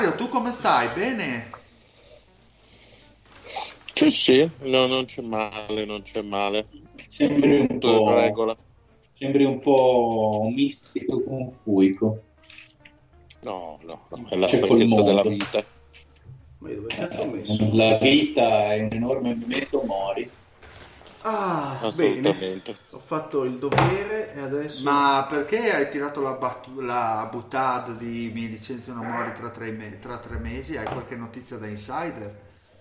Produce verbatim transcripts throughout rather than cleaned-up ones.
Tu come stai? Bene? Sì, sì, no, non c'è male, non c'è male. Sembri un Tutto in po', regola. sembri un po' mistico confuico. No, no, no, è la C'è col stanchezza della mondo. vita. Ma io dove cazzo ho messo? La vita è un enorme memento mori. Ah, Assolutamente. bene. Ho fatto il dovere e adesso... Ma perché hai tirato la, battu- la buttata di mi licenziano Mori tra tre, me- tra tre mesi? Hai qualche notizia da insider?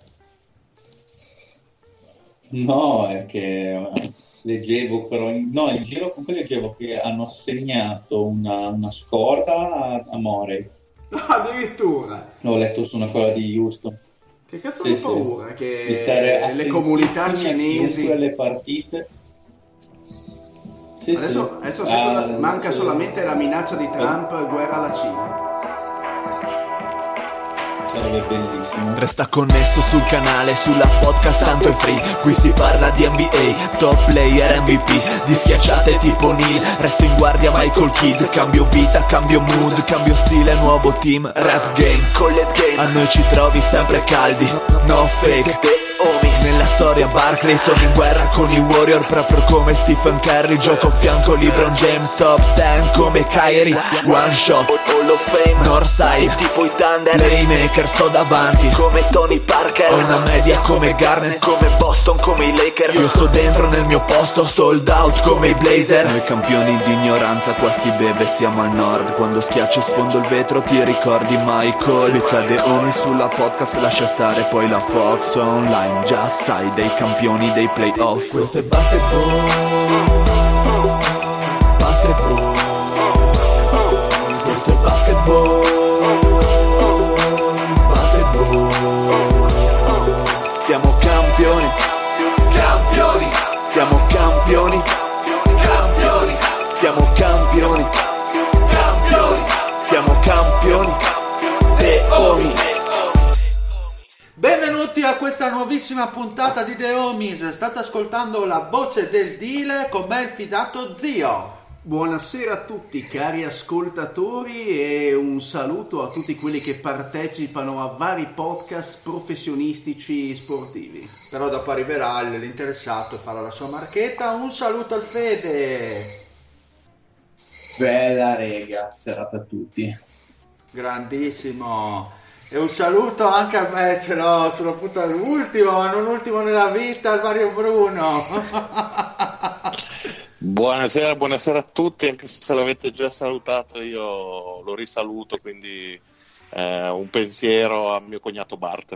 No, è che leggevo però... in- No, in giro comunque leggevo che hanno assegnato una, una scorta a, a Morey. Addirittura! L'ho letto su una cosa di Houston. Che cazzo Sì, ho sì. paura Di stare che le comunità attentissimi a cinesi... chiunque le partite. Sì, Adesso, sì. adesso Ah, manca sì. solamente la minaccia di Trump, guerra alla Cina. Sarebbe bellissimo. Resta connesso sul canale, sulla podcast tanto è free. Qui si parla di N B A, top player M V P, di schiacciate tipo Neil. Resto in guardia Michael Kidd. Cambio vita, cambio mood, cambio stile, nuovo team. Rap game, collet game, a noi ci trovi sempre caldi. No fake, homies. Nella storia Barkley sono in guerra con i Warrior, proprio come Stephen Curry. Gioco a fianco LeBron James, top dieci come Kyrie. One shot, Hall of Fame, Northside, tipo i Thunder. Playmaker, sto davanti come Tony Parker. Ho una media come Garnett, come Boston, come i Lakers. Io sto dentro nel mio posto, sold out come i Blazer. Noi campioni di ignoranza, qua si beve, siamo al nord. Quando schiaccio e sfondo il vetro ti ricordi Michael. Mi cade ogni sulla podcast, lascia stare poi la Fox online. Già sai dei campioni dei playoff. Questo è basketball, basketball. Questo è basketball, basketball. Siamo campioni, campioni. Siamo campioni, campioni. Siamo campioni, campioni. Siamo campioni, The Homies. Benvenuti a questa nuovissima puntata di The Homies. State ascoltando la voce del dealer con me il fidato zio. Buonasera a tutti cari ascoltatori e un saluto a tutti quelli che partecipano a vari podcast professionistici sportivi. Però dopo arriverà l'interessato e farà la sua marchetta. Un saluto al Fede. Bella rega, serata a tutti. Grandissimo. E un saluto anche al me, ce l'ho, sono appunto l'ultimo, ma non ultimo nella vita, al Mario Bruno. Buonasera, buonasera a tutti, anche se l'avete già salutato io lo risaluto, quindi eh, un pensiero a mio cognato Bart.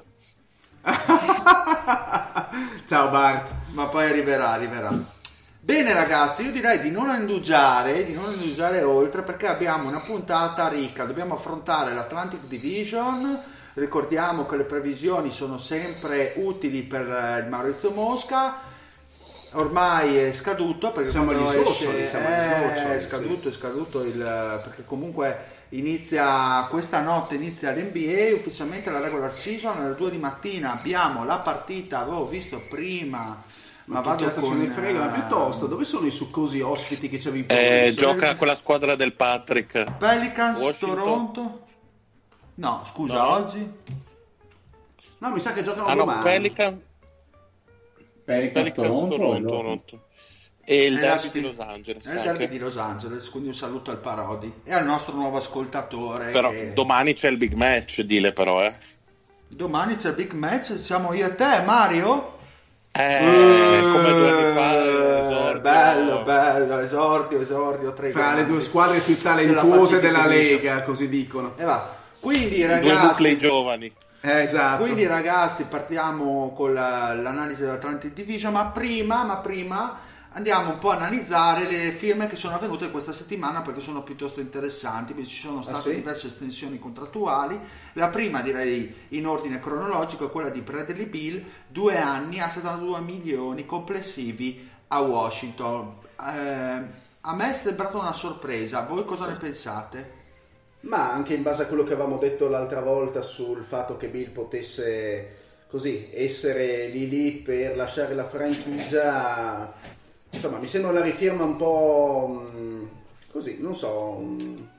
Ciao Bart. Ma poi arriverà, arriverà. Bene ragazzi, io direi di non indugiare, di non indugiare oltre, perché abbiamo una puntata ricca, dobbiamo affrontare l'Atlantic Division. Ricordiamo che le previsioni sono sempre utili per il Maurizio Mosca. Ormai è scaduto perché Siamo quando agli snoccioli, esce- siamo agli eh, snoccioli, è scaduto, sì. è scaduto il perché comunque inizia questa notte inizia l'N B A ufficialmente la regular season alle due di mattina. Abbiamo la partita, avevo visto prima. Ma, Ma che vado cazzo con ce ne frega, ma eh, piuttosto dove sono i succosi ospiti che ci avevi Eh, promesso? gioca con la squadra del Patrick. Pelicans, Washington. Toronto. No, scusa, No. oggi. No, mi sa che giocano Ah no, domani. Pelican, Pelicans Pelicans Toronto, Toronto, allora. Toronto. E il È la derby sfi- di Los Angeles È il anche. derby di Los Angeles, quindi un saluto al Parodi e al nostro nuovo ascoltatore. Però che- domani c'è il big match, dile però, eh. Domani c'è il big match, siamo io e te, Mario. Eh, come due anni fa, Eh, esordio. bello, bello, esordio, esordio, tre Fra le grandi. due squadre più Della talentuose della Pacific Division. Lega, così dicono. E va. Quindi Due nuclei ragazzi, giovani. Eh, esatto. quindi ragazzi partiamo con la- l'analisi dell'Atlantic Division, ma prima, ma prima andiamo un po' a analizzare le firme che sono avvenute questa settimana perché sono piuttosto interessanti, perché ci sono state sì? diverse estensioni contrattuali. La prima, direi in ordine cronologico, è quella di Bradley Beal, due anni a settantadue milioni complessivi a Washington. Eh, a me è sembrata una sorpresa, voi cosa ne pensate? Ma anche in base a quello che avevamo detto l'altra volta sul fatto che Bill potesse così essere lì lì per lasciare la franchigia, insomma mi sembra una rifirma un po' mh, così, non so, mh,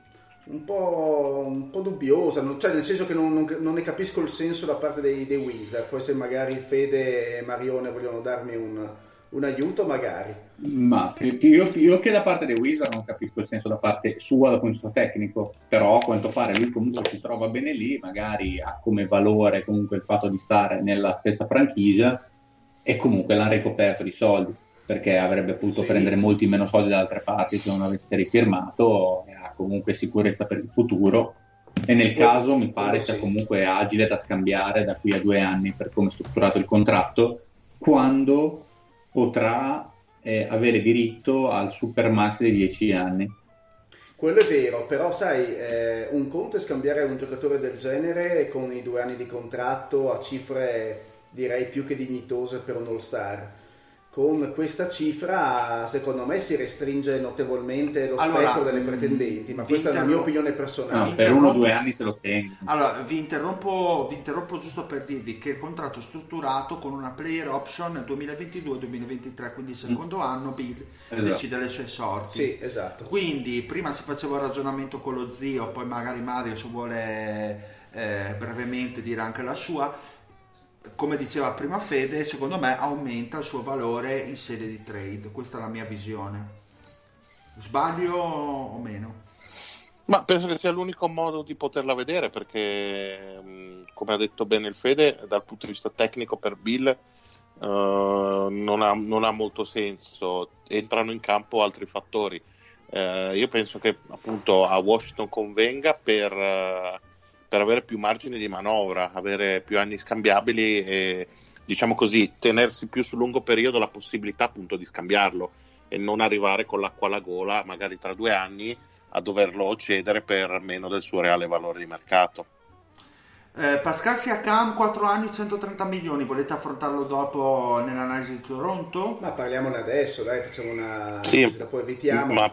un po', un po' dubbiosa, non, cioè nel senso che non, non, non ne capisco il senso da parte dei, dei Wizard. Poi se magari Fede e Marione vogliono darmi un, un aiuto, magari. Ma io, io che da parte dei Wizard non capisco il senso da parte sua dal punto di vista tecnico, però a quanto pare lui comunque si trova bene lì, magari ha come valore comunque il fatto di stare nella stessa franchigia e comunque l'hanno ricoperto di soldi, perché avrebbe potuto sì. prendere molti meno soldi da altre parti se non avesse rifirmato, e ha comunque sicurezza per il futuro e nel quello, caso mi pare sia sì. comunque agile da scambiare da qui a due anni per come è strutturato il contratto, quando potrà eh, avere diritto al super max di dieci anni. Quello è vero, però sai, eh, un conto è scambiare un giocatore del genere con i due anni di contratto a cifre direi più che dignitose per un all-star. Con questa cifra secondo me si restringe notevolmente lo allora, spettro delle pretendenti, ma questa è la mia opinione personale. No, per uno o due anni se lo tengo. Allora vi interrompo, vi interrompo giusto per dirvi che il contratto è strutturato con una player option duemilaventidue duemilaventitré, quindi il secondo mm. anno Bill esatto. decide le sue sorti. Sì, esatto. Quindi prima si faceva il ragionamento con lo zio, poi magari Mario se vuole eh, brevemente dire anche la sua. Come diceva prima Fede, secondo me aumenta il suo valore in sede di trade. Questa è la mia visione. Sbaglio o meno? Ma penso che sia l'unico modo di poterla vedere, perché come ha detto bene il Fede, dal punto di vista tecnico per Bill uh, non, ha, non ha molto senso. Entrano in campo altri fattori. Uh, io penso che appunto a Washington convenga per... Uh, per avere più margini di manovra, avere più anni scambiabili e, diciamo così, tenersi più sul lungo periodo la possibilità appunto di scambiarlo e non arrivare con l'acqua alla gola magari tra due anni a doverlo cedere per meno del suo reale valore di mercato. eh, Pascal Siakam, quattro anni, centotrenta milioni, volete affrontarlo dopo nell'analisi di Toronto? Ma parliamone adesso, dai, facciamo una... Sì, poi evitiamo... ma...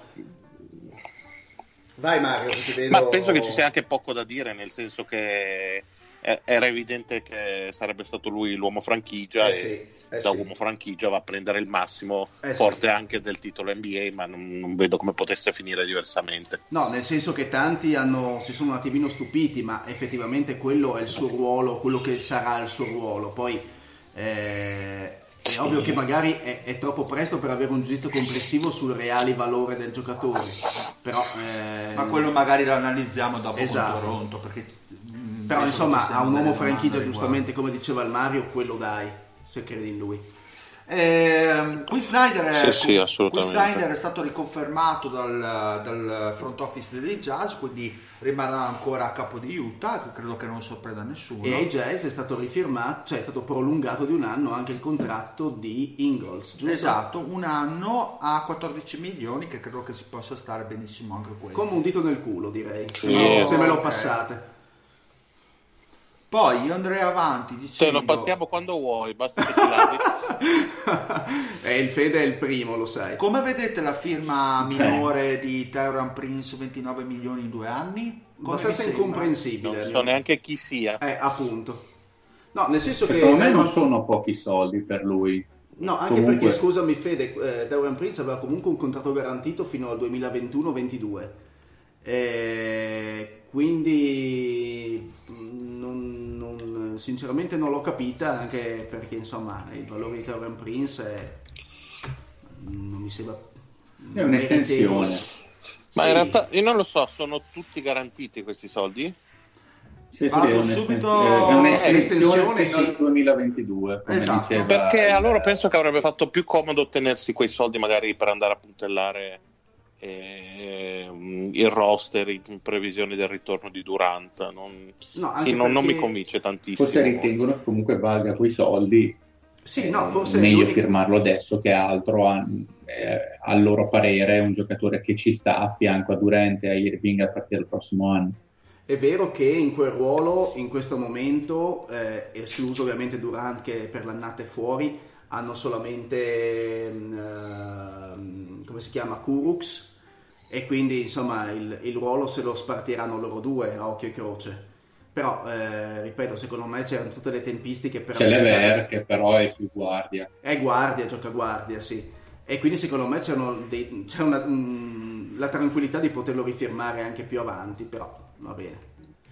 Vai Mario, ti vedo... Ma penso che ci sia anche poco da dire, nel senso che era evidente che sarebbe stato lui l'uomo franchigia, eh e sì, eh da sì. uomo franchigia va a prendere il massimo, eh forte sì. anche del titolo N B A, ma non, non vedo come potesse finire diversamente. No, nel senso che tanti hanno, si sono un attimino stupiti, ma effettivamente quello è il suo ruolo, quello che sarà il suo ruolo. Poi eh, è ovvio che magari è, è troppo presto per avere un giudizio complessivo sul reale valore del giocatore, però eh, ma quello magari lo analizziamo dopo esatto. con Toronto, perché mh, però insomma a un uomo franchigia, giustamente riguardo. come diceva il Mario, quello dai, se credi in lui. Eh, qui Snyder è, sì, sì, qui Snyder è stato riconfermato dal, dal front office dei Jazz, quindi rimarrà ancora a capo di Utah, credo che non sorprenda nessuno. E ai Jazz è stato rifirmato, cioè è stato prolungato di un anno anche il contratto di Ingles, giusto? Esatto, un anno a quattordici milioni, che credo che si possa stare benissimo anche questo. Come un dito nel culo, direi, sì. se, se me lo Okay. passate. Poi io andrei avanti dicendo... Se lo passiamo quando vuoi, basta che ti lavi. E il Fede è il primo, lo sai. Come vedete la firma minore di Taurean Prince, ventinove milioni in due anni? Come vi Abbastanza sembra? incomprensibile. Non so neanche chi sia. Eh, appunto. No, nel senso Secondo che... me non sono pochi soldi per lui. No, anche Comunque... perché, scusami Fede, eh, Taurean Prince aveva comunque un contratto garantito fino al duemilaventuno ventidue. Eh, quindi non, non, sinceramente non l'ho capita, anche perché insomma il valore di Taurean Prince è, non mi sembra è un'estensione. Ma sì. in realtà io non lo so, sono tutti garantiti questi soldi? Sì, sì, Vado è un'esten- subito- è un'estensione un'estensione, fino al sì. duemilaventidue, come Esatto. diceva Perché a il- loro penso che avrebbe fatto più comodo tenersi quei soldi magari per andare a puntellare eh, il roster in previsione del ritorno di Durant. Non, No, anche sì, non, non mi perché convince tantissimo. forse ritengono che comunque valga quei soldi. Sì, eh, no, forse meglio l'unico- firmarlo adesso che altro. A, eh, a loro parere è un giocatore che ci sta a fianco a Durant e a Irving a partire dal prossimo anno. È vero che in quel ruolo, in questo momento, eh, escluso ovviamente Durant che per l'annata è fuori, hanno solamente, ehm, come si chiama, Kurucs, e quindi insomma il, il ruolo se lo spartiranno loro due a occhio e croce. Però, eh, ripeto, secondo me c'erano tutte le tempistiche per... C'è aspettare- Lever che però è più guardia. È guardia, gioca guardia, sì. E quindi secondo me c'erano dei, c'era una, un- la tranquillità di poterlo rifirmare anche più avanti, però va bene.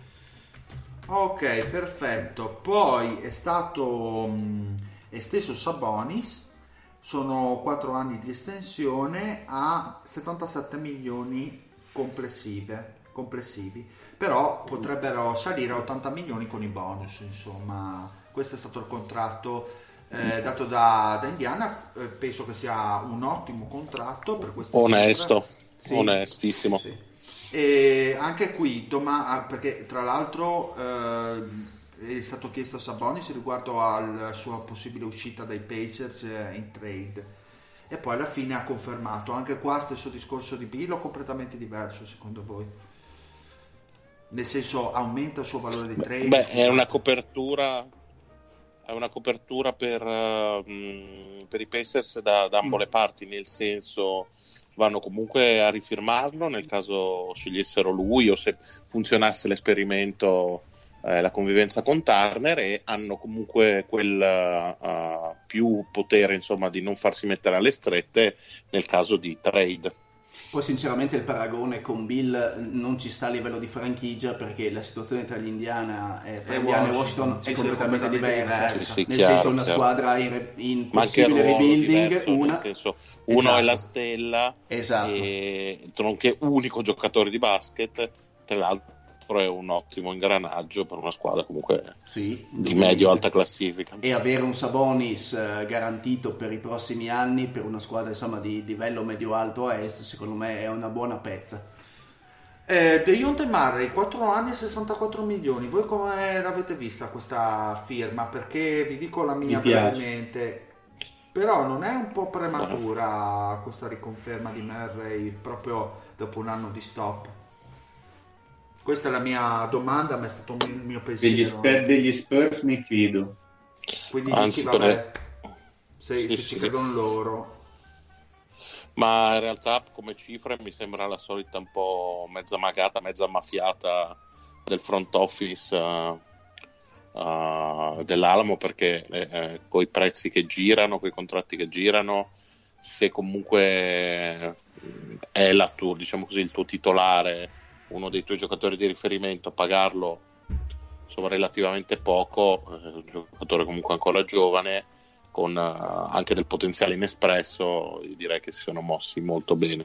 Ok, perfetto. Poi è stato mh, esteso Sabonis, sono quattro anni di estensione a settantasette milioni complessive, complessivi, però potrebbero salire a ottanta milioni con i bonus, insomma. Questo è stato il contratto eh, dato da, da Indiana, eh, penso che sia un ottimo contratto per questa onesto, sì. onestissimo. Sì. E anche qui, doma- perché tra l'altro eh, è stato chiesto a Sabonis riguardo alla sua possibile uscita dai Pacers eh, in trade, e poi alla fine ha confermato. Anche qua stesso discorso di Bill, o completamente diverso secondo voi? Nel senso, aumenta il suo valore di trade? Beh, è una copertura è una copertura per, uh, per i Pacers da, da ambo le parti, nel senso vanno comunque a rifirmarlo nel caso scegliessero lui, o se funzionasse l'esperimento, eh, la convivenza con Turner, e hanno comunque quel uh, più potere, insomma, di non farsi mettere alle strette nel caso di trade. Poi sinceramente il paragone con Bill non ci sta a livello di franchigia, perché la situazione tra gli Indiana e, tra Indiana e Washington è sì, completamente, sì, completamente diversa, diversa. Sì, nel chiaro, senso una chiaro. squadra in, in Ma anche possibile il ruolo rebuilding, diverso, una nel senso, uno esatto. è la stella, Esatto. e nonché unico giocatore di basket, tra l'altro è un ottimo ingranaggio per una squadra comunque sì, di medio-alta classifica. E avere un Sabonis eh, garantito per i prossimi anni per una squadra, insomma, di livello medio-alto a est, secondo me è una buona pezza. Eh, Dejounte Murray, quattro anni e sessantaquattro milioni. Voi come l'avete vista questa firma? Perché vi dico la mia brevemente, però non è un po' prematura questa riconferma di Murray proprio dopo un anno di stop? Questa è la mia domanda, ma è stato il mio pensiero. Degli, Spurs, degli Spurs mi fido. Quindi Anzi, dici, vabbè, per... se, sì, se sì. ci credono loro. Ma in realtà come cifre mi sembra la solita un po' mezza magata, mezza maffiata del front office uh, uh, dell'Alamo, perché eh, con i prezzi che girano, con i contratti che girano, se comunque è la tua, diciamo così, il tuo titolare, uno dei tuoi giocatori di riferimento, pagarlo insomma relativamente poco, eh, un giocatore comunque ancora giovane con uh, anche del potenziale inespresso, io direi che si sono mossi molto bene.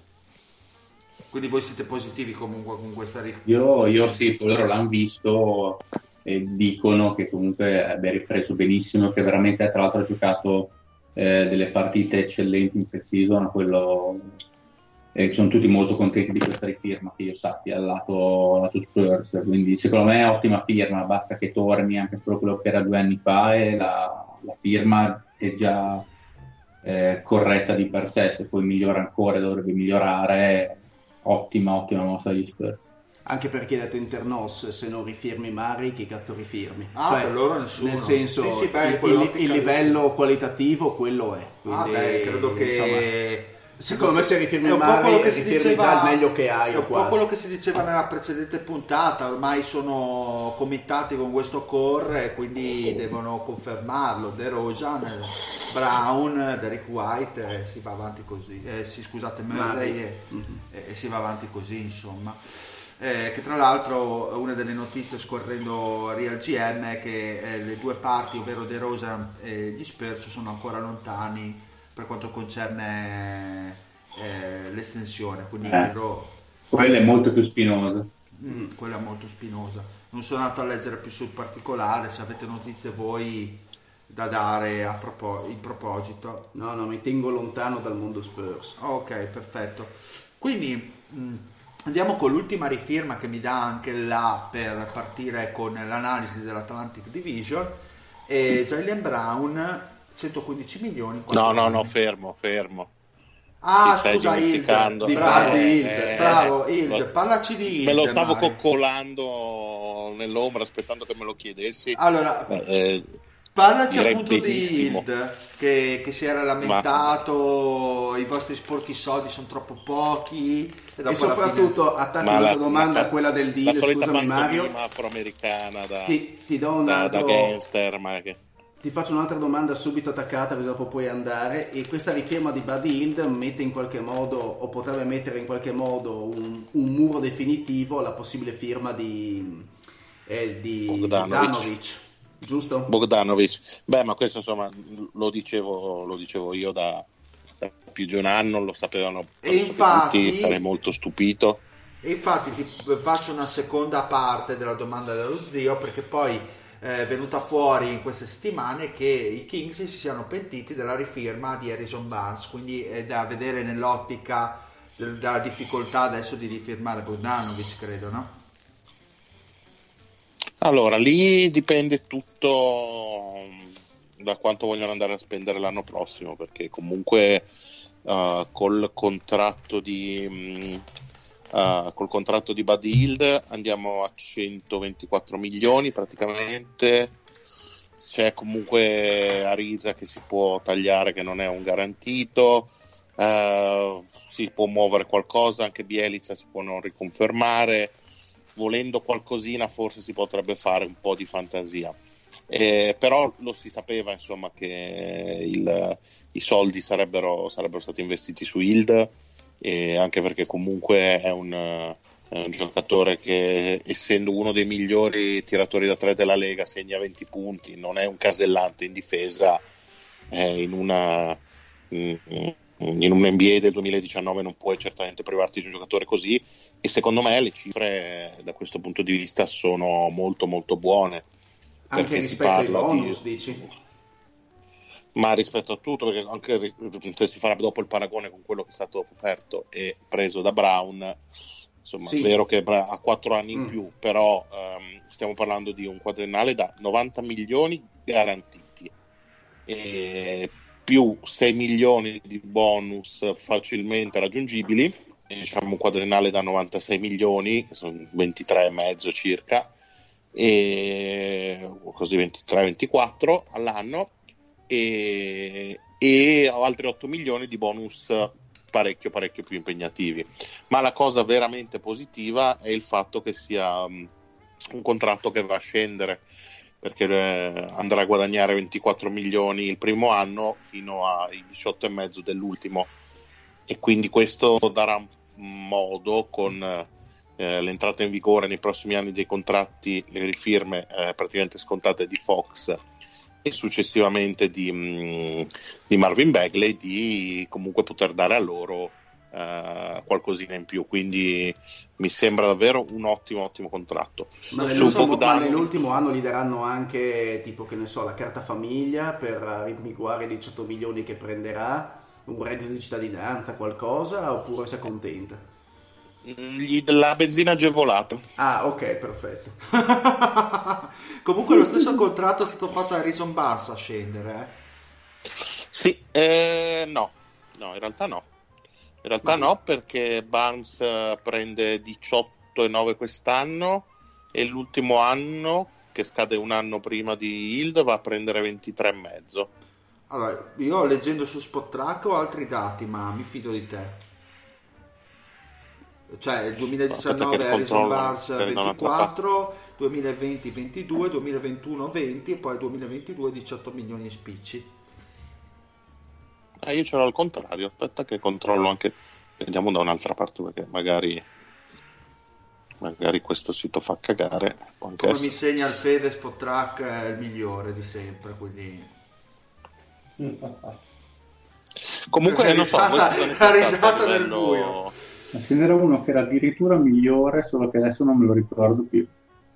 Quindi voi siete positivi comunque con questa ric- Io, io sì, loro l'hanno visto e dicono che comunque abbia ripreso benissimo, che veramente tra l'altro ha giocato eh, delle partite eccellenti in pre-season, quello e sono tutti molto contenti di questa rifirma, che io sappia, al lato, lato Spurs, quindi secondo me è ottima firma, basta che torni anche solo quello che era due anni fa e la, la firma è già eh, corretta di per sé. Se poi migliora ancora, dovrebbe migliorare, ottima, ottima mossa degli Spurs. Anche perché detto Internos, se non rifirmi Murray, che cazzo rifirmi? Ah, cioè, per loro nessuno. nel senso, Sì, sì, beh, il, il, il livello qualitativo quello è. Quindi, ah, beh, credo che insomma, secondo me se rifirmi è un po' quello che si rifirmi diceva, già il meglio che hai è o un po' quasi. quello che si diceva nella precedente puntata, ormai sono committati con questo core e quindi devono confermarlo. DeRozan, Brown, Derrick White, e si va avanti così, eh, sì, scusate Murray, e, mm-hmm. e, e si va avanti così, insomma. Eh, che tra l'altro una delle notizie scorrendo Real G M è che eh, le due parti, ovvero DeRozan e gli Spurs, sono ancora lontani per quanto concerne eh, l'estensione, quindi eh, quello, quella è molto più spinosa. mm, quella è molto spinosa. Non sono andato a leggere più sul particolare, se avete notizie voi da dare a propos- in proposito. No, no, mi tengo lontano dal mondo Spurs. Ok, perfetto. Quindi mh, andiamo con l'ultima rifirma che mi dà anche là per partire con l'analisi dell'Atlantic Division, e Jaylen Brown, centoquindici milioni. No, no, no, fermo, fermo. Ah, Ti scusa, stai Hild, dimenticando. bravo, Eh, Hild, eh, bravo, eh, Hild, lo- parlaci di Hild. Me lo stavo Mario. coccolando nell'ombra aspettando che me lo chiedessi. Allora, Eh, parlaci direi appunto benissimo. di Hild, che, che si era lamentato, i vostri sporchi soldi sono troppo pochi. E, dopo E alla soprattutto attacco Ma la la- tua domanda la- a quella del la deal, solita scusami Mario, pantomima afroamericana da, ti, ti do un da, altro da gangster, ma che... Ti faccio un'altra domanda subito attaccata, così dopo puoi andare. E questa rifirma di Buddy Hield mette in qualche modo, o potrebbe mettere in qualche modo, un, un muro definitivo alla possibile firma di, eh, di Bogdanovic. Bogdanovic, giusto? Bogdanovic. Beh, ma questo insomma lo dicevo, lo dicevo io da, da più di un anno, lo sapevano E infatti, tutti, sarei molto stupito. E infatti ti faccio una seconda parte della domanda dello zio, perché poi è venuta fuori in queste settimane che i Kings si siano pentiti della rifirma di Harrison Barnes, quindi è da vedere nell'ottica della difficoltà adesso di rifirmare Bogdanovic, credo, no? Allora, lì dipende tutto da quanto vogliono andare a spendere l'anno prossimo, perché comunque uh, col contratto di mh, uh, col contratto di Buddy Hield andiamo a centoventiquattro milioni praticamente. C'è comunque Ariza che si può tagliare, che non è un garantito, uh, si può muovere qualcosa, anche Bjelica si può non riconfermare. Volendo qualcosina forse si potrebbe fare un po' di fantasia, eh, però lo si sapeva insomma che il, i soldi sarebbero, sarebbero stati investiti su Hield, eh, anche perché comunque è un, è un giocatore che, essendo uno dei migliori tiratori da tre della Lega, segna venti punti, non è un casellante in difesa, eh, in una in, in un N B A del duemiladiciannove non puoi certamente privarti di un giocatore così. E secondo me le cifre da questo punto di vista sono molto molto buone, anche rispetto ai bonus di... dici? Ma rispetto a tutto, perché anche se si farà dopo il paragone con quello che è stato offerto e preso da Brown, insomma sì. È vero che ha quattro anni in mm. più, però um, stiamo parlando di un quadriennale da novanta milioni garantiti e più sei milioni di bonus facilmente raggiungibili, diciamo un quadriennale da novantasei milioni, che sono ventitré e mezzo circa, e così ventitré ventiquattro all'anno, e, e altri otto milioni di bonus parecchio parecchio più impegnativi. Ma la cosa veramente positiva è il fatto che sia um, un contratto che va a scendere, perché eh, andrà a guadagnare ventiquattro milioni il primo anno fino ai diciotto e mezzo dell'ultimo, e quindi questo darà modo, con eh, l'entrata in vigore nei prossimi anni dei contratti, le rifirme eh, praticamente scontate di Fox e successivamente di, mh, di Marvin Bagley, di comunque poter dare a loro eh, qualcosina in più, quindi mi sembra davvero un ottimo ottimo contratto. Ma, nell'ultimo, Bogdanovic... ma nell'ultimo anno gli daranno anche tipo, che ne so, la carta famiglia per rimiguare i diciotto milioni che prenderà, un reddito di cittadinanza, qualcosa, oppure si accontenta? Gli la benzina agevolata. Ah, ok, perfetto. Comunque lo stesso contratto è stato fatto a Harrison Barnes a scendere, eh? Sì, eh, no, no, in realtà no. In realtà Ma... no, perché Barnes prende diciotto e nove quest'anno e l'ultimo anno, che scade un anno prima di Hield, va a prendere ventitré e mezzo. Allora, io leggendo su Spotrac ho altri dati, ma mi fido di te. Cioè il duemiladiciannove Harrison Barnes ventiquattro, duemilaventi ventidue, duemilaventuno venti e poi duemilaventidue diciotto milioni e spicci. Ah, io ce l'ho al contrario, aspetta che controllo anche, vediamo da un'altra parte, perché magari magari questo sito fa cagare. Come essere. Mi segna il Fede, Spotrac è il migliore di sempre, quindi comunque la non risata, so, la risata del buio. Ce n'era uno che era addirittura migliore, solo che adesso non me lo ricordo più.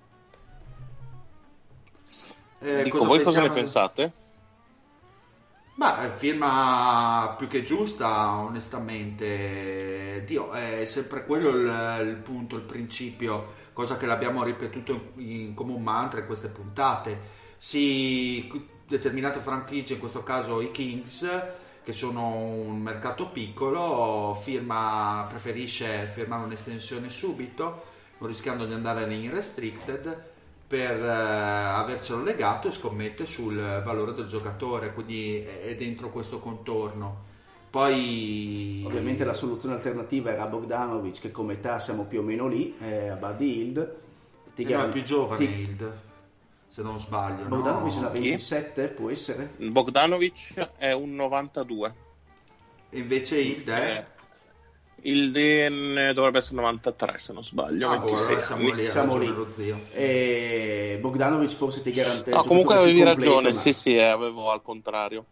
Eh, Dico, cosa voi cosa ne pensate? Ma è firma più che giusta, onestamente. Dio, è sempre quello il, il punto, il principio, cosa che l'abbiamo ripetuto in, in, come un mantra in queste puntate. Si determinate franchigie, in questo caso i Kings, che sono un mercato piccolo, firma, preferisce firmare un'estensione subito, non rischiando di andare in restricted, per eh, avercelo legato e scommette sul valore del giocatore, quindi è dentro questo contorno. Poi ovviamente la soluzione alternativa era Bogdanovic, che come età siamo più o meno lì, eh, a Buddy Hield. Ti eh gar- no, è più giovane ti... Hield. se non sbaglio. Bogdanovic no? è una ventisette, può essere? Bogdanovic è un novantadue. E invece il De? Eh, il De ne dovrebbe essere novantatré, se non sbaglio. Ah, ventisei allora siamo lì, ha Siamo ragione lì. lo zio. E Bogdanovic forse ti garantisce. No, comunque avevi ragione, ma... sì sì, eh, avevo al contrario.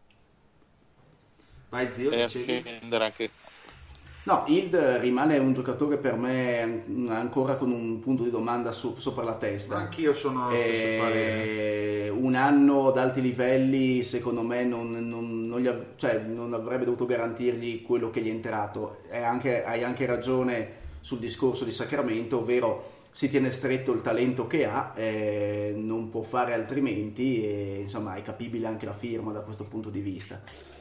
Vai zio, e dicevi? scendere anche... No, Hield rimane un giocatore per me ancora con un punto di domanda su, sopra la testa. Anch'io sono allo stesso parere. Un anno ad alti livelli secondo me non, non, non, gli av- cioè, non avrebbe dovuto garantirgli quello che gli è entrato. È anche, hai anche ragione sul discorso di Sacramento, ovvero si tiene stretto il talento che ha, eh, non può fare altrimenti e insomma è capibile anche la firma da questo punto di vista.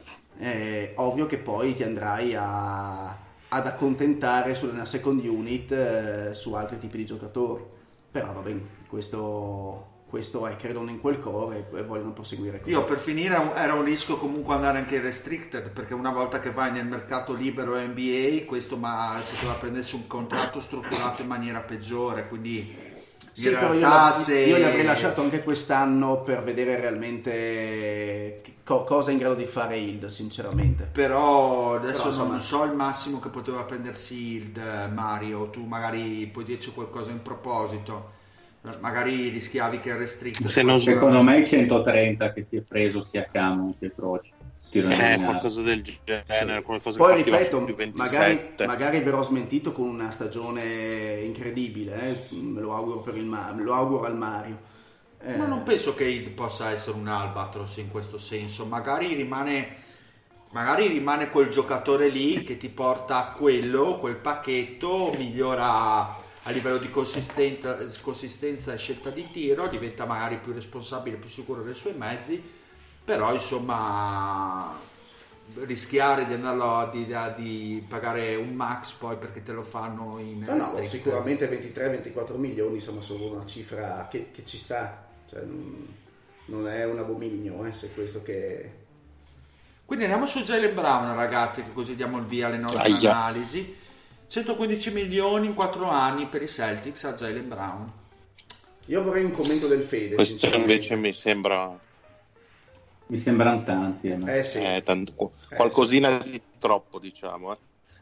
È ovvio che poi ti andrai a ad accontentare sulla second unit eh, su altri tipi di giocatori, però va bene, questo, questo è, credono in quel core e vogliono proseguire così. Io per finire era un rischio comunque andare anche in restricted, perché una volta che vai nel mercato libero N B A questo ma poteva prendersi un contratto strutturato in maniera peggiore, quindi in sì, realtà io, se... io gli avrei lasciato anche quest'anno per vedere realmente co- cosa è in grado di fare Hield, sinceramente. Però adesso Però, non insomma... so il massimo che poteva prendersi Hield, Mario, tu magari puoi dirci qualcosa in proposito, magari rischiavi che il restricted... Se non secondo me i centotrenta che si è preso sia Camo che Croce. Eh, qualcosa del genere, qualcosa poi che ripeto, più magari, magari verrò smentito con una stagione incredibile, eh? me lo auguro per il Ma- me lo auguro al Mario. Eh. Ma non penso che Hield possa essere un albatros in questo senso, magari rimane magari rimane quel giocatore lì che ti porta a quello, quel pacchetto, migliora a livello di consistenza, consistenza e scelta di tiro, diventa magari più responsabile, più sicuro dei suoi mezzi. Però insomma rischiare di andarlo a, di, a, di pagare un max poi perché te lo fanno in no, no, sicuramente ventitré ventiquattro milioni insomma sono una cifra che, che ci sta, cioè, non è un abominio eh, se questo che... Quindi andiamo su Jaylen Brown ragazzi, che così diamo il via alle nostre Aia. analisi. Centoquindici milioni in quattro anni per i Celtics a Jaylen Brown. Io vorrei un commento del Fede. Questo invece mi sembra mi sembrano tanti eh, ma... eh, sì. eh, tanto, qualcosina eh, sì. di troppo diciamo eh.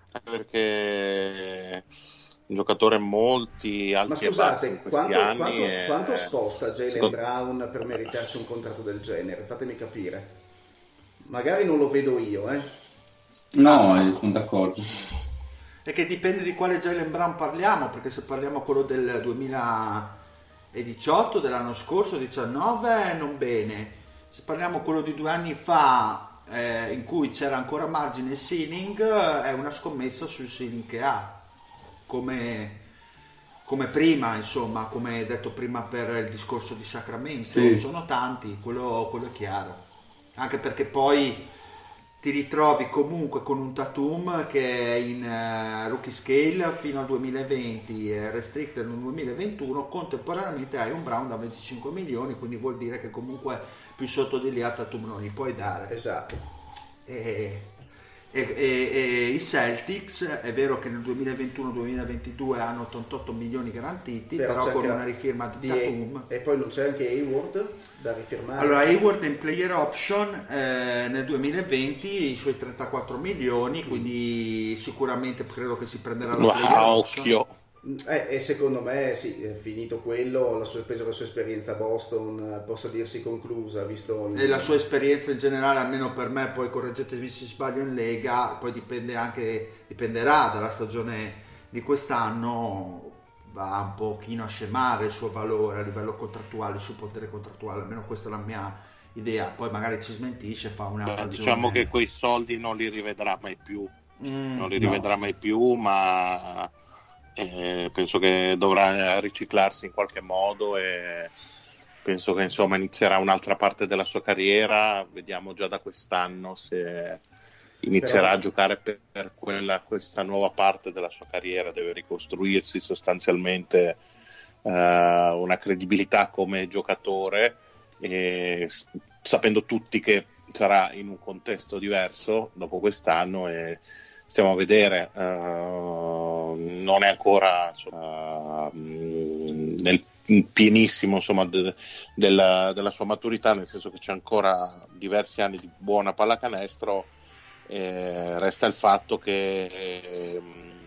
Perché un giocatore molti alti. Ma scusate, in quanto, anni quanto, e... quanto sposta Jaylen Scott... Brown per meritarsi un contratto del genere? Fatemi capire. Magari non lo vedo io, eh. No, sono d'accordo. E che dipende di quale Jaylen Brown parliamo, perché se parliamo quello del duemiladiciotto, dell'anno scorso, diciannove, non bene. Se parliamo quello di due anni fa, eh, in cui c'era ancora margine ceiling, è una scommessa sul ceiling che ha, come, come prima, insomma, come detto prima per il discorso di Sacramento, sì. Sono tanti, quello, quello è chiaro, anche perché poi ti ritrovi comunque con un Tatum che è in uh, rookie scale fino al duemilaventi e restricted nel duemilaventuno, contemporaneamente hai un Brown da venticinque milioni, quindi vuol dire che comunque più sotto di lì a Tatum non gli puoi dare. Esatto. E, e, e, e i Celtics è vero che nel duemilaventuno duemilaventidue hanno ottantotto milioni garantiti, però, però con una rifirma di, di Tatum. E poi non c'è anche Hayward da rifirmare? Allora Hayward in player option eh, nel duemilaventi i suoi trentaquattro milioni, quindi sicuramente credo che si prenderà la player wow, option. Occhio. Eh, e secondo me sì, è finito quello, la sua, penso che la sua esperienza a Boston possa dirsi conclusa, visto in... e la sua esperienza in generale, almeno per me, poi correggetemi se sbaglio, in Lega, poi dipende anche dipenderà dalla stagione di quest'anno, va un pochino a scemare il suo valore a livello contrattuale, il suo potere contrattuale, almeno questa è la mia idea, poi magari ci smentisce, fa una Beh, stagione. diciamo che quei soldi non li rivedrà mai più, mm, non li no. rivedrà mai più, ma eh, penso che dovrà riciclarsi in qualche modo e penso che insomma inizierà un'altra parte della sua carriera, vediamo già da quest'anno se inizierà Però... a giocare per, per quella, questa nuova parte della sua carriera, deve ricostruirsi sostanzialmente eh, una credibilità come giocatore, e sapendo tutti che sarà in un contesto diverso dopo quest'anno, e stiamo a vedere, uh, non è ancora uh, nel, pienissimo insomma de, della, della sua maturità, nel senso che c'è ancora diversi anni di buona pallacanestro. Eh, resta il fatto che eh,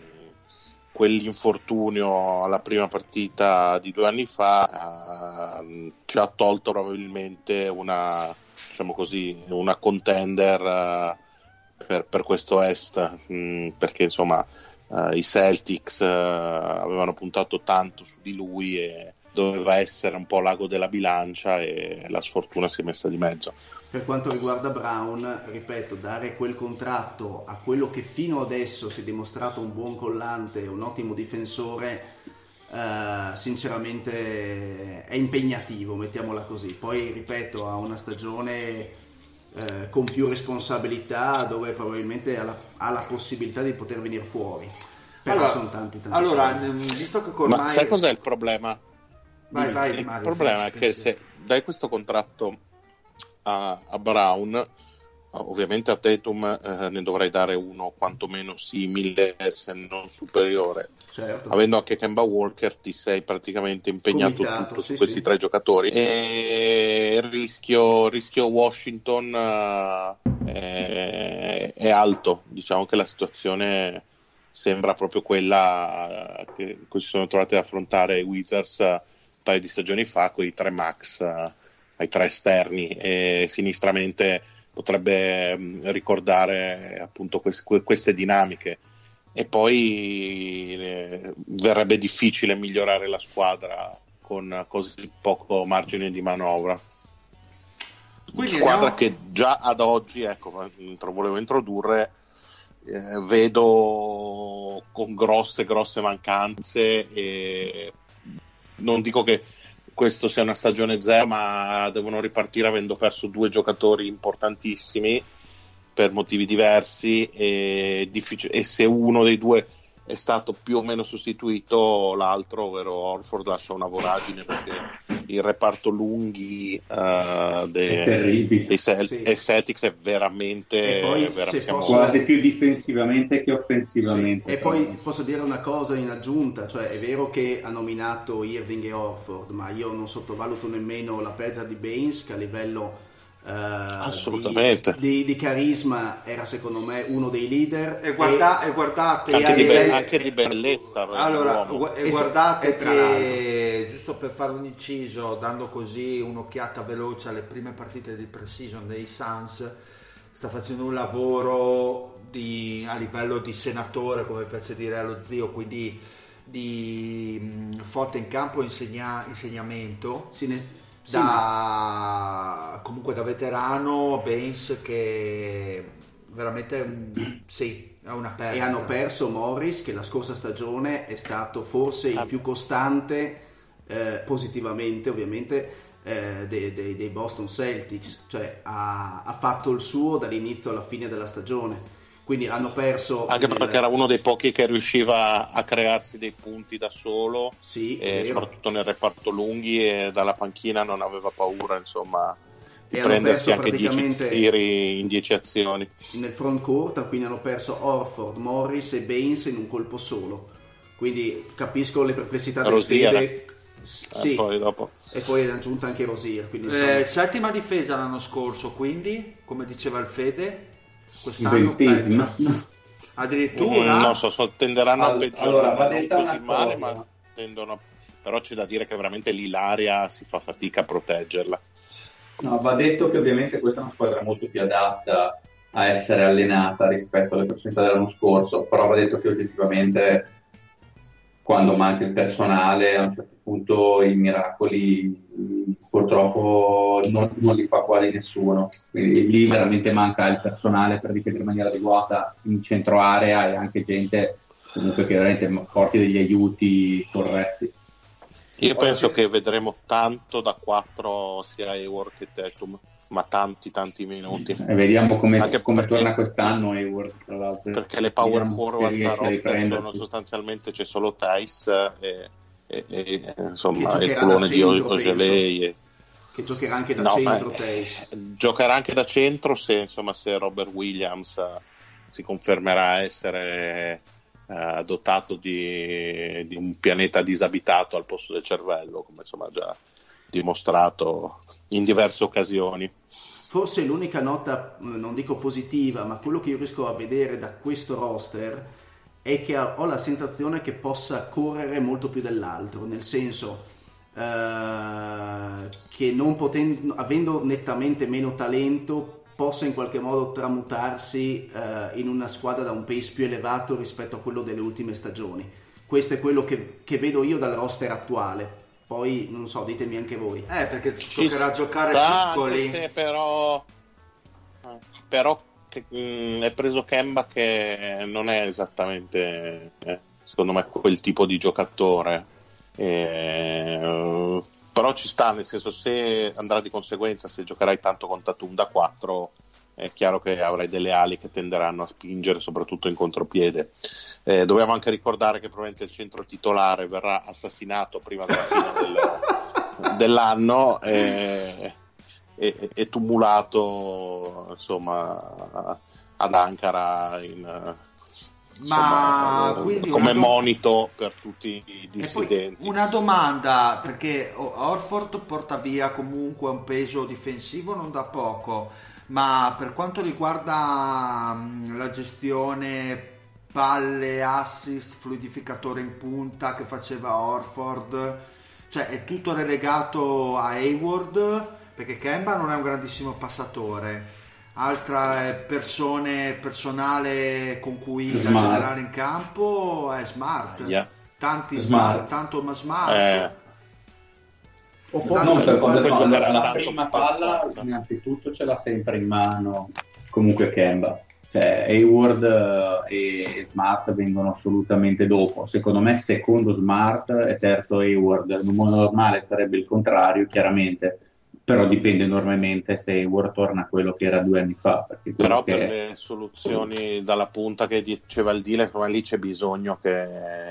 quell'infortunio alla prima partita di due anni fa eh, ci ha tolto probabilmente una, diciamo così, una contender eh, per, per questo Est, mh, perché insomma eh, i Celtics eh, avevano puntato tanto su di lui e doveva essere un po' l'ago della bilancia, e la sfortuna si è messa di mezzo. Per quanto riguarda Brown, ripeto, dare quel contratto a quello che fino adesso si è dimostrato un buon collante, un ottimo difensore, eh, sinceramente è impegnativo, mettiamola così. Poi, ripeto, ha una stagione eh, con più responsabilità, dove probabilmente ha la, ha la possibilità di poter venire fuori. Però allora, sono tanti, tanti allora soldi. visto che ormai... Ma sai cos'è il problema? Vai, vai, il Mario, problema è che pensiero. se dai questo contratto a, a Brown, ovviamente a Tatum eh, ne dovrai dare uno quantomeno simile, se non superiore. Certo. Avendo anche Kemba Walker, ti sei praticamente impegnato Comitato, tutto sì, su questi sì. tre giocatori, e il rischio, rischio Washington uh, è, è alto. Diciamo che la situazione sembra proprio quella che in cui si sono trovati ad affrontare i Wizards uh, un paio di stagioni fa, con i tre max uh, ai tre esterni, e sinistramente potrebbe um, ricordare appunto quest- queste dinamiche. E poi eh, verrebbe difficile migliorare la squadra con così poco margine di manovra. Quindi Squadra andiamo... che già ad oggi, ecco, volevo introdurre, eh, vedo con grosse grosse mancanze, e non dico che questo sia una stagione zero, ma devono ripartire avendo perso due giocatori importantissimi per motivi diversi, e, difficile, e se uno dei due è stato più o meno sostituito, l'altro, ovvero Horford, lascia una voragine, perché il reparto lunghi uh, dei, dei Celt- sì. e Celtics è veramente, E poi, vera- se siamo- posso- quasi più difensivamente che offensivamente. Sì. E però. poi posso dire una cosa in aggiunta, cioè è vero che ha nominato Irving e Horford, ma io non sottovaluto nemmeno la perdita di Baines, che a livello eh, Assolutamente. di, di, di carisma era secondo me uno dei leader, E, guarda- e guardate anche, e- di, be- e- anche di bellezza. allora l'uomo. gu- e E so- guardate e tra che, giusto per fare un inciso, dando così un'occhiata veloce alle prime partite di pre-season dei Suns, sta facendo un lavoro di, a livello di senatore, come piace dire allo zio, quindi di mh, forte in campo insegna- insegnamento sì, ne- sì, ma- da comunque da veterano. Baines che veramente un- sì, è una perdita. e hanno perso Morris, che la scorsa stagione è stato forse il Ah. più costante, eh, positivamente ovviamente, eh, dei, dei- dei Boston Celtics, cioè ha, ha fatto il suo dall'inizio alla fine della stagione, quindi hanno perso Anche nel- perché era uno dei pochi che riusciva a crearsi dei punti da solo, sì, è e vero. soprattutto nel reparto lunghi, e dalla panchina non aveva paura, insomma, di E hanno prendersi perso anche dieci praticamente- tiri in dieci azioni. nel front court, quindi hanno perso Horford, Morris e Baines in un colpo solo, quindi capisco le perplessità del Rosier. Fede. S- Eh, sì, poi dopo e poi è aggiunta anche Rosier, quindi Eh, insomma, settima difesa l'anno scorso, quindi come diceva il Fede, quest'anno Ventesima. peggio. Addirittura Mm, non so, so- tenderanno All- a peggiorare, allora, va non detta così una male, cosa. ma tendono a... però c'è da dire che veramente l'Ilaria si fa fatica a proteggerla. No, va detto che ovviamente questa è una squadra molto più adatta a essere allenata rispetto alle possibilità dell'anno scorso, però va detto che oggettivamente quando manca il personale a un certo punto i miracoli mh, purtroppo non, non li fa quasi nessuno, quindi lì veramente manca il personale per difendere in maniera adeguata in centro area, e anche gente comunque che veramente porti degli aiuti corretti. Io penso che vedremo tanto da quattro sia Hayward che Tatum, ma tanti tanti minuti, E vediamo come, Anche come perché- torna quest'anno Hayward, tra l'altro. perché le power Vediamo se forward riesce a a roster sono riprendersi. sostanzialmente, c'è solo Tice e, e- e, insomma Che il giocherà culone da di centro, Ogelei, e... che giocherà anche da No, centro ma- Tays. giocherà anche da centro se, insomma, se Robert Williams eh, si confermerà essere eh, dotato di, di un pianeta disabitato al posto del cervello, come insomma già dimostrato in diverse occasioni. Forse l'unica nota, non dico positiva, ma quello che io riesco a vedere da questo roster è che ho la sensazione che possa correre molto più dell'altro, nel senso eh, che non potendo, avendo nettamente meno talento, possa in qualche modo tramutarsi eh, in una squadra da un pace più elevato rispetto a quello delle ultime stagioni. Questo è quello che, che vedo io dal roster attuale. Poi non so, ditemi anche voi. Eh, perché Ci toccherà giocare sta, piccoli. se però però che, mh, è preso Kemba che non è esattamente eh, secondo me quel tipo di giocatore, eh, però ci sta, nel senso, se andrà di conseguenza, se giocherai tanto con Tatum da quattro, è chiaro che avrai delle ali che tenderanno a spingere soprattutto in contropiede. Eh, dobbiamo anche ricordare che probabilmente il centro titolare verrà assassinato prima della fine del, dell'anno e, e, e tumulato insomma ad Ankara in, Ma insomma, quindi come una do- monito per tutti i E dissidenti. poi una domanda, perché Horford porta via comunque un peso difensivo non da poco, ma per quanto riguarda mh, la gestione palle, assist, fluidificatore in punta che faceva Horford, cioè è tutto relegato a Hayward, perché Kemba non è un grandissimo passatore. Altra persone, personale con cui generare in campo è Smart, Yeah. tanti Smart. Smart, tanto ma Smart. Eh, O No, poco no, per Comunque quanto giocherà riguarda la tanto prima per palla, forza. innanzitutto ce l'ha sempre in mano comunque Kemba. Cioè Hayward eh, e Smart vengono assolutamente dopo. Secondo me secondo Smart e terzo Hayward. In un modo normale sarebbe il contrario, chiaramente, però dipende enormemente se Hayward torna a quello che era due anni fa. Perché quello Però che per le soluzioni dalla punta che diceva il dealer, come lì c'è bisogno che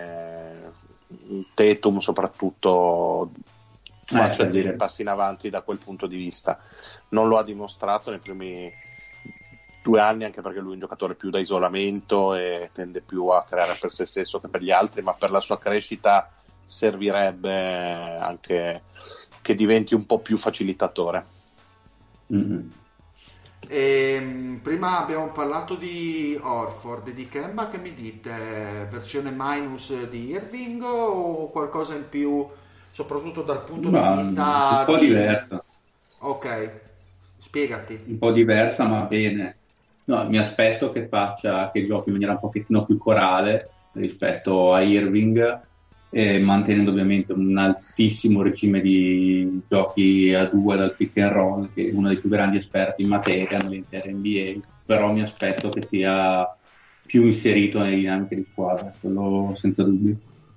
Tatum soprattutto faccia per dei dire. passi in avanti da quel punto di vista. Non lo ha dimostrato nei primi due anni, anche perché lui è un giocatore più da isolamento e tende più a creare per se stesso che per gli altri, ma per la sua crescita servirebbe anche che diventi un po' più facilitatore. Mm-hmm. E, prima abbiamo parlato di Horford e di Kemba, che mi dite? Versione minus di Irving o qualcosa in più, soprattutto dal punto Ma, di vista un po' di... diversa. Ok, spiegati. Un po' diversa, ma bene. No, mi aspetto che faccia, che giochi in maniera un pochettino più corale rispetto a Irving, eh, mantenendo ovviamente un altissimo regime di giochi a due dal pick and roll, che è uno dei più grandi esperti in materia nell'intera N B A, però mi aspetto che sia più inserito nelle dinamiche di squadra, quello senza dubbio.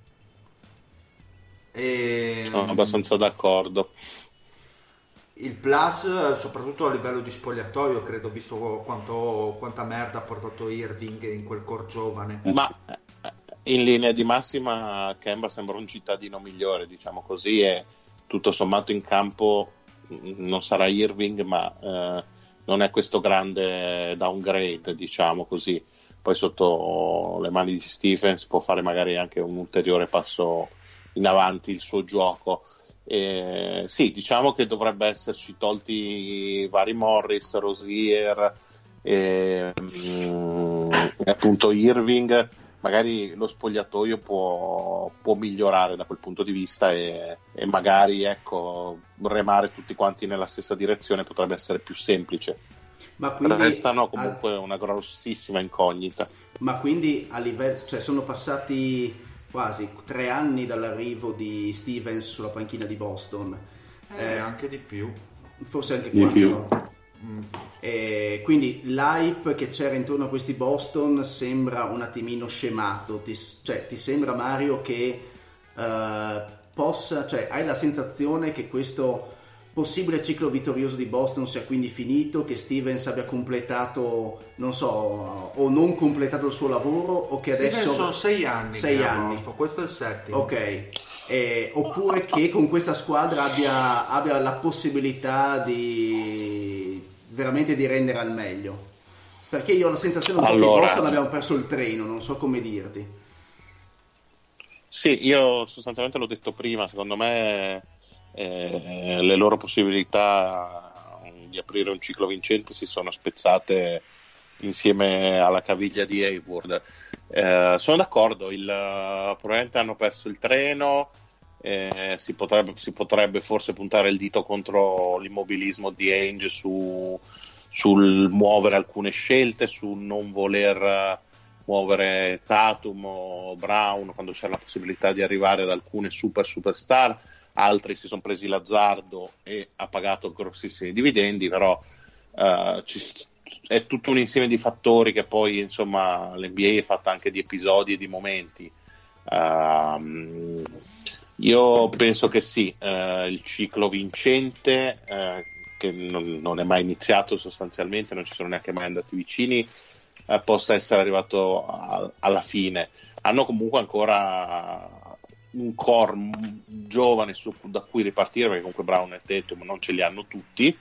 E... Sono abbastanza d'accordo. Il plus, soprattutto a livello di spogliatoio, credo, visto quanto, quanta merda ha portato Irving in quel core giovane. Ma in linea di massima Kemba sembra un cittadino migliore, diciamo così, e tutto sommato in campo non sarà Irving, ma eh, non è questo grande downgrade, diciamo così. Poi sotto le mani di Stephens può fare magari anche un ulteriore passo in avanti il suo gioco. Eh, sì, diciamo che dovrebbe esserci tolti vari Morris, Rozier e, mm, e appunto Irving. Magari lo spogliatoio può, può migliorare da quel punto di vista e, e magari ecco remare tutti quanti nella stessa direzione potrebbe essere più semplice. Ma quindi, restano comunque a, una grossissima incognita. ma quindi a livello, cioè sono passati quasi tre anni dall'arrivo di Stevens sulla panchina di Boston, Eh, eh, anche di più. forse anche Di più. quattro. Mm. E quindi l'hype che c'era intorno a questi Boston sembra un attimino scemato. Ti, cioè, ti sembra, Mario, che eh, possa, cioè hai la sensazione che questo possibile ciclo vittorioso di Boston sia quindi finito, che Stevens abbia completato, non so, o non completato il suo lavoro, o che Stevens adesso sono sei anni sei che ha anni. Boston, questo è il settimo. Ok. Eh, oppure che con questa squadra abbia, abbia la possibilità di veramente di rendere al meglio, perché io ho la sensazione un po' Allora, che Boston abbiamo perso il treno, non so come dirti. Sì, io sostanzialmente l'ho detto prima, secondo me eh, le loro possibilità di aprire un ciclo vincente si sono spezzate insieme alla caviglia di Hayward. Eh, sono d'accordo, il, probabilmente hanno perso il treno, eh, si, potrebbe, si potrebbe forse puntare il dito contro l'immobilismo di Ainge su, sul muovere alcune scelte, sul non voler muovere Tatum o Brown quando c'è la possibilità di arrivare ad alcune super superstar. Altri si sono presi l'azzardo e ha pagato grossissimi dividendi, però uh, ci, è tutto un insieme di fattori che poi, insomma, l'N B A è fatta anche di episodi e di momenti. Uh, io penso che sì, uh, il ciclo vincente, uh, che non, non è mai iniziato sostanzialmente, non ci sono neanche mai andati vicini, uh, possa essere arrivato a, alla fine. Hanno comunque ancora un core giovane su, da cui ripartire, perché comunque Brown e Tatum non ce li hanno tutti,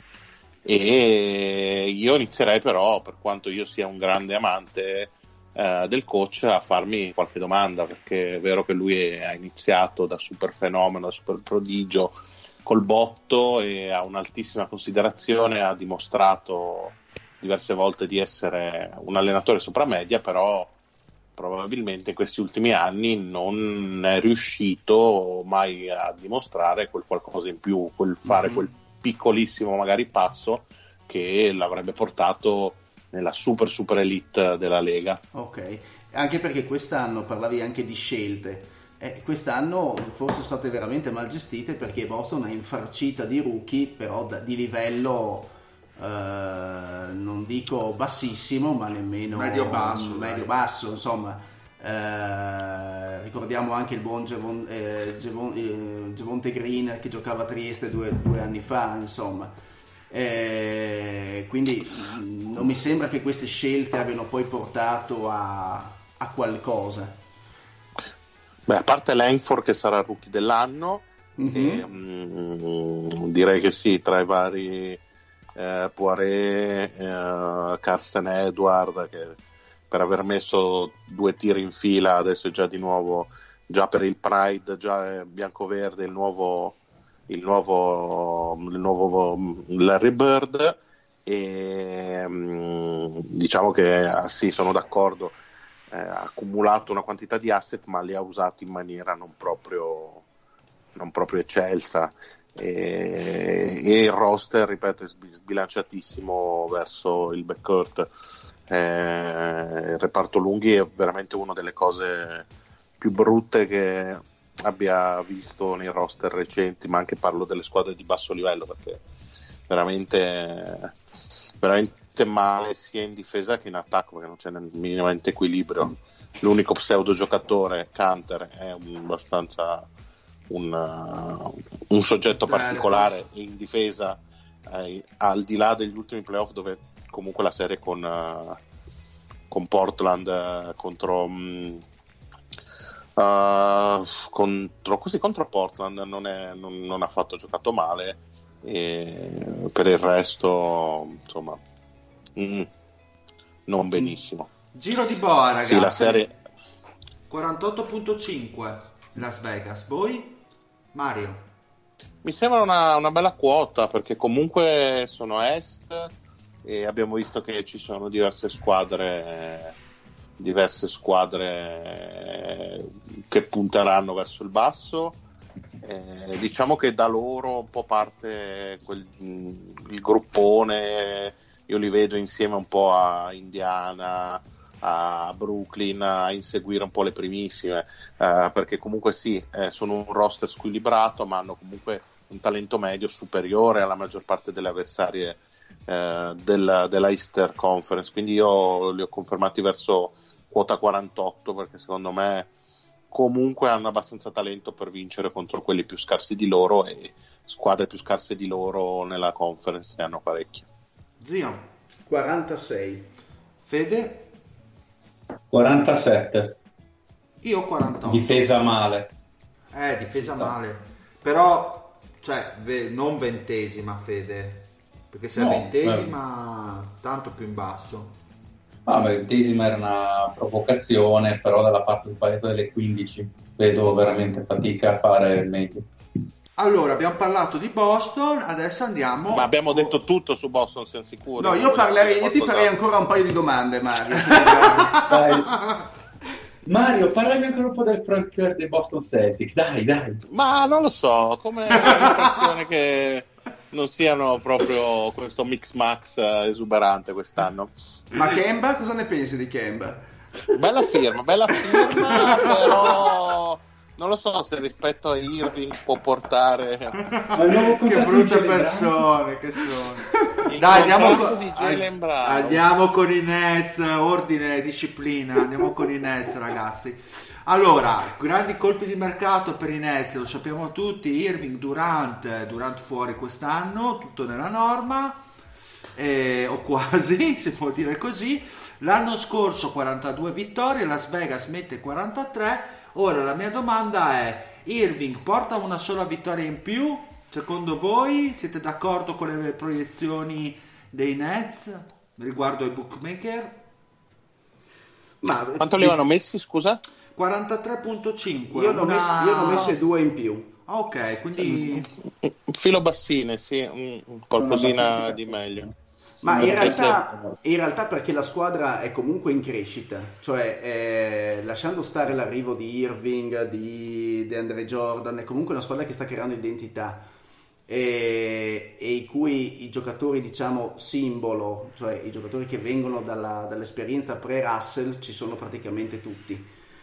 e io inizierei però, per quanto io sia un grande amante eh, del coach, a farmi qualche domanda, perché è vero che lui ha iniziato da super fenomeno, da super prodigio col botto e ha un'altissima considerazione, ha dimostrato diverse volte di essere un allenatore sopramedia, però probabilmente in questi ultimi anni non è riuscito mai a dimostrare quel qualcosa in più, quel fare mm-hmm. quel piccolissimo magari passo che l'avrebbe portato nella super super elite della Lega. Ok, anche perché quest'anno parlavi anche di scelte, eh, quest'anno forse sono state veramente mal gestite, perché Boston è infarcita di rookie però da, di livello Uh, non dico bassissimo, ma nemmeno medio basso, medio basso insomma. Uh, ricordiamo anche il buon Javon, eh, Javon, eh, Javonte Green che giocava a Trieste due, due anni fa, insomma. Eh, quindi mh, non mi sembra che queste scelte abbiano poi portato a, a qualcosa. Beh, a parte Langford che sarà il rookie dell'anno, mm-hmm. e, mh, direi che sì, tra i vari Eh, Poiré, eh, Carsten Edward, che per aver messo due tiri in fila adesso è già di nuovo, già per il Pride, già è bianco-verde il nuovo il nuovo, il nuovo Larry Bird, e mh, diciamo che sì, sono d'accordo, eh, ha accumulato una quantità di asset ma li ha usati in maniera non proprio non proprio eccelsa. E, e il roster, ripeto, è sbilanciatissimo verso il backcourt. Eh, il reparto lunghi è veramente una delle cose più brutte che abbia visto nei roster recenti, ma anche parlo delle squadre di basso livello, perché veramente veramente male sia in difesa che in attacco, perché non c'è minimamente equilibrio. L'unico pseudo giocatore, Canter, è un, abbastanza Un, uh, un soggetto particolare in difesa, eh, al di là degli ultimi playoff, dove comunque la serie con, uh, con Portland uh, contro, um, uh, contro così contro Portland non, è, non, non ha fatto giocato male, e per il resto insomma mm, non benissimo. Giro di boa, ragazzi. Sì, la serie quarantotto virgola cinque Las Vegas. Voi? Mario? Mi sembra una, una bella quota, perché comunque sono est e abbiamo visto che ci sono diverse squadre diverse squadre che punteranno verso il basso. Eh, diciamo che da loro un po' parte quel, il gruppone, io li vedo insieme un po' a Indiana, a Brooklyn, a inseguire un po' le primissime, eh, perché comunque sì, eh, sono un roster squilibrato, ma hanno comunque un talento medio superiore alla maggior parte delle avversarie eh, della, della Easter Conference, quindi io li ho confermati verso quota quarantotto, perché secondo me comunque hanno abbastanza talento per vincere contro quelli più scarsi di loro, e squadre più scarse di loro nella conference ne hanno parecchie. Zio? quarantasei. Fede? quarantasette. Io quarantotto. Difesa male. Eh, difesa male. Però, cioè, ve- non ventesima, Fede. Perché se No, è ventesima, eh. tanto più in basso. Ah, beh, il ventesima era una provocazione, però dalla parte sbagliata delle quindici vedo veramente fatica a fare meglio. Allora, abbiamo parlato di Boston, adesso andiamo... Ma abbiamo con... detto tutto su Boston, siamo sicuri? No, io parlerei, io ti farei ancora un paio di domande, Mario. Dai. Mario, parlami ancora un po' del frontcourt dei Boston Celtics, dai, dai. Ma non lo so, come l'impressione che non siano proprio questo mix max esuberante quest'anno. Ma Kemba, cosa ne pensi di Kemba? Bella firma, bella firma, però non lo so se rispetto a Irving può portare che brutte persone che sono. il Dai, andiamo contrasto con, di Jaylen Brown. andiamo con i Nets, ordine, disciplina, andiamo con i Nets, ragazzi. Allora, grandi colpi di mercato per i Nets, lo sappiamo tutti, Irving, Durant, Durant fuori quest'anno, tutto nella norma, eh, o quasi, si può dire così. L'anno scorso quarantadue vittorie, Las Vegas mette quarantatré. Ora la mia domanda è: Irving porta una sola vittoria in più? Secondo voi siete d'accordo con le proiezioni dei Nets riguardo ai bookmaker? Ma Quanto li avevano messi, scusa? quarantatré virgola cinque. Io ne ho una... messi, io ne ho messi due in più. Ok, quindi Un filo bassine, sì, un, un qualcosina di meglio. Ma in Perché realtà, in realtà perché la squadra è comunque in crescita, cioè eh, lasciando stare l'arrivo di Irving, di DeAndre Jordan, è comunque una squadra che sta creando identità e, e i cui i giocatori, diciamo, simbolo, cioè i giocatori che vengono dalla, dall'esperienza pre-Russell, ci sono praticamente tutti.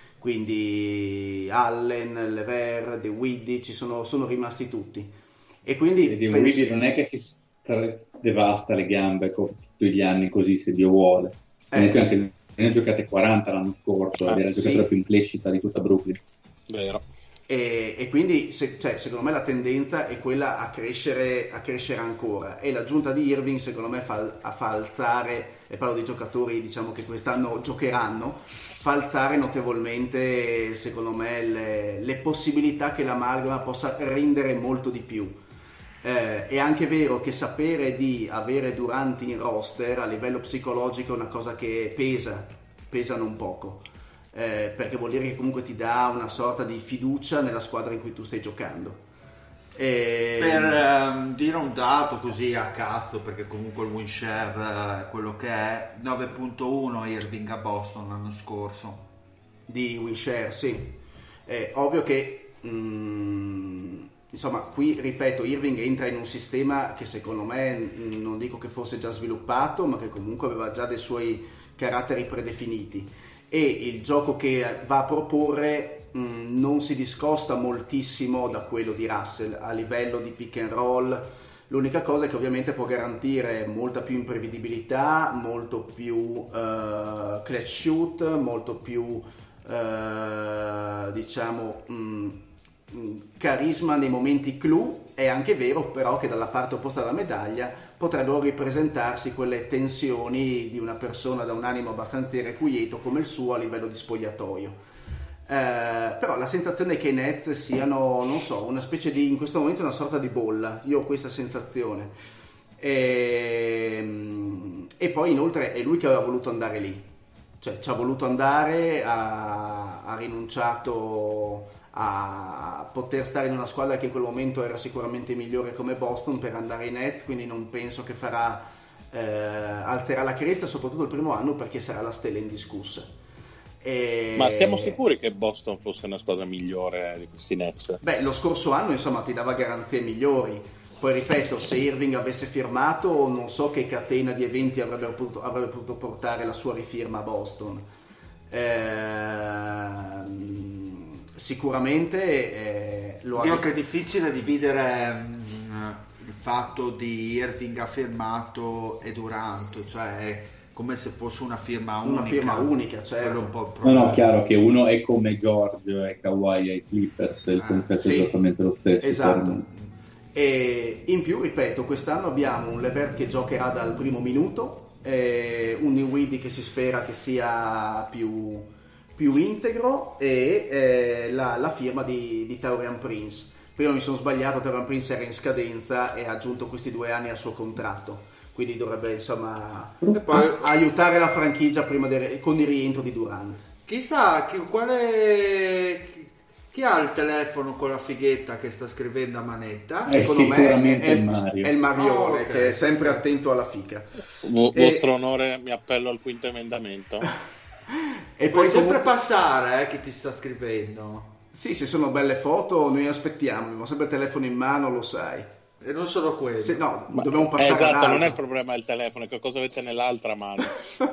Quindi Allen, Lever, De Widdy, ci sono, sono rimasti tutti. E quindi E De pensi- Widdy non è che si devasta le gambe con tutti gli anni così, se Dio vuole. Comunque Eh. anche ne ha giocate quaranta l'anno scorso, Ah, era il sì. giocatore più in crescita di tutta Brooklyn. Vero. E, e quindi se- cioè, secondo me la tendenza è quella a crescere, a crescere ancora, e l'aggiunta di Irving secondo me fa, a fa alzare, e parlo di giocatori, diciamo, che quest'anno giocheranno, fa alzare notevolmente secondo me le, le possibilità che l'amalgama possa rendere molto di più. Eh, è anche vero che sapere di avere Durant in roster a livello psicologico è una cosa che pesa, pesa non poco. Eh, perché vuol dire che comunque ti dà una sorta di fiducia nella squadra in cui tu stai giocando. E... per ehm, dire un dato così a cazzo, perché comunque il win share è quello che è, nove virgola uno Irving a Boston l'anno scorso. di win share, sì. È ovvio che mm, insomma, qui ripeto, Irving entra in un sistema che secondo me, mm, non dico che fosse già sviluppato, ma che comunque aveva già dei suoi caratteri predefiniti, e il gioco che va a proporre mh, non si discosta moltissimo da quello di Russell a livello di pick and roll. L'unica cosa è che ovviamente può garantire molta più imprevedibilità, molto più uh, clutch shoot, molto più uh, diciamo mh, carisma nei momenti clou. È anche vero però che dalla parte opposta della medaglia potrebbero ripresentarsi quelle tensioni di una persona da un animo abbastanza irrequieto come il suo a livello di spogliatoio. Eh, però la sensazione è che i Nets siano, non so, una specie di, in questo momento una sorta di bolla. Io ho questa sensazione. E, e poi inoltre è lui che aveva voluto andare lì, cioè ci ha voluto andare, ha, ha rinunciato a poter stare in una squadra che in quel momento era sicuramente migliore come Boston per andare ai Nets, quindi non penso che farà eh, alzerà la cresta, soprattutto il primo anno, perché sarà la stella indiscussa. E... Ma siamo sicuri che Boston fosse una squadra migliore di questi Nets? Beh, lo scorso anno insomma ti dava garanzie migliori. Poi ripeto, se Irving avesse firmato, non so che catena di eventi avrebbe potuto, avrebbe potuto portare la sua rifirma a Boston. Ehm... Sicuramente eh, lo Io ha... che è difficile dividere mh, il fatto di Irving ha firmato e Durant, cioè è come se fosse una firma unica. Una firma unica, certo. Quello un po' il No, problema. no, chiaro che uno è come George e Kawhi ai Clippers, il Ah, concetto sì. è esattamente lo stesso. Esatto. Per- E in più, ripeto, quest'anno abbiamo un Levert che giocherà dal primo minuto, e un Dinwiddie che si spera che sia più, più integro, e eh, la, la firma di, di Taurean Prince. Prima mi sono sbagliato, Taurean Prince era in scadenza e ha aggiunto questi due anni al suo contratto. quindi dovrebbe insomma E poi, a- aiutare la franchigia prima del- con il rientro di Durant. chissà chi, quale, chi ha il telefono con la fighetta che sta scrivendo a manetta? Eh, Secondo sicuramente me è, il Mario. è il Marione, Oh, ok. che è sempre attento alla fica. Vo- E- vostro onore, mi appello al quinto emendamento. E Puoi poi sempre comunque- passare, eh, chi ti sta scrivendo. sì, se sono belle foto noi aspettiamo, abbiamo sempre il telefono in mano, lo sai. E non solo quello. Se, no, Ma- dobbiamo eh, passare esatto, ad non è il altro. problema del telefono, è che cosa avete nell'altra mano.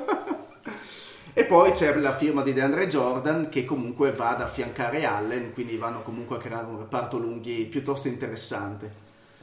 E poi c'è la firma di DeAndre Jordan che comunque va ad affiancare Allen, quindi vanno comunque a creare un reparto lunghi piuttosto interessante.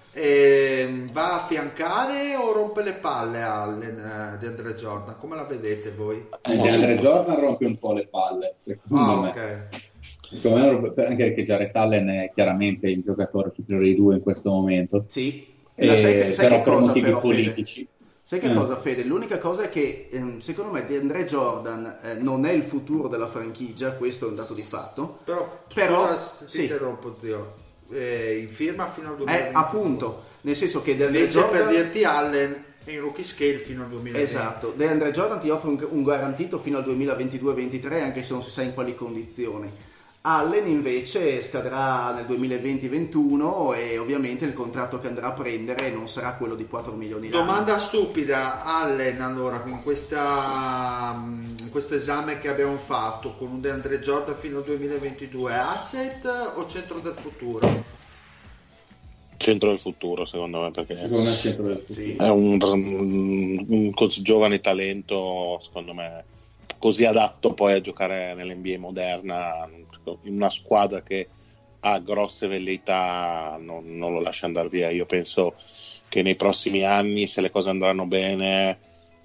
E va a affiancare o rompe le palle Allen eh, di Andre Jordan? Come la vedete voi? Eh, DeAndre Jordan rompe un po' le palle, secondo Ah, me. ok. Secondo me rompe- anche perché Jarrett Allen è chiaramente il giocatore superiore dei due in questo momento. Sì, Eh, Ma sai che, sai però che per cosa motivi però, Fede? politici. Sai che Eh. cosa, Fede? L'unica cosa è che ehm, secondo me DeAndre Jordan eh, non è il futuro della franchigia, questo è un dato di fatto. Però, Però, scusa se ti sì. interrompo, zio. Eh, in firma fino al Eh, duemilaventi. appunto, nel senso che DeAndre Invece Jordan... per dirti Allen è in rookie scale fino al duemilaventi. Esatto, DeAndre Jordan ti offre un, un garantito fino al duemilaventidue ventitré anche se non si sa in quali condizioni. Allen invece scadrà nel duemilaventi ventuno e ovviamente il contratto che andrà a prendere non sarà quello di quattro milioni l'anno. Domanda stupida, Allen, allora, in, questa, in questo esame che abbiamo fatto con un DeAndre Jordan fino al duemilaventidue, asset o centro del futuro? Centro del futuro, secondo me, perché Secondo me è sempre del futuro. Sì. è un, un, un così giovane talento, secondo me, così adatto poi a giocare nell'N B A moderna, in una squadra che ha grosse velleità, non, non lo lascia andare via. Io penso che nei prossimi anni, se le cose andranno bene,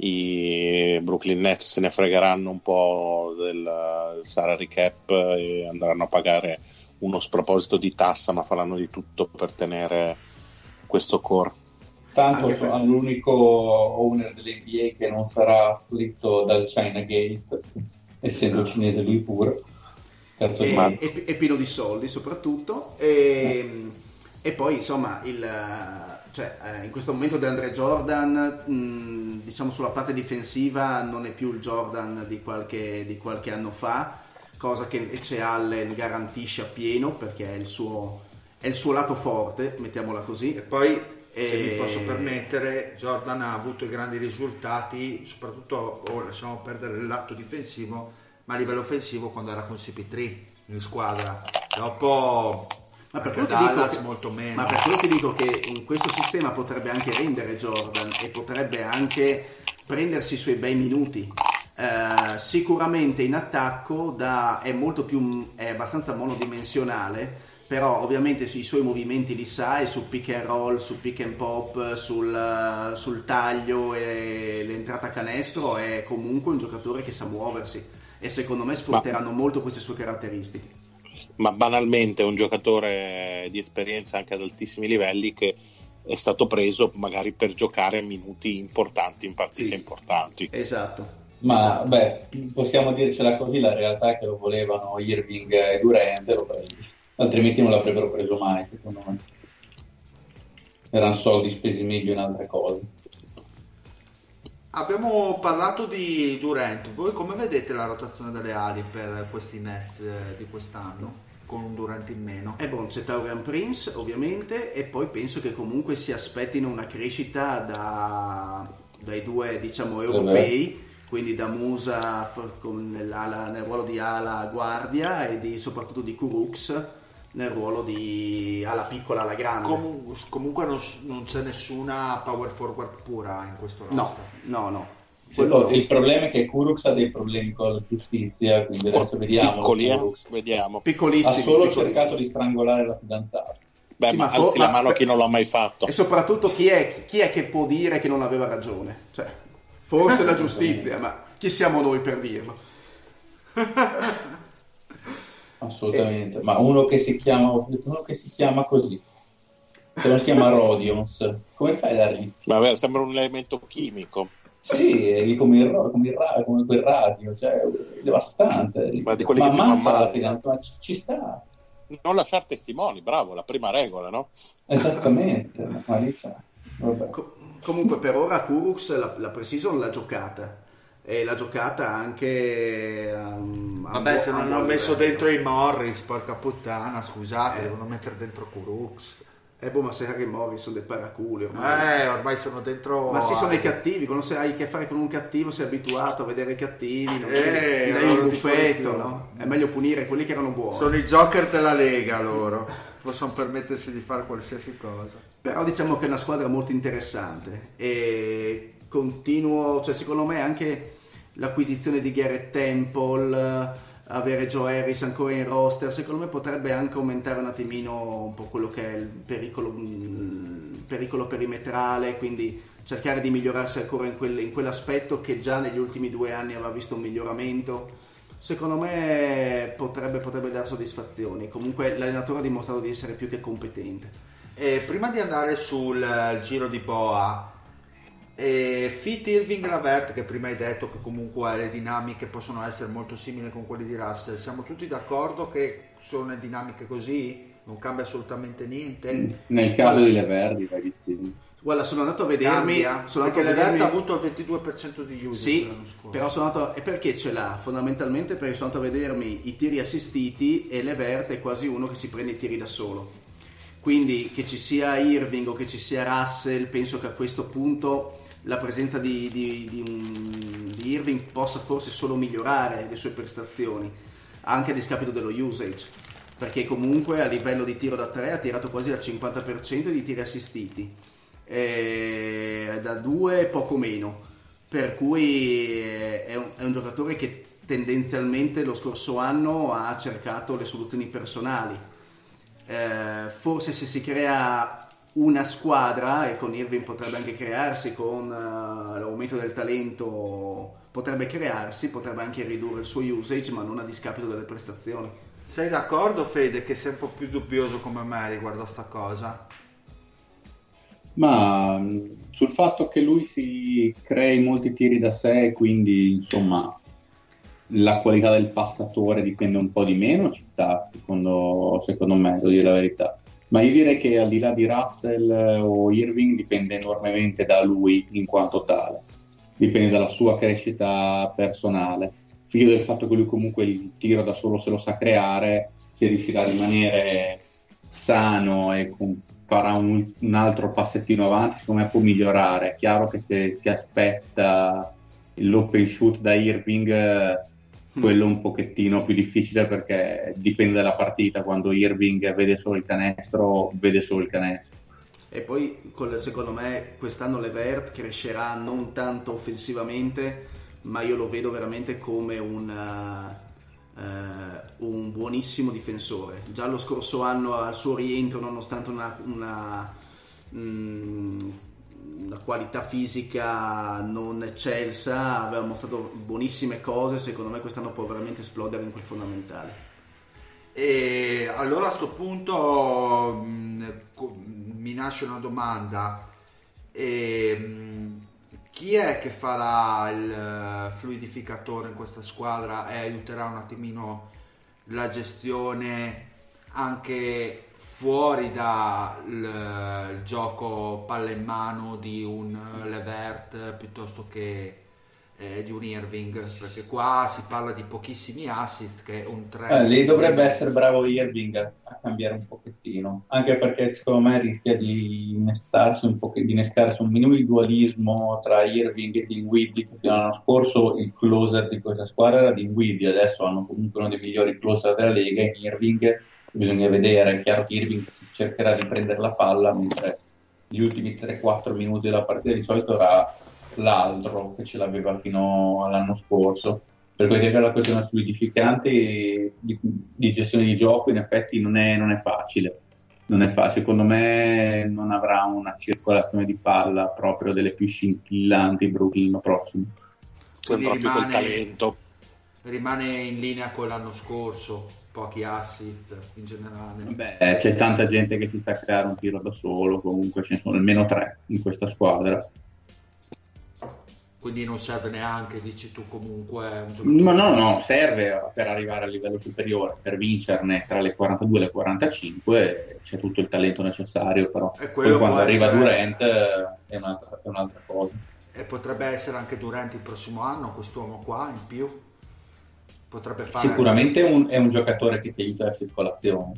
i Brooklyn Nets se ne fregheranno un po' del salary cap e andranno a pagare uno sproposito di tassa, ma faranno di tutto per tenere questo core. Tanto Anche sono per- l'unico owner dell'N B A che non sarà afflitto dal China Gate, essendo cinese lui pure. Terzo di e, mano. e- e pieno di soldi soprattutto e, e poi insomma il, cioè, eh, in questo momento DeAndre Jordan mh, diciamo sulla parte difensiva non è più il Jordan di qualche, di qualche anno fa, cosa che invece Allen garantisce appieno perché è il suo, è il suo lato forte, mettiamola così. E poi, se E- mi posso permettere, Jordan ha avuto i grandi risultati, soprattutto, oh, lasciamo perdere il lato difensivo, ma a livello offensivo quando era con C P tre in squadra. Dopo Ma per anche quello ti dico Dallas che- molto meno. Ma per quello ti dico che in questo sistema potrebbe anche rendere Jordan e potrebbe anche prendersi i suoi bei minuti. Eh, sicuramente in attacco da, è molto più è abbastanza monodimensionale, però ovviamente sui suoi movimenti li sa e su pick and roll, su pick and pop, sul, sul taglio e l'entrata a canestro è comunque un giocatore che sa muoversi e secondo me sfrutteranno molto queste sue caratteristiche. Ma banalmente è un giocatore di esperienza anche ad altissimi livelli che è stato preso magari per giocare minuti importanti in partite Sì. importanti. Esatto. Ma Esatto. beh, possiamo dircela così, la realtà è che lo volevano Irving e Durant, lo prendi. Altrimenti non l'avrebbero preso mai, secondo me. Erano soldi spesi meglio in altre cose. Abbiamo parlato di Durant, voi come vedete la rotazione delle ali per questi Nets eh, di quest'anno con un Durant in meno? E bon, c'è Taurean Prince ovviamente e poi penso che comunque si aspettino una crescita da, dai due diciamo europei, quindi da Musa f- con nell'ala- nel ruolo di ala guardia e di, soprattutto di Kurucs nel ruolo di ala piccola ala grande. Com- comunque non, s- non c'è nessuna power forward pura in questo no, roster. no, no. Sì, Quello poi il problema è che Kurucs ha dei problemi con la giustizia, quindi adesso vediamo. Piccoli, eh? Kurucs Vediamo. ha piccolissimi. solo piccolissimi. cercato di strangolare la fidanzata. Beh, Sì, ma ma fo- alzi la ma- mano a chi non l'ha mai fatto. E soprattutto chi è, chi è che può dire che non aveva ragione? Cioè, forse la giustizia, ma chi siamo noi per dirlo? Assolutamente, ma uno che si chiama uno che si chiama così, se non si chiama Rodions, come fai a dargli? Ma vabbè, sembra un elemento chimico. Sì, è come il, ro- come il ra- come quel radio, cioè è devastante. Ma di quelli che ti ammazza fanno la male. fidanzata, ma ci, ci sta, Non lasciare testimoni, bravo, la prima regola, no? esattamente, ma lì c'è. Vabbè. Co- Comunque per ora Kurucs la, la pre-season l'ha giocata e l'ha giocata anche um, vabbè, se non hanno messo livello. dentro i Morris, porca puttana, scusate, Eh. devono mettere dentro Kurucs. Eh boh, ma se Harry Morris sono dei paraculi ormai. Eh, ormai sono dentro. Ma sì, sono i cattivi, quando sei, hai a che fare con un cattivo sei abituato a vedere i cattivi, non Eh, ti dai allora un ti fai buffetto, più. no? È meglio punire quelli che erano buoni. Sono i Joker della Lega loro, possono permettersi di fare qualsiasi cosa. Però diciamo che è una squadra molto interessante e continuo, cioè secondo me anche l'acquisizione di Garrett Temple, avere Joe Harris ancora in roster, secondo me potrebbe anche aumentare un attimino un po' quello che è il pericolo, il pericolo perimetrale, quindi cercare di migliorarsi ancora in, quel, in quell'aspetto che già negli ultimi due anni aveva visto un miglioramento. Secondo me potrebbe, potrebbe dare soddisfazioni. Comunque l'allenatore ha dimostrato di essere più che competente. E prima di andare sul eh, giro di boa, e Fit Irving Lavert, che prima hai detto che comunque le dinamiche possono essere molto simili con quelle di Russell, siamo tutti d'accordo che sono le dinamiche così? Non cambia assolutamente niente? Nel caso di Levert direi di sì. Guarda, sono andato a vedermi, Cambia, sono perché andato a Levert vedermi... ha avuto il ventidue per cento di usage Sì, l'anno scorso. però sono andato... E perché ce l'ha? Fondamentalmente perché sono andato a vedermi i tiri assistiti e Levert è quasi uno che si prende i tiri da solo. Quindi che ci sia Irving o che ci sia Russell, penso che a questo punto la presenza di, di, di, un, di Irving possa forse solo migliorare le sue prestazioni, anche a discapito dello usage, perché comunque a livello di tiro da tre ha tirato quasi al cinquanta per cento di tiri assistiti, e da due poco meno, per cui è un, è un giocatore che tendenzialmente lo scorso anno ha cercato le soluzioni personali. Eh, forse se si crea una squadra, e con Irving potrebbe anche crearsi, con uh, l'aumento del talento potrebbe crearsi, potrebbe anche ridurre il suo usage, ma non a discapito delle prestazioni. Sei d'accordo, Fede, che sei un po' più dubbioso come me riguardo a sta cosa? Ma mh, sul fatto che lui si crei molti tiri da sé, quindi insomma la qualità del passatore dipende un po' di meno, ci sta, secondo, secondo me, devo dire la verità. Ma io direi che al di là di Russell o Irving dipende enormemente da lui in quanto tale, dipende dalla sua crescita personale, figlio del fatto che lui comunque il tiro da solo se lo sa creare, se riuscirà a rimanere sano e con, farà un, un altro passettino avanti, secondo me può migliorare. È chiaro che se si aspetta l'open shoot da Irving, quello un pochettino più difficile, perché dipende dalla partita. Quando Irving vede solo il canestro, vede solo il canestro. E poi secondo me quest'anno Levert crescerà non tanto offensivamente, ma io lo vedo veramente come un, uh, uh, un buonissimo difensore. Già lo scorso anno al suo rientro, nonostante una, una, um, una qualità fisica non eccelsa, aveva mostrato buonissime cose. Secondo me quest'anno può veramente esplodere in quel fondamentale. E allora a sto punto mh, mi nasce una domanda: e, mh, chi è che farà il fluidificatore in questa squadra e aiuterà un attimino la gestione anche fuori dal gioco palla in mano di un Levert piuttosto che eh, di un Irving? Perché qua si parla di pochissimi assist, che è un tre. Eh, lì dovrebbe essere bravo Irving a, a cambiare un pochettino, anche perché secondo me rischia di innestarsi un po', di innescarsi un minimo di dualismo tra Irving e Dinwiddie, che fino all'anno scorso il closer di questa squadra era Dinwiddie, adesso hanno comunque uno dei migliori closer della Lega. In Irving bisogna vedere, è chiaro che Irving si cercherà di prendere la palla, mentre gli ultimi tre quattro minuti della partita di solito era l'altro che ce l'aveva fino all'anno scorso. Per quel che riguarda la questione fluidificante di, di gestione di gioco, in effetti non è, non è facile non è facile, secondo me non avrà una circolazione di palla proprio delle più scintillanti Brooklyn l'anno prossimo. Quindi Proprio quel rimane, talento. rimane in linea con l'anno scorso, pochi assist in generale. Beh, c'è tanta gente che si sa creare un tiro da solo, comunque ce ne sono almeno tre in questa squadra. quindi non serve neanche, dici tu comunque un giocatore. Ma no, no, serve dici tu comunque un giocatore. Ma no, no, serve per arrivare al livello superiore, per vincerne tra le quarantadue e le quarantacinque c'è tutto il talento necessario, però E poi quello quando può arriva essere- Durant eh, è un'altra, è un'altra cosa. E potrebbe essere anche Durant il prossimo anno, quest'uomo qua in più. Potrebbe fare Sicuramente un- è un giocatore che ti aiuta la circolazione.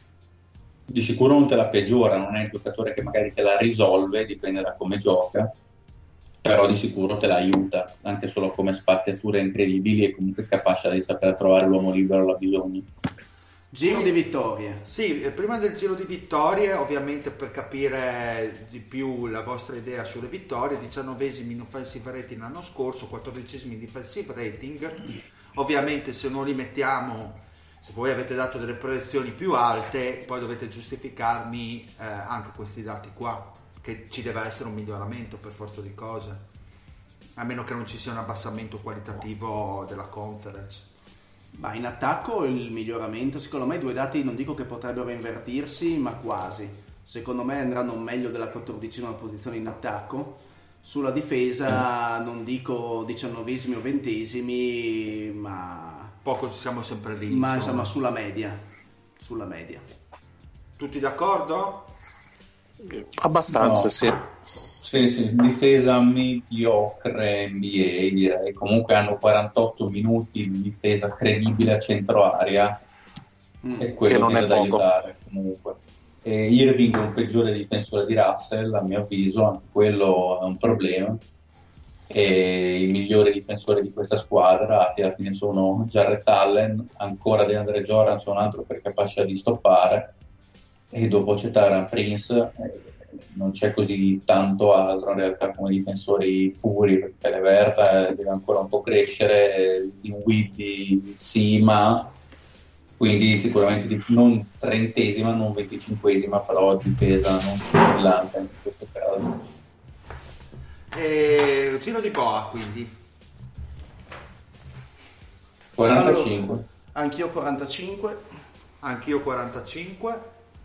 Di sicuro non te la peggiora, non è il giocatore che magari te la risolve, dipende da come gioca, però di sicuro te la aiuta, anche solo come spaziature incredibili e comunque capace di saper trovare l'uomo libero alla bisogno. Giro di vittorie. Sì, eh, prima del giro di vittorie, ovviamente per capire di più la vostra idea sulle vittorie, diciannovesimi in offensive rating l'anno scorso, quattordicesimi in defensive rating. Ovviamente se non li mettiamo, se voi avete dato delle proiezioni più alte, poi dovete giustificarmi eh, anche questi dati qua, che ci deve essere un miglioramento per forza di cose, a meno che non ci sia un abbassamento qualitativo della conference. Ma in attacco il miglioramento, secondo me i due dati non dico che potrebbero invertirsi, ma quasi. Secondo me andranno meglio della quattordicesima posizione in attacco. Sulla difesa non dico diciannovesimi o ventesimi, ma, Poco ci siamo sempre lì. ma insomma. insomma sulla media. Sulla media. Tutti d'accordo? Abbastanza, No. sì. Sì, sì, difesa mediocre N B A direi, comunque hanno quarantotto minuti di difesa credibile a centro area Mm. e quello Che non viene è da poco. aiutare comunque. E Irving è un peggiore difensore di Russell, a mio avviso, anche quello è un problema. E i migliori difensori di questa squadra alla fine sono Jarrett Allen, ancora DeAndre Jordan, sono un altro per capacità di stoppare, e dopo c'è Tyrann Prince. eh, non c'è così tanto altro in realtà come difensori puri, perché Leverta eh, deve ancora un po' crescere, di Witty sì, ma quindi sicuramente di- non trentesima, non venticinquesima, però difesa non brillante in questo caso. E giro di boa, quindi. quarantacinque. Allora, anch'io quarantacinque. Anch'io quarantacinque.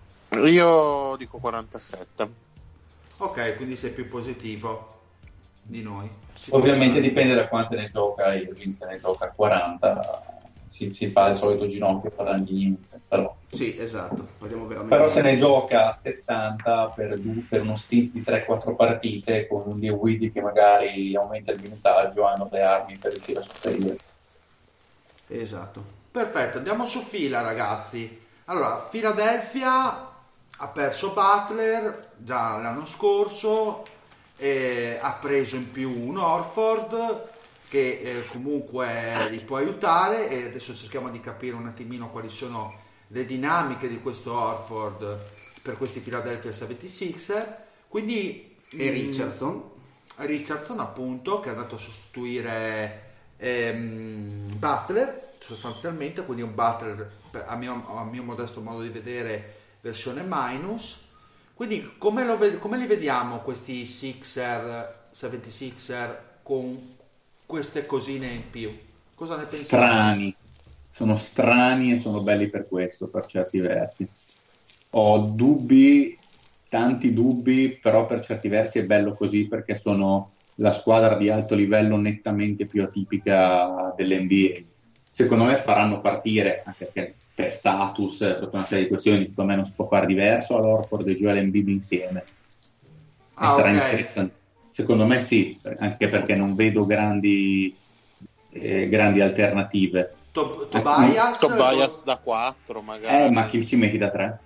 Io dico quarantasette. Ok, quindi sei più positivo di noi. Si Ovviamente può- dipende da quante ne gioca Irving, se ne gioca quaranta si, si fa il solito ginocchio per ogni niente, però Sì, esatto. Vediamo veramente. Però se ne gioca settanta per, du- per uno stint di tre quattro partite con un Dinwiddie che magari aumenta il minutaggio, hanno le armi per riuscire a sopperire. Esatto. Perfetto, andiamo su fila, ragazzi. Allora, Philadelphia ha perso Butler già l'anno scorso, e ha preso in più un Horford che eh, comunque li può aiutare, e adesso cerchiamo di capire un attimino quali sono le dinamiche di questo Horford per questi Philadelphia settantasei. Quindi E mm, Richardson. Richardson appunto, che è andato a sostituire ehm, Butler sostanzialmente, quindi un Butler per- a mio, a mio modesto modo di vedere versione minus. Quindi come, lo ved- come li vediamo questi Sixer settantaseier con queste cosine in più? Cosa ne pensate? Strani, sono strani e sono belli per questo, per certi versi. Ho dubbi, tanti dubbi, però per certi versi è bello così perché sono la squadra di alto livello nettamente più atipica dell'N B A. Secondo me faranno partire, anche perché per status, per una serie di questioni, secondo me non si può fare diverso, all'Horford e Joel Embiid insieme. E Ah, sarà ok. interessante. Secondo me sì, anche perché non vedo grandi, eh, grandi alternative. To- Tobias, Tobias da quattro magari. Eh, ma chi ci metti da tre?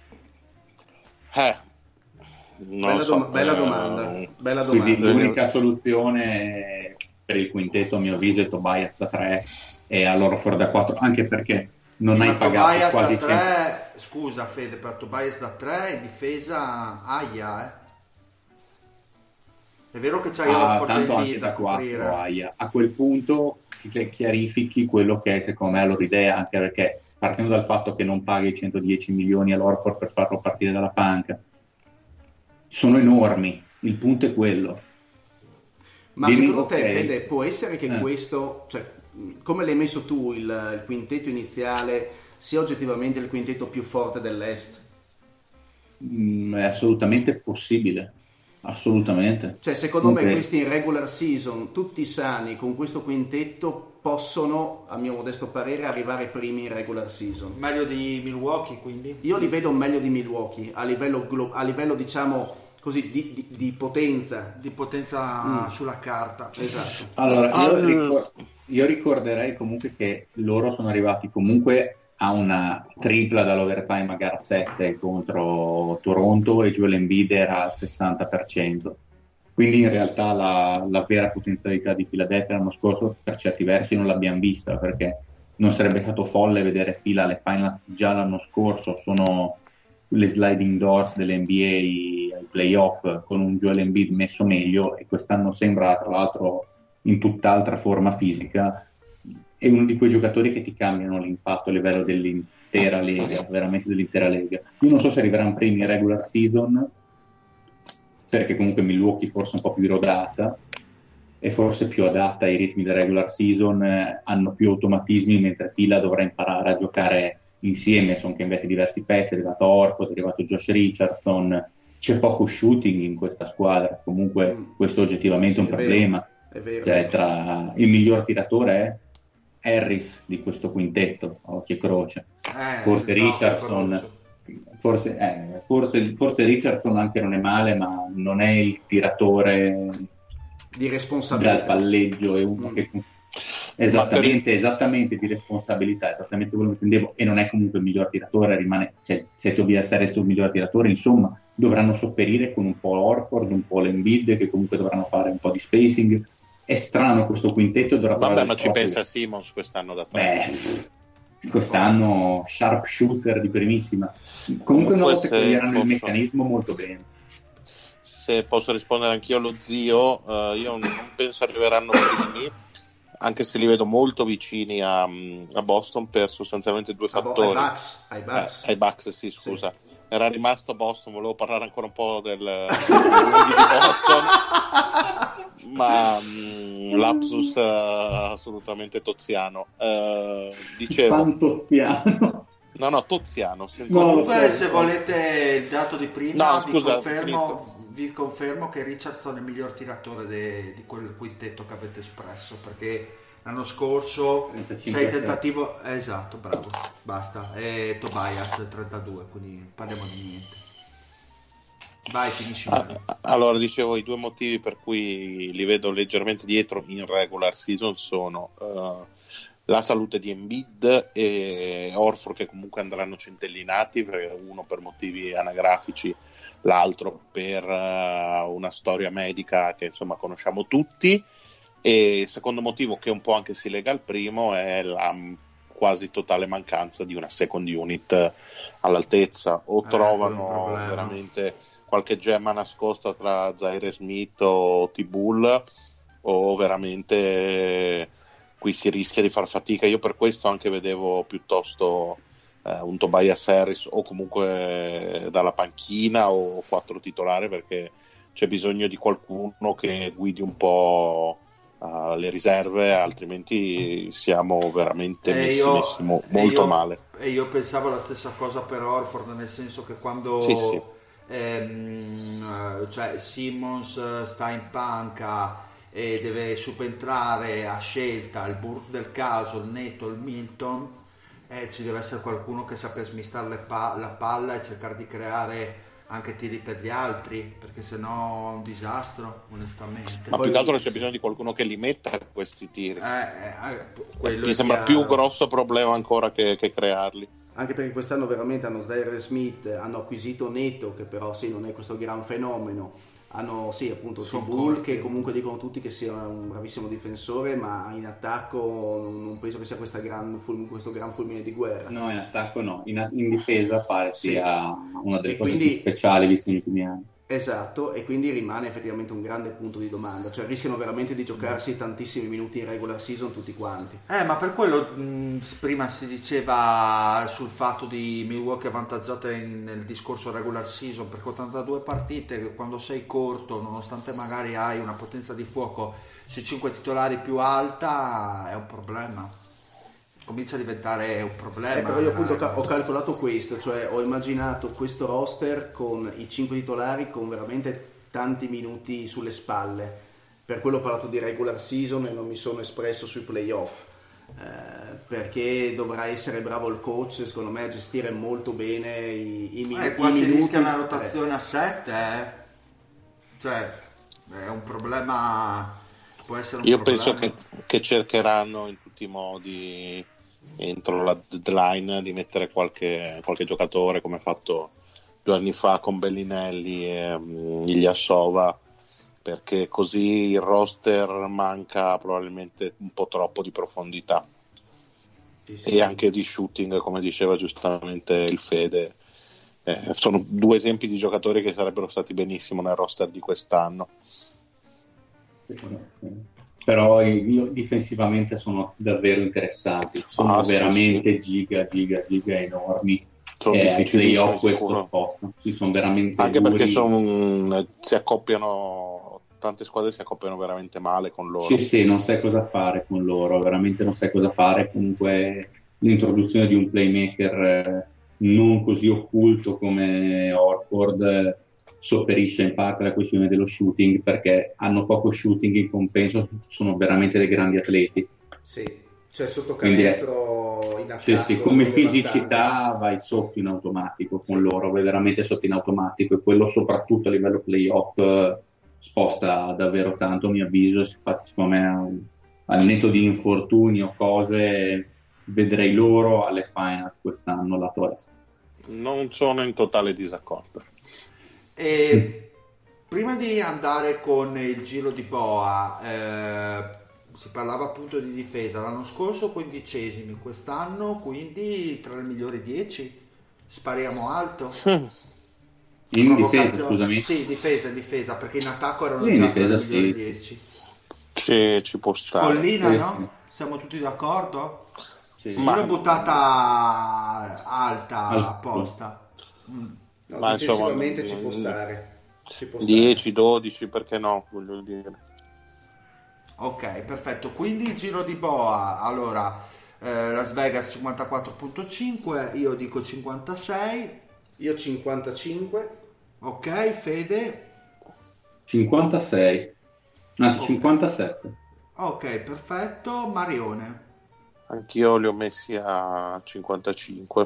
Eh, non Bella, lo so. dom- bella eh, domanda. Bella Quindi domanda. l'unica soluzione per il quintetto, a mio avviso, è Tobias da tre e all'Horford da quattro, anche perché non Sì, hai ma pagato Tobias quasi da cento. tre, scusa Fede, per Tobias da tre in difesa aia, eh. È vero che c'hai Ah, Horford e tanto anche Embiid da da coprire. quattro Aia. A quel punto chi- chiarifichi quello che è secondo me la loro idea, anche perché partendo dal fatto che non paghi centodieci milioni all'Horford per farlo partire dalla panca, sono enormi, il punto è quello. Ma Dimmi, secondo te, ok. Fede, può essere che Eh. questo, cioè, come l'hai messo tu il, il quintetto iniziale, sia oggettivamente il quintetto più forte dell'Est? Mm, è assolutamente possibile. Assolutamente. Cioè, secondo okay. me questi in regular season, tutti sani, con questo quintetto, possono, a mio modesto parere, arrivare primi in regular season. Meglio di Milwaukee, quindi? Io li vedo meglio di Milwaukee, a livello, glo- a livello diciamo così, di, di, di potenza. Di potenza mm. sulla carta. Esatto. Allora, io, ricor- io ricorderei comunque che loro sono arrivati comunque a una tripla dall'overtime a gara sette contro Toronto e Joel Embiid era al sessanta per cento. Quindi in realtà la, la vera potenzialità di Philadelphia l'anno scorso per certi versi non l'abbiamo vista, perché non sarebbe stato folle vedere Phila alle finals già l'anno scorso, sono le sliding doors dell'N B A ai playoff con un Joel Embiid messo meglio, e quest'anno sembra tra l'altro in tutt'altra forma fisica. È uno di quei giocatori che ti cambiano l'impatto a livello dell'intera lega, veramente dell'intera lega. Io non so se arriveranno primi in regular season, perché comunque Milwaukee forse un po' più rodata e forse più adatta ai ritmi della regular season, eh, hanno più automatismi, mentre Phila dovrà imparare a giocare insieme. Sono cambiati diversi pezzi, è arrivato Horford, è arrivato Josh Richardson, c'è poco shooting in questa squadra, comunque mm. questo è oggettivamente sì, un è problema. Vero, è vero. Cioè, tra il miglior tiratore è Harris di questo quintetto, a occhio e croce, eh, forse Richardson, forse, eh, forse, forse Richardson anche non è male, ma non è il tiratore di responsabilità dal palleggio, è uno mm. che esattamente, per... esattamente di responsabilità, esattamente quello che intendevo, e non è comunque il miglior tiratore, rimane, se, se Tobias Harris è il miglior tiratore, insomma dovranno sopperire con un po' Horford, un po' l'Embiid, che comunque dovranno fare un po' di spacing. È strano questo quintetto, dovrà fare. Vabbè, ma ci pensa Simmons quest'anno da tre. Beh, quest'anno sharp shooter di primissima. Comunque una volta che toglieranno il meccanismo molto bene. Se posso rispondere anch'io allo zio, uh, io non penso arriveranno primi, anche se li vedo molto vicini a, a Boston per sostanzialmente due fattori. Ai Bucks, ai Bucks. Eh, ai Bucks, sì, scusa. Sì. Era rimasto Boston, volevo parlare ancora un po' del di Boston, ma mh, lapsus uh, assolutamente toziano. Uh, dicevo... Fantoziano. No, no, toziano. Senza... Comunque, se volete il dato di prima, no, scusa, vi, confermo, vi confermo che Richardson è il miglior tiratore de, di quel quintetto che avete espresso, perché l'anno scorso sei tentativo, eh, esatto, bravo, basta, e Tobias trentadue, quindi parliamo di niente. Vai, finisci. Ah, allora, dicevo, i due motivi per cui li vedo leggermente dietro in regular season sono uh, la salute di Embiid e Horford, che comunque andranno centellinati, uno per motivi anagrafici, l'altro per uh, una storia medica che insomma conosciamo tutti. E il secondo motivo, che un po' anche si lega al primo, è la quasi totale mancanza di una second unit all'altezza. O eh, trovano veramente qualche gemma nascosta tra Zaire Smith o T-Bull, o veramente qui si rischia di far fatica. Io per questo anche vedevo piuttosto eh, un Tobias Harris o comunque dalla panchina o quattro titolare, perché c'è bisogno di qualcuno che guidi un po' Uh, le riserve, altrimenti siamo veramente messi, io, messi mo- molto io, male. E io pensavo la stessa cosa per Horford, nel senso che quando sì, sì. Ehm, cioè Simmons sta in panca e deve subentrare a scelta il Burke del caso, il Neto, il Milton, eh, ci deve essere qualcuno che sappia smistare pa- la palla e cercare di creare anche tiri per gli altri, perché sennò è un disastro, onestamente. Ma più che altro c'è bisogno di qualcuno che li metta questi tiri. Eh, eh, Mi sembra più grosso problema ancora che, che crearli. Anche perché quest'anno veramente hanno Zaire Smith, hanno acquisito Neto, che però sì, non è questo gran fenomeno. Hanno sì, appunto T-Bull, che comunque dicono tutti che sia un bravissimo difensore, ma in attacco non penso che sia questa gran fulmine, questo gran fulmine di guerra. No, in attacco no, in, in difesa pare sì. sia una delle e cose quindi, più speciali viste negli ultimi anni. Esatto, e quindi rimane effettivamente un grande punto di domanda, cioè rischiano veramente di giocarsi tantissimi minuti in regular season tutti quanti. Eh, ma per quello mh, prima si diceva sul fatto di Milwaukee avvantaggiata in, nel discorso regular season, perché ottantadue partite, quando sei corto, nonostante magari hai una potenza di fuoco sui cinque titolari più alta, è un problema. Comincia a diventare un problema. Eh, però io appunto ho calcolato questo, cioè ho immaginato questo roster con i cinque titolari con veramente tanti minuti sulle spalle. Per quello ho parlato di regular season e non mi sono espresso sui playoff, eh, perché dovrà essere bravo il coach, secondo me, a gestire molto bene i, i, min- eh, i qua minuti. si rischia una rotazione eh. a sette, eh. Cioè è un problema, può essere un Io problema. penso che, che cercheranno in tutti i modi entro la deadline di mettere qualche, qualche giocatore, come ha fatto due anni fa con Bellinelli e um, Ilyasova, perché così il roster manca probabilmente un po' troppo di profondità, sì, sì. E anche di shooting, come diceva giustamente il Fede. Eh, sono due esempi di giocatori che sarebbero stati benissimo nel roster di quest'anno. Però io difensivamente sono davvero interessanti, sono ah, veramente sì, sì. giga giga giga enormi. Sono e ai playoff questo sicuro. sposto si sono veramente anche duri. Perché son, si accoppiano, tante squadre si accoppiano veramente male con loro. Sì sì, non sai cosa fare con loro, veramente non sai cosa fare. Comunque l'introduzione di un playmaker non così occulto come Horford eh, sopperisce in parte la questione dello shooting, perché hanno poco shooting, in compenso sono veramente dei grandi atleti. Sì, cioè sotto canestro in attacco. Sì, sì, come fisicità vai sotto in automatico con sì. loro, vai veramente sotto in automatico, e quello soprattutto a livello playoff eh, sposta davvero tanto, a mio avviso. Infatti secondo me al netto di infortuni o cose vedrei loro alle finals quest'anno lato est. Non sono in totale disaccordo. E prima di andare con il giro di boa, eh, si parlava appunto di difesa. L'anno scorso quindicesimi, quest'anno quindi tra le migliori dieci. Spariamo alto. In difesa, scusami. Sì, difesa, difesa, perché in attacco erano in già difesa, tra le migliori sì. dieci. Ci, ci può stare. Collina, sì, no? sì. Siamo tutti d'accordo? Sì. Io l'ho buttata alta Al- apposta. Mm. No, Ma difensivamente insomma, ci può stare. Ci può dieci dodici, perché no, voglio dire. Ok, perfetto. Quindi il giro di boa. Allora, eh, Las Vegas cinquantaquattro virgola cinque, io dico cinquantasei. stare. Io cinquantacinque. Ok, Fede? cinquantasei, anzi Ok. cinquantasette. Ok, perfetto. Marione? Anch'io li ho messi a cinquantacinque.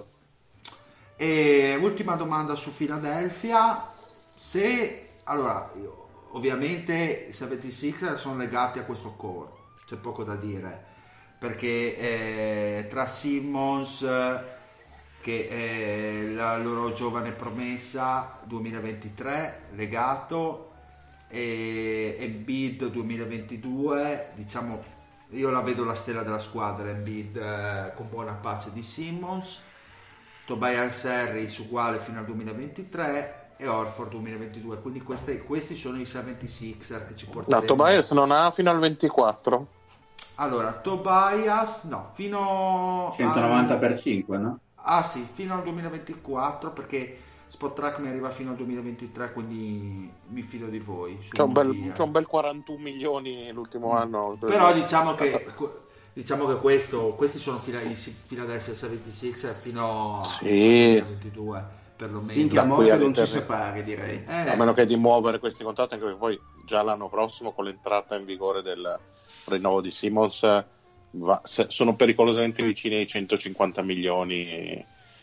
E ultima domanda su Philadelphia. Se allora, io, ovviamente i settantasei sono legati a questo core, c'è poco da dire, perché eh, tra Simmons, che è la loro giovane promessa duemilaventitré legato, e Embiid duemilaventidue, diciamo, io la vedo la stella della squadra Embiid, eh, con buona pace di Simmons. Tobias Harris uguale fino al duemilaventitré e Horford duemilaventidue, quindi questi, questi sono i settantasei che ci porteranno. No, Tobias non ha fino al ventiquattro. Allora, Tobias no, fino centonovanta al... per cinque, no? Ah sì, fino al duemilaventiquattro, perché Spot Track mi arriva fino al duemilaventitré, quindi mi fido di voi. C'è un, bel, c'è un bel quarantuno milioni l'ultimo mm. anno. Però diciamo che diciamo che questo, questi sono fila, i Philadelphia settantasei fino sì. al duemilaventidue, perlomeno. Finché a morte non ci separi, direi. Eh, a meno che di muovere questi contratti, anche perché poi già l'anno prossimo, con l'entrata in vigore del rinnovo di Simmons, va, se, sono pericolosamente vicini ai centocinquanta milioni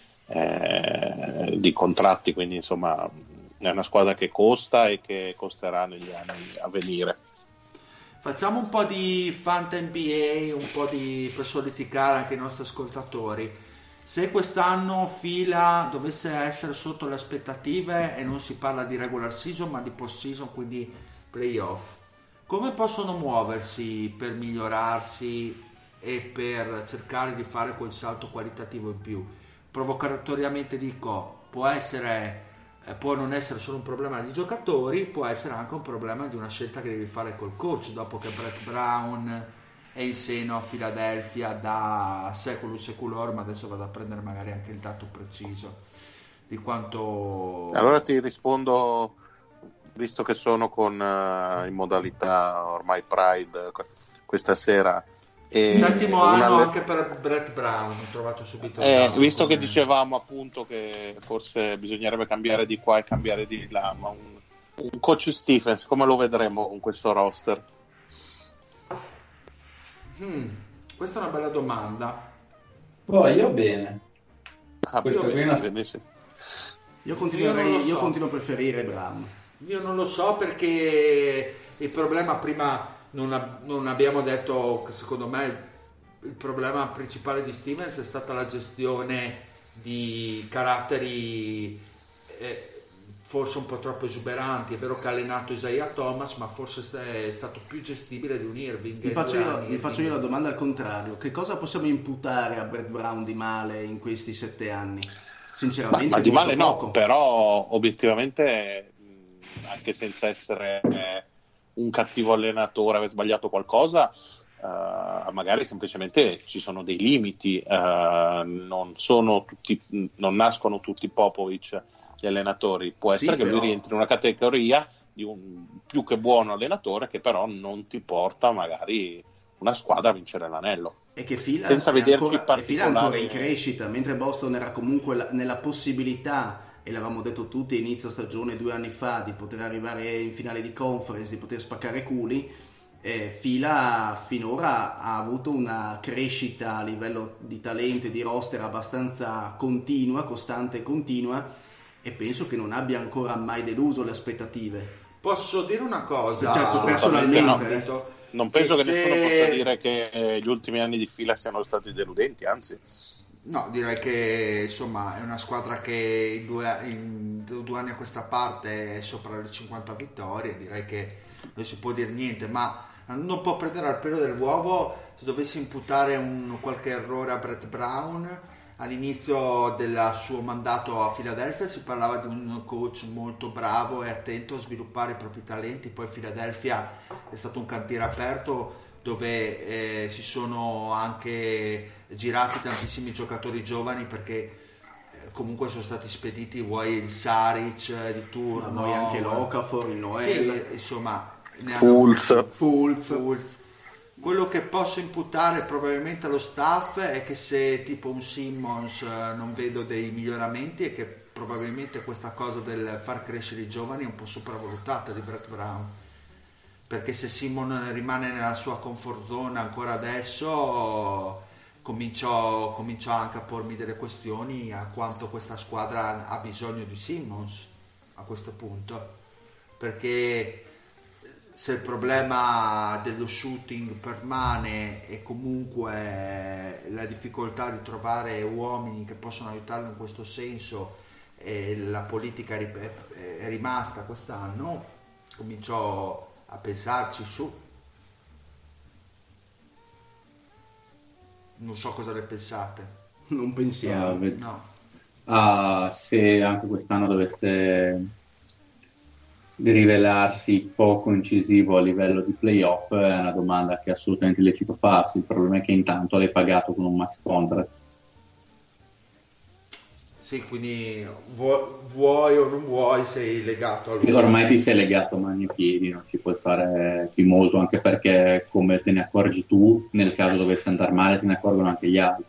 eh, di contratti, quindi insomma è una squadra che costa e che costerà negli anni a venire. Facciamo un po' di Fanta N B A, un po' di per soliticare anche i nostri ascoltatori. Se quest'anno Fila dovesse essere sotto le aspettative, e non si parla di regular season ma di post season, quindi playoff, come possono muoversi per migliorarsi e per cercare di fare quel salto qualitativo in più? Provocatoriamente dico, può essere, eh, può non essere solo un problema di giocatori, può essere anche un problema di una scelta che devi fare col coach, dopo che Brett Brown è in seno a Philadelphia da secolo seculorum. Adesso vado a prendere magari anche il dato preciso di quanto... Allora ti rispondo, visto che sono con uh, in modalità ormai Pride questa sera. E settimo anno le... anche per Brett Brown, ho trovato subito eh, visto come... che dicevamo appunto che forse bisognerebbe cambiare di qua e cambiare di là, ma un, Un coach Stephens, come lo vedremo con questo roster? Hmm, questa è una bella domanda. Oh, io bene. Ah, Questa io, qui è una- benissimo. Io, continuerei, Io non lo io so. continuo a preferire Brown. Io non lo so perché il problema prima non, ab- non abbiamo detto che secondo me il, il problema principale di Stevens è stata la gestione di caratteri eh, forse un po' troppo esuberanti. È vero che ha allenato Isaiah Thomas, ma forse è stato più gestibile di un Irving. Vi in faccio, due io, anni, vi faccio Irving. io la domanda al contrario. Che cosa possiamo imputare a Brett Brown di male in questi sette anni? Ma, Sinceramente ma di molto male no, poco. però obiettivamente, mh, anche senza essere eh, un cattivo allenatore, aver sbagliato qualcosa, eh, magari semplicemente ci sono dei limiti, eh, non sono tutti, non nascono tutti Popovic gli allenatori, può Sì, essere che però- lui rientri in una categoria di un più che buono allenatore che però non ti porta magari una squadra a vincere l'anello. E che fila senza è vederci ancora, e fila è ancora in particolari- crescita, mentre Boston era comunque la- nella possibilità, e l'avevamo detto tutti inizio stagione due anni fa, di poter arrivare in finale di conference, di poter spaccare culi. eh, Fila finora ha avuto una crescita a livello di talento e di roster abbastanza continua, costante e continua, e penso che non abbia ancora mai deluso le aspettative. Posso dire una cosa? Certo, personalmente no. Nell'ambito, Non penso che, se- nessuno possa dire che eh, gli ultimi anni di fila siano stati deludenti, anzi. No, direi che insomma è una squadra che in due, in due anni a questa parte è sopra le cinquanta vittorie, direi che non si può dire niente, ma non può prendere al pelo dell'uovo se dovessi imputare un qualche errore a Brett Brown. All'inizio del suo mandato a Philadelphia si parlava di un coach molto bravo e attento a sviluppare i propri talenti, poi Philadelphia è stato un cantiere aperto dove eh, si sono anche girati tantissimi giocatori giovani perché eh, comunque sono stati spediti, vuoi il Saric eh, di turno, Ma poi anche l'Okafor, il Noel, sì, insomma ne hanno- Fultz. Fultz. Fultz. Quello che posso imputare probabilmente allo staff è che se tipo un Simmons eh, non vedo dei miglioramenti, e che probabilmente questa cosa del far crescere i giovani è un po' sopravvalutata di Brett Brown, perché se Simon rimane nella sua comfort zone ancora adesso comincio, comincio anche a pormi delle questioni a quanto questa squadra ha bisogno di Simmons a questo punto, perché se il problema dello shooting permane e comunque la difficoltà di trovare uomini che possono aiutarlo in questo senso e la politica è rimasta quest'anno, comincio a pensarci su. Non so cosa ne pensate. Non pensiamo. Ah, ved- No. ah, se anche quest'anno dovesse rivelarsi poco incisivo a livello di playoff, è una domanda che è assolutamente lecito farsi. Il problema è che intanto l'hai pagato con un max contract. Sì, quindi vuoi, vuoi o non vuoi sei legato a lui. Ormai ti sei legato a mani e piedi, non ci puoi fare più molto, anche perché come te ne accorgi tu, nel caso dovesse andare male se ne accorgono anche gli altri.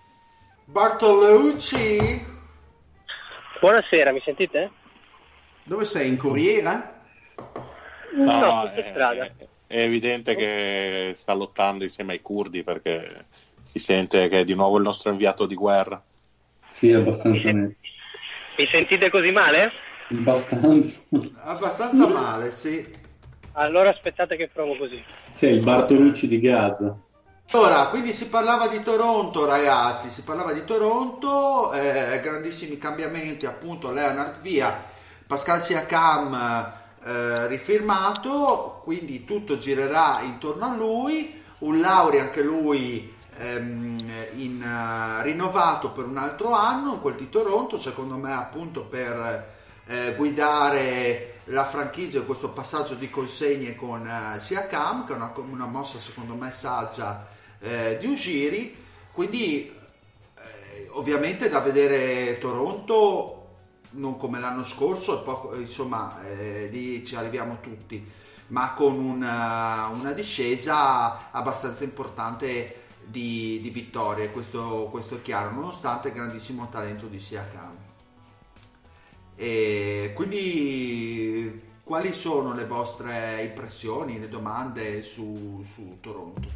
Bartolucci? Buonasera, mi sentite? Dove sei? In Corriera? No, No, su è, strada. è evidente che sta lottando insieme ai curdi perché si sente che è di nuovo il nostro inviato di guerra. Sì, abbastanza netto. Mi sentite così male? Abbastanza. Abbastanza male, sì. Allora aspettate che provo così. Sei il Bartolucci di Gaza. Ora, quindi si parlava di Toronto, ragazzi, si parlava di Toronto, eh, grandissimi cambiamenti, appunto, Leonard via, Pascal Siakam eh, rifirmato, quindi tutto girerà intorno a lui, un Lauri anche lui ehm, in, uh, rinnovato per un altro anno, quel di Toronto, secondo me appunto per eh, guidare la franchigia in questo passaggio di consegne con uh, Siakam, che è una, una mossa secondo me saggia eh, di Ujiri, quindi eh, ovviamente da vedere Toronto non come l'anno scorso, poco, insomma eh, lì ci arriviamo tutti, ma con una, una discesa abbastanza importante di, di vittorie, questo, questo è chiaro, nonostante il grandissimo talento di Siakam. E quindi quali sono le vostre impressioni, le domande su, su Toronto?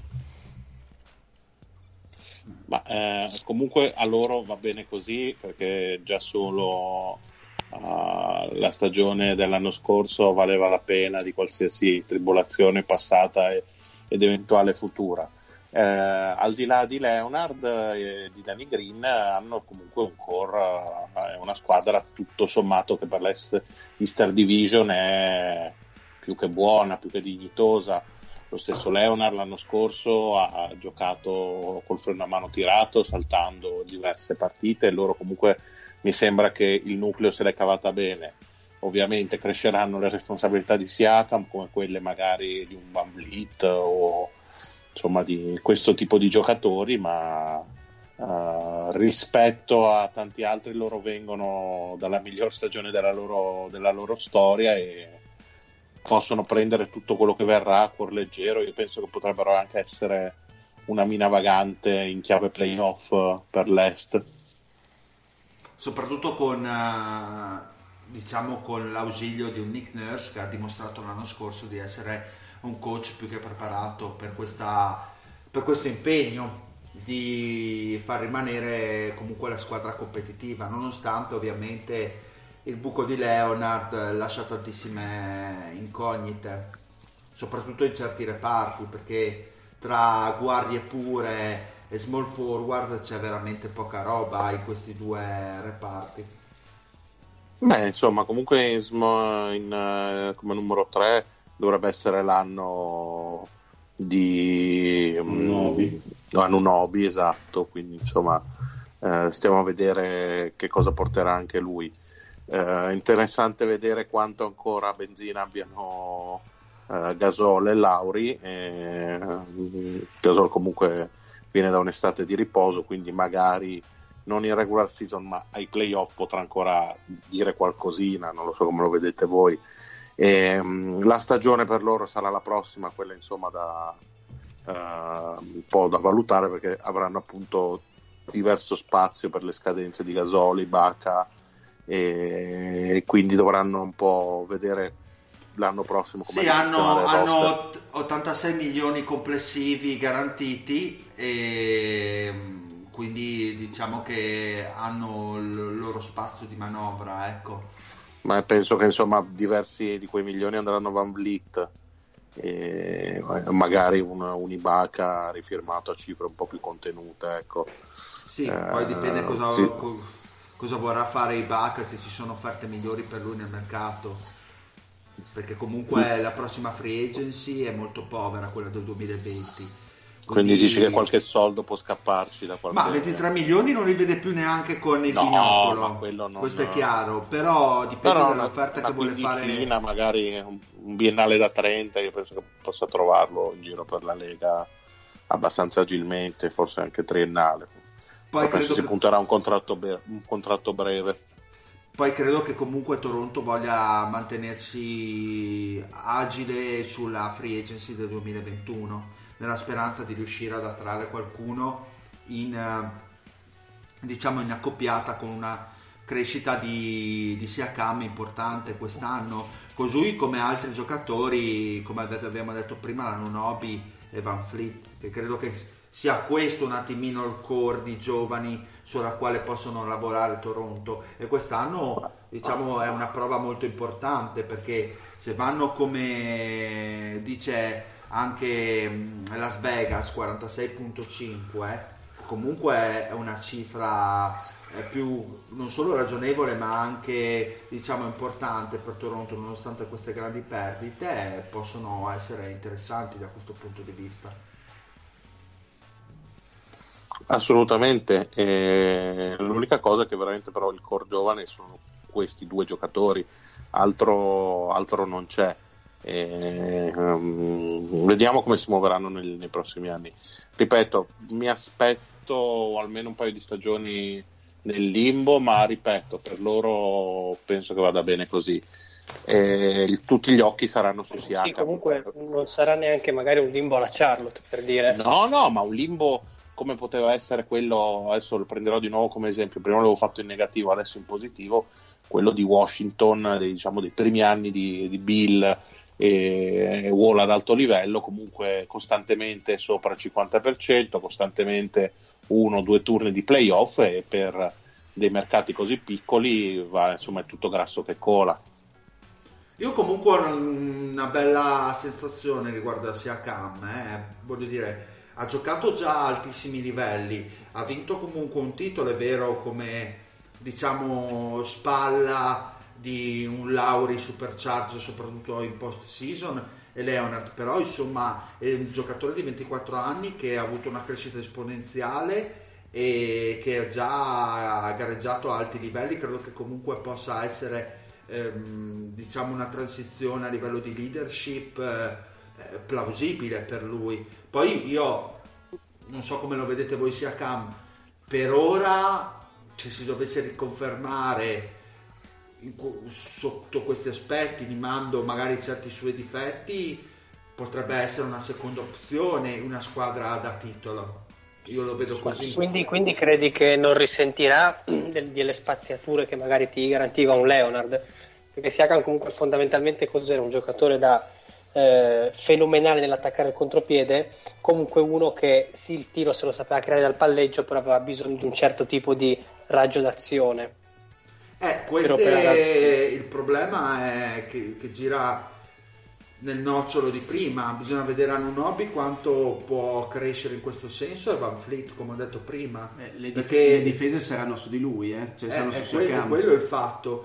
Ma eh, comunque a loro va bene così, perché già solo uh, la stagione dell'anno scorso valeva la pena di qualsiasi tribolazione passata e, ed eventuale futura. Eh, al di là di Leonard e di Danny Green, hanno comunque un core, eh, una squadra tutto sommato che per l'Easter Division è più che buona, più che dignitosa. Lo stesso Leonard l'anno scorso ha, ha giocato col freno a mano tirato, saltando diverse partite, e loro comunque mi sembra che il nucleo se l'è cavata bene. Ovviamente cresceranno le responsabilità di Siakam, come quelle magari di un Van Vliet o insomma di questo tipo di giocatori, ma uh, rispetto a tanti altri loro vengono dalla miglior stagione della loro, della loro storia e possono prendere tutto quello che verrà a cuor leggero. Io penso che potrebbero anche essere una mina vagante in chiave playoff per l'Est, soprattutto con uh, diciamo con l'ausilio di un Nick Nurse che ha dimostrato l'anno scorso di essere un coach più che preparato per, questa, per questo impegno di far rimanere comunque la squadra competitiva, nonostante ovviamente il buco di Leonard lascia tantissime incognite, soprattutto in certi reparti, perché tra guardie pure e small forward c'è veramente poca roba in questi due reparti. Beh, insomma, comunque in, in, come numero tre dovrebbe essere l'anno di Anunoby. um, Anunoby, esatto, quindi insomma eh, stiamo a vedere che cosa porterà anche lui. Eh, interessante vedere quanto ancora benzina abbiano eh, Gasol e Lauri. eh, Gasol comunque viene da un'estate di riposo, quindi magari non in regular season ma ai playoff potrà ancora dire qualcosina, non lo so come lo vedete voi. E, um, la stagione per loro sarà la prossima, quella insomma da uh, un po' da valutare, perché avranno appunto diverso spazio per le scadenze di Gasol, Ibaka, e, e quindi dovranno un po' vedere l'anno prossimo come sì, hanno, il hanno roster. ottantasei milioni complessivi garantiti e quindi diciamo che hanno il loro spazio di manovra, ecco. Ma penso che insomma diversi di quei milioni andranno a Van Vliet e magari un, un Ibaka rifirmato a cifre un po' più contenute, ecco. Sì, eh, poi dipende cosa, sì. co, cosa vorrà fare Ibaka, se ci sono offerte migliori per lui nel mercato, perché comunque mm. la prossima free agency è molto povera, quella del duemilaventi. Quindi, Quindi dici che qualche soldo può scapparci da qualche... Ma ventitré milioni non li vede più neanche con il no, binocolo, ma quello non... questo è chiaro, però dipende però dall'offerta una, che vuole fare. Magari un, un biennale da trenta, io penso che possa trovarlo in giro per la Lega abbastanza agilmente, forse anche triennale. Poi penso si che... punterà a un contratto, be- un contratto breve. Poi credo che comunque Toronto voglia mantenersi agile sulla free agency del duemilaventuno, nella speranza di riuscire ad attrarre qualcuno in diciamo in accoppiata con una crescita di, di Siakam importante quest'anno, così come altri giocatori, come abbiamo detto prima, la Anunoby e Van Vliet, che credo che sia questo un attimino il core di giovani sulla quale possono lavorare Toronto, e quest'anno diciamo è una prova molto importante, perché se vanno come dice anche Las Vegas quarantasei virgola cinque, comunque è una cifra più non solo ragionevole ma anche diciamo importante per Toronto, nonostante queste grandi perdite possono essere interessanti da questo punto di vista. Assolutamente, eh, l'unica cosa è che veramente però il core giovane sono questi due giocatori, altro, altro non c'è. E, um, vediamo come si muoveranno nel, nei prossimi anni. Ripeto, mi aspetto almeno un paio di stagioni nel limbo, ma ripeto, per loro penso che vada bene così. E il, tutti gli occhi saranno su Siakam. Sì, comunque non sarà neanche magari un limbo alla Charlotte, per dire. No, no, ma un limbo come poteva essere quello, adesso lo prenderò di nuovo come esempio, prima l'avevo fatto in negativo, adesso in positivo, quello di Washington, dei, diciamo, dei primi anni di, di Bill e, e Wall ad alto livello, comunque costantemente sopra il cinquanta per cento, costantemente uno o due turni di playoff, e per dei mercati così piccoli va, insomma, è tutto grasso che cola. Io comunque ho una bella sensazione riguardo a Siakam, eh. voglio dire, ha giocato già a altissimi livelli, ha vinto comunque un titolo, è vero, come diciamo spalla di un Lowry Supercharger, soprattutto in post season, e Leonard, però insomma è un giocatore di ventiquattro anni che ha avuto una crescita esponenziale e che ha già gareggiato a alti livelli. Credo che comunque possa essere ehm, diciamo una transizione a livello di leadership eh, plausibile per lui. Poi io non so come lo vedete voi Siakam, per ora se si dovesse riconfermare in, sotto questi aspetti, limando magari certi suoi difetti, potrebbe essere una seconda opzione, una squadra da titolo. Io lo vedo così. Quindi, quindi credi che non risentirà del, delle spaziature che magari ti garantiva un Leonard? Perché Siakam comunque fondamentalmente cos'era? Un giocatore da eh, fenomenale nell'attaccare il contropiede, comunque uno che sì, il tiro se lo sapeva creare dal palleggio, però aveva bisogno di un certo tipo di raggio d'azione. Eh, questo è il problema, è che, che gira nel nocciolo di prima. Bisogna vedere a Anunoby quanto può crescere in questo senso, e Van Fleet, come ho detto prima, eh, le, dif- perché le difese saranno su di lui, eh? Cioè, eh, saranno è su quello, quello è il fatto.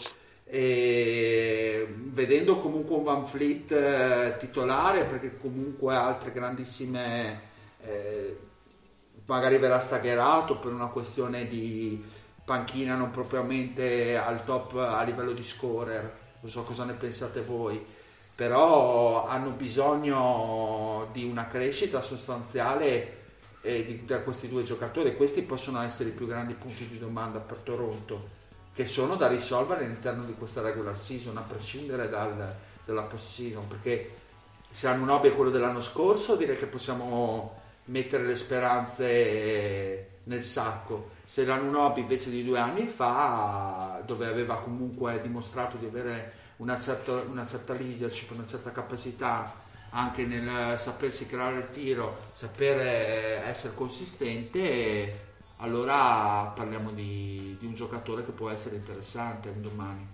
E vedendo comunque un Van Fleet eh, titolare, perché comunque altre grandissime eh, magari verrà stagherato per una questione di panchina non propriamente al top a livello di scorer, non so cosa ne pensate voi, però hanno bisogno di una crescita sostanziale eh, di, da questi due giocatori. Questi possono essere i più grandi punti di domanda per Toronto, che sono da risolvere all'interno di questa regular season, a prescindere dal, dalla post season, perché se Anunoby è quello dell'anno scorso, direi che possiamo mettere le speranze nel sacco. Se l'Anunoby invece di due anni fa, dove aveva comunque dimostrato di avere una certa, una certa leadership, una certa capacità anche nel sapersi creare il tiro, sapere essere consistente, allora parliamo di, di un giocatore che può essere interessante un domani.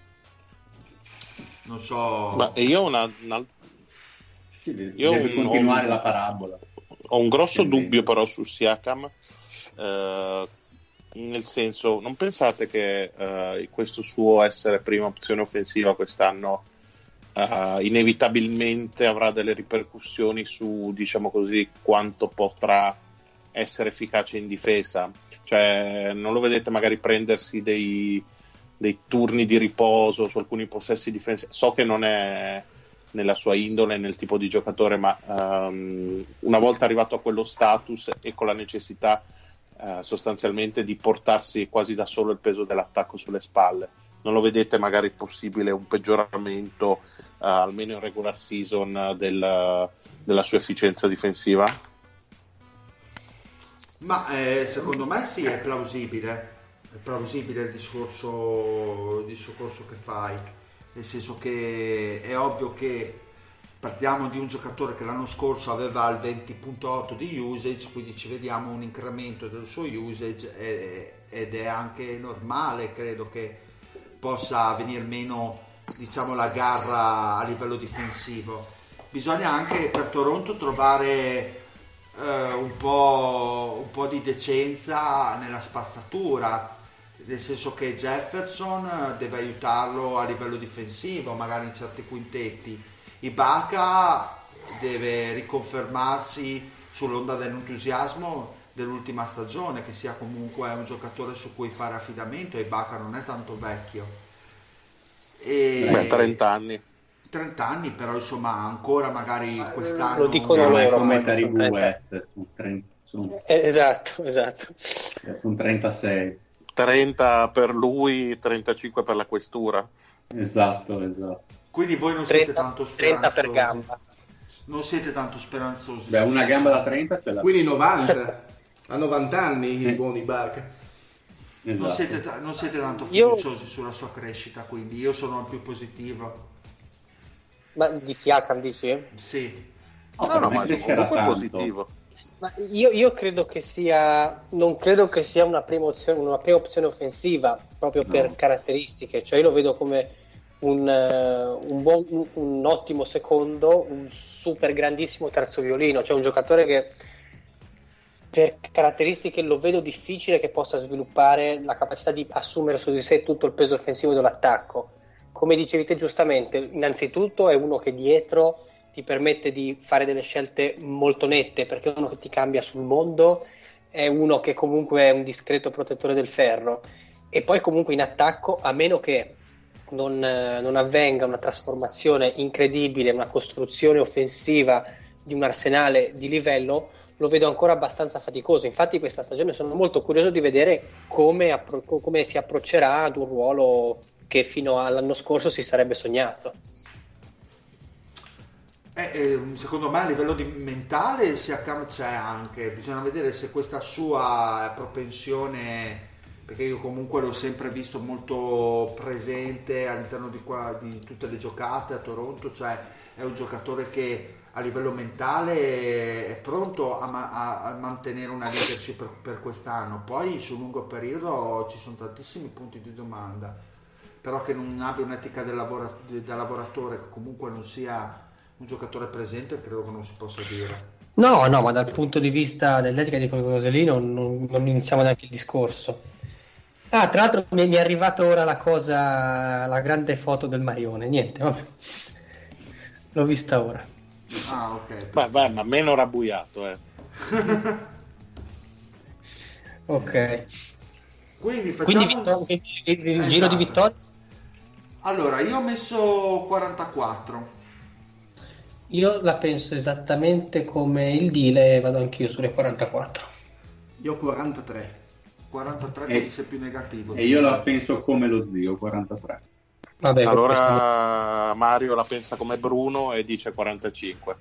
Non so. Ma io ho una, una... Sì, deve, io deve un, continuare un, la parabola. Ho un grosso Quindi... dubbio però su Siakam, eh, nel senso, non pensate che eh, questo suo essere prima opzione offensiva quest'anno eh, inevitabilmente avrà delle ripercussioni su, diciamo così, quanto potrà essere efficace in difesa? Cioè, non lo vedete magari prendersi dei, dei turni di riposo su alcuni possessi difensivi? So che non è nella sua indole, nel tipo di giocatore, ma um, una volta arrivato a quello status e con la necessità uh, sostanzialmente di portarsi quasi da solo il peso dell'attacco sulle spalle, non lo vedete magari possibile un peggioramento uh, almeno in regular season uh, del, della sua efficienza difensiva? Ma eh, secondo me sì, è plausibile, è plausibile il discorso, il discorso che fai, nel senso che è ovvio che partiamo di un giocatore che l'anno scorso aveva il venti virgola otto di usage, quindi ci vediamo un incremento del suo usage e, ed è anche normale, credo che possa venir meno, diciamo, la garra a livello difensivo. Bisogna anche per Toronto trovare Uh, un po', un po' di decenza nella spazzatura, nel senso che Jefferson deve aiutarlo a livello difensivo, magari in certi quintetti. Ibaka deve riconfermarsi sull'onda dell'entusiasmo dell'ultima stagione, che sia comunque un giocatore su cui fare affidamento. Ibaka non è tanto vecchio, e Beh, trenta anni trenta anni, però insomma ancora magari quest'anno lo dicono no, è loro, come ma Tariq sono West su, trenta, su, Eh, esatto, esatto. su un trentasei. trenta per lui, trentacinque per la questura. Esatto, esatto. Quindi voi non trenta, siete tanto trenta speranzosi, per gamba. non siete tanto speranzosi. Beh, una gamba da trenta se la... Quindi novanta, a novanta anni Sì. i buoni Ibaka. Esatto. Non, siete, non siete tanto Io- fiduciosi sulla sua crescita, quindi io sono più positivo. Ma di Siakam dici? Sì. No, No, no, ma crescerà comunque è tanto. positivo. Ma io, io credo che sia, non credo che sia una prima opzione, una prima opzione offensiva proprio per No. caratteristiche, cioè io lo vedo come un, eh, un, buon, un, un ottimo secondo, un super grandissimo terzo violino, cioè un giocatore che per caratteristiche lo vedo difficile che possa sviluppare la capacità di assumere su di sé tutto il peso offensivo dell'attacco. Come dicevi te giustamente, innanzitutto è uno che dietro ti permette di fare delle scelte molto nette, perché è uno che ti cambia sul mondo, è uno che comunque è un discreto protettore del ferro, e poi comunque in attacco, a meno che non, eh, non avvenga una trasformazione incredibile, una costruzione offensiva di un arsenale di livello, lo vedo ancora abbastanza faticoso. Infatti questa stagione sono molto curioso di vedere come, appro- come si approccerà ad un ruolo che fino all'anno scorso si sarebbe sognato. Eh, eh, secondo me a livello di mentale Siakam c'è anche, bisogna vedere se questa sua propensione, perché io comunque l'ho sempre visto molto presente all'interno di, qua, di tutte le giocate a Toronto, cioè è un giocatore che a livello mentale è pronto a, ma- a- a mantenere una leadership per, per quest'anno, poi sul lungo periodo ci sono tantissimi punti di domanda, però che non abbia un'etica del lavora- da lavoratore, che comunque non sia un giocatore presente, credo che non si possa dire. No, no, ma dal punto di vista dell'etica di quelle cose lì non, non- non iniziamo neanche il discorso. Ah, tra l'altro mi mi è arrivata ora la cosa, la grande foto del Marione, niente, vabbè. L'ho vista ora. Ah, ok. Beh, beh, ma meno rabbuiato, eh. Ok. Quindi facciamo Quindi vittor- il, il- il Esatto. giro di vittoria? Allora, io ho messo quarantaquattro. Io la penso esattamente come il deal e vado anch'io sulle quarantaquattro. Io ho quarantatré. quarantatré, E- quindi sei più negativo. E io la penso come lo zio, quarantatré. Vabbè, con questo- Allora Mario la pensa come Bruno e dice quarantacinque.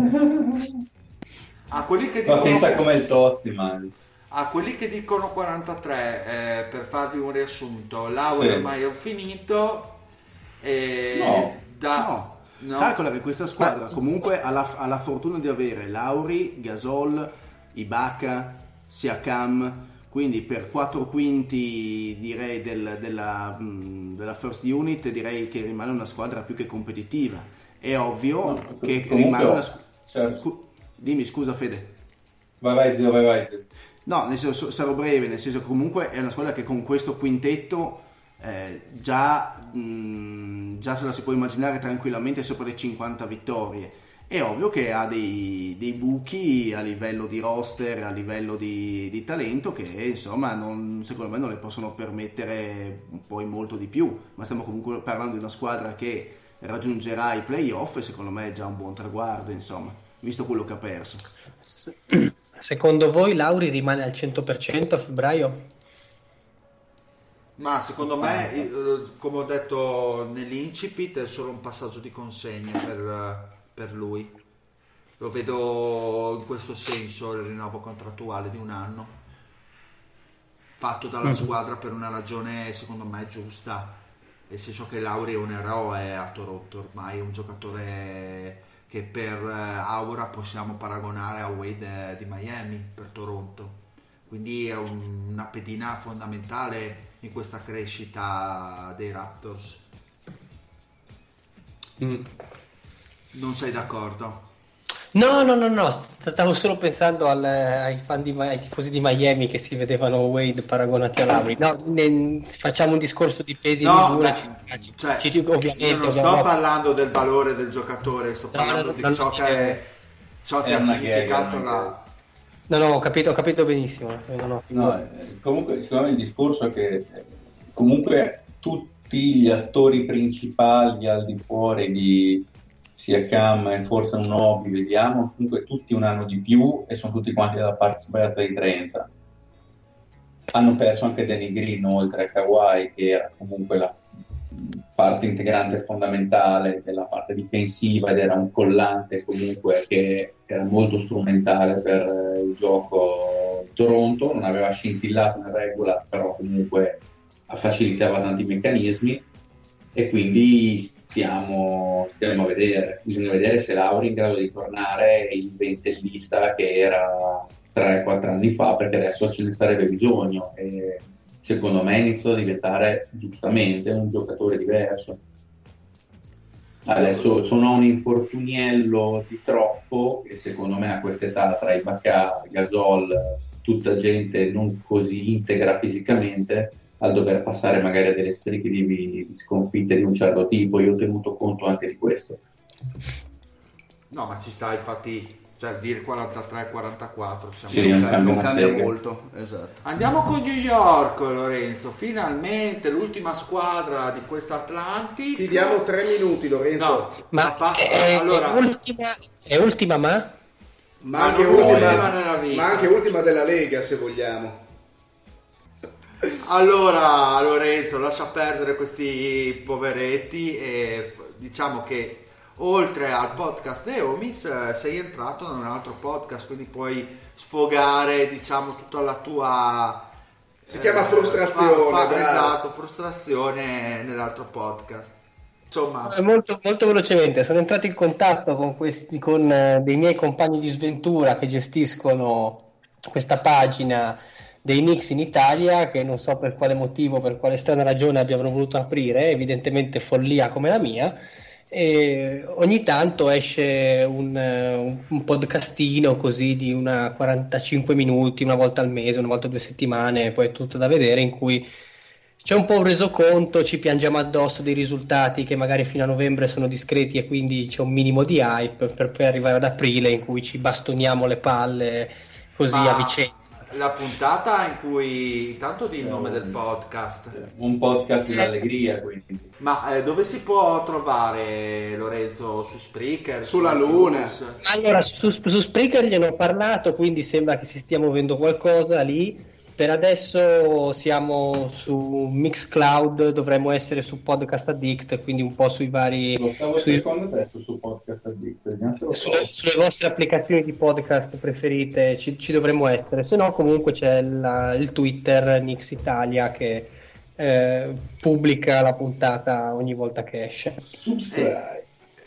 A quelli che Ma dicono, pensa come il Tozzi, Mario. a quelli che dicono quarantatré, eh, per farvi un riassunto, Laura Sì. ormai ho finito. E No, da... No. no. Calcola che questa squadra comunque ha la, ha la fortuna di avere Lauri, Gasol, Ibaka, Siakam, quindi per quattro quinti direi del- della, mh, della first unit direi che rimane una squadra più che competitiva. È ovvio No, che comunque, rimane una squadra... certo. Dimmi scusa Fede. Vai, vai, zio, vai, vai, zio. No, nel senso, sarò breve, nel senso che comunque è una squadra che con questo quintetto eh, già, mh, già se la si può immaginare tranquillamente sopra le cinquanta vittorie. È ovvio che ha dei, dei buchi a livello di roster, a livello di, di talento che insomma non, secondo me non le possono permettere poi molto di più, ma stiamo comunque parlando di una squadra che raggiungerà i playoff e secondo me è già un buon traguardo, insomma, visto quello che ha perso. Secondo voi Lauri rimane al cento per cento a febbraio? Ma secondo me, eh, come ho detto nell'incipit, è solo un passaggio di consegna per, per lui. Lo vedo in questo senso, il rinnovo contrattuale di un anno, fatto dalla squadra per una ragione secondo me giusta, nel senso che Lauri è un eroe a Toronto, ormai è un giocatore che per eh, aura possiamo paragonare a Wade eh, di Miami per Toronto, quindi è un- una pedina fondamentale in questa crescita dei Raptors. Non sei d'accordo? No, no, no, no, stavo solo pensando al- ai fan di, ai tifosi di Miami che si vedevano Wade paragonati a Lauri. No, ne- facciamo un discorso di pesi e No, misure. beh, ci- cioè, ci- ovviamente, io non sto ovviamente. parlando del valore del giocatore, sto No, no, parlando no, di no, ciò no, che, è, ciò che è ha una significato gag, la... No, no, ho capito, ho capito benissimo. eh, no, no, No, eh, comunque secondo me il discorso è che eh, comunque tutti gli attori principali al di fuori di Siakam e forse un Obi, vediamo, comunque tutti un anno di più e sono tutti quanti dalla parte sbagliata dei trenta. Hanno perso anche Danny Green oltre a Kawhi, che era comunque la parte integrante fondamentale della parte difensiva ed era un collante comunque che era molto strumentale per eh, il gioco Toronto, non aveva scintillato in regola, però comunque facilitava tanti meccanismi, e quindi stiamo, stiamo a vedere. Bisogna vedere se Lauri è in grado di tornare il ventellista che era tre quattro anni fa, perché adesso ce ne sarebbe bisogno, e secondo me inizia a diventare giustamente un giocatore diverso. Adesso sono un infortuniello di troppo, e secondo me a quest'età, tra Ibaka, Gasol, tutta gente non così integra fisicamente, al dover passare magari a delle strisce di, di sconfitte di un certo tipo. Io ho tenuto conto anche di questo. No, ma ci sta, infatti, cioè dire quarantatré quarantaquattro sì, non non cambia, non cambia cambia molto, esatto. Andiamo con New York, Lorenzo, finalmente l'ultima squadra di questa Atlantic. Ti diamo tre minuti, Lorenzo. No, Ma pa- è, allora, è ultima, è ultima ma? Ma, Ma anche non ultima, ultima nella vita. ma anche ultima della Lega, se vogliamo. Allora, Lorenzo, lascia perdere questi poveretti e diciamo che oltre al podcast The Homies sei entrato in un altro podcast, quindi puoi sfogare, diciamo, tutta la tua... Si chiama frustrazione, fa- fa- bravo. esatto, frustrazione nell'altro podcast. Insomma, Eh, Molto, molto velocemente, sono entrato in contatto con, questi, con eh, dei miei compagni di sventura che gestiscono questa pagina dei Knicks in Italia, che non so per quale motivo, per quale strana ragione abbiano voluto aprire, evidentemente follia come la mia, e ogni tanto esce un, eh, un podcastino così di una quarantacinque minuti, una volta al mese, una volta a due settimane, poi è tutto da vedere, in cui c'è un po' un resoconto, ci piangiamo addosso dei risultati che magari fino a novembre sono discreti, e quindi c'è un minimo di hype, per poi arrivare ad aprile in cui ci bastoniamo le palle così ma a vicenda. la puntata in cui tanto di il nome del podcast, Un podcast di allegria, quindi. ma eh, dove si può trovare, Lorenzo? Su Spreaker? Sulla su Luna. iTunes? Allora, su, su Spreaker gliene ho parlato, quindi sembra che si stia muovendo qualcosa lì. Per adesso siamo su Mixcloud, dovremmo essere su Podcast Addict, quindi un po' sui vari... Lo stavo sui- cercando adesso su Podcast Addict, vediamo se lo sulle, trovo. sulle vostre applicazioni di podcast preferite ci, ci dovremmo essere, se no comunque c'è la- il Twitter Nix Italia che eh, pubblica la puntata ogni volta che esce. Subscribe.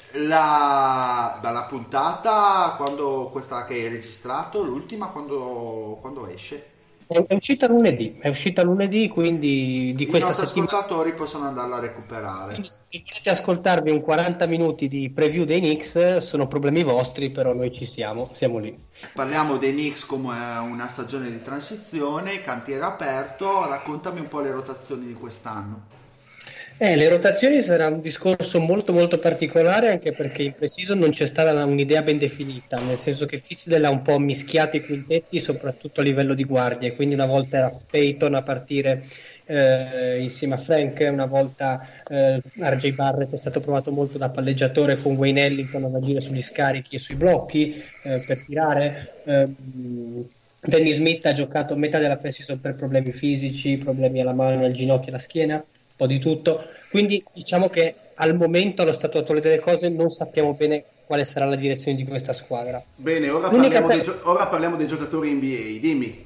La, dalla puntata, quando questa che hai registrato, l'ultima, quando, quando esce? È, è uscita lunedì, è uscita lunedì, quindi di I questa nostri settimana. ascoltatori possono andarla a recuperare. Quindi se volete ascoltarvi un quaranta minuti di preview dei Knicks, sono problemi vostri, però noi ci siamo, siamo lì. Parliamo dei Knicks come una stagione di transizione, cantiere aperto. Raccontami un po' le rotazioni di quest'anno. Eh, le rotazioni sarà un discorso molto molto particolare, anche perché in pre-season non c'è stata un'idea ben definita, nel senso che Fizdale ha un po' mischiato i quintetti, soprattutto a livello di guardie, quindi una volta era Peyton a partire eh, insieme a Frank, una volta eh, R J Barrett è stato provato molto da palleggiatore con Wayne Ellington ad agire sugli scarichi e sui blocchi eh, per tirare. Eh, Danny Smith ha giocato metà della pre-season per problemi fisici, problemi alla mano, al ginocchio e alla schiena, po' di tutto, quindi diciamo che al momento, allo stato attuale delle cose, non sappiamo bene quale sarà la direzione di questa squadra. Bene, ora L'unica parliamo, dei cosa- gio- ora parliamo dei giocatori N B A, dimmi.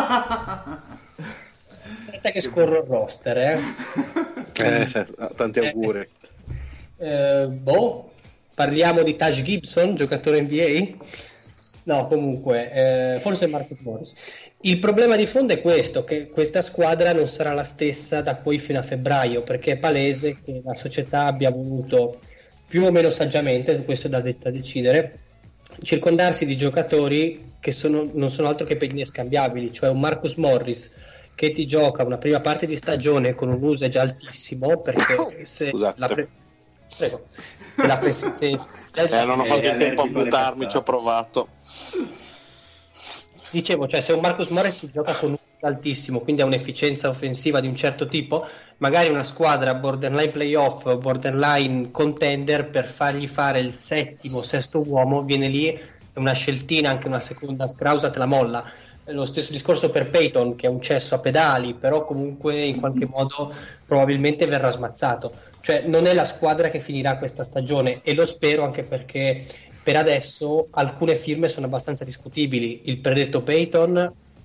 Aspetta che scorro il roster, eh. Eh, tanti auguri. Eh, boh, parliamo di Taj Gibson, giocatore N B A? No, comunque, eh, forse Marcus Morris. Il problema di fondo è questo, che questa squadra non sarà la stessa da qui fino a febbraio, perché è palese che la società abbia voluto, più o meno saggiamente, questo è da, da decidere, circondarsi di giocatori che sono, non sono altro che pedine scambiabili, cioè un Marcus Morris che ti gioca una prima parte di stagione con un usage altissimo, perché se Scusate. la, pre- Prego. Se la persistenza Eh, non ho fatto in Eh, tempo a allergico alle mutarmi, cazzate. ci ho provato. Dicevo, cioè se un Marcus Morris ti gioca con un altissimo, quindi ha un'efficienza offensiva di un certo tipo, magari una squadra borderline playoff, borderline contender, per fargli fare il settimo, sesto uomo, viene lì una sceltina, anche una seconda scrausa te la molla. Lo stesso discorso per Peyton, che è un cesso a pedali, però comunque in qualche modo probabilmente verrà smazzato. Cioè non è la squadra che finirà questa stagione, e lo spero, anche perché per adesso alcune firme sono abbastanza discutibili. Il predetto Peyton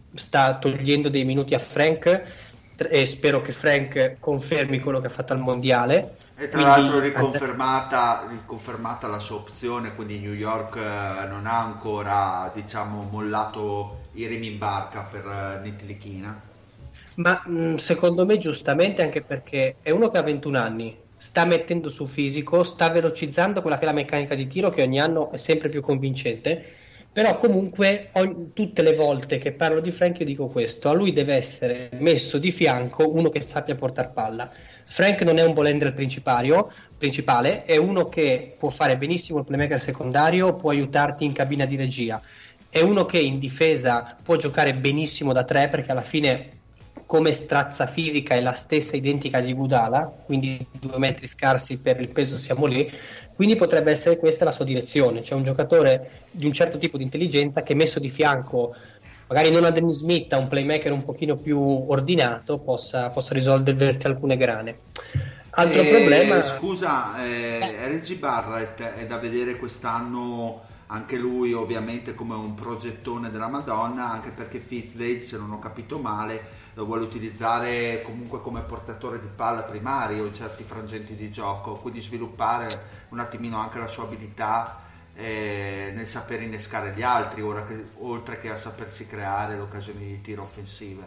sta togliendo dei minuti a Frank e spero che Frank confermi quello che ha fatto al mondiale. E tra quindi, l'altro riconfermata, riconfermata la sua opzione, quindi New York eh, non ha ancora, diciamo, mollato i remi in barca per uh, Nitilikina. Ma mh, secondo me giustamente, anche perché è uno che ha ventuno anni, sta mettendo su fisico, sta velocizzando quella che è la meccanica di tiro, che ogni anno è sempre più convincente. Però comunque ogni, tutte le volte che parlo di Frank io dico questo: a lui deve essere messo di fianco uno che sappia portare palla. Frank non è un ball handler principale, è uno che può fare benissimo il playmaker secondario, può aiutarti in cabina di regia, è uno che in difesa può giocare benissimo da tre, perché alla fine come strazza fisica è la stessa identica di Iguodala, quindi due metri scarsi per il peso siamo lì, quindi potrebbe essere questa la sua direzione, cioè un giocatore di un certo tipo di intelligenza che messo di fianco magari non a Dennis Smith, a un playmaker un pochino più ordinato, possa, possa risolverti alcune grane. Altro eh, problema... Scusa, eh, Reggie Barrett è da vedere quest'anno, anche lui ovviamente come un progettone della Madonna, anche perché Fizdale, se non ho capito male, lo vuole utilizzare comunque come portatore di palla primario in certi frangenti di gioco, quindi sviluppare un attimino anche la sua abilità eh, nel saper innescare gli altri, ora che, oltre che a sapersi creare le occasioni di tiro offensive.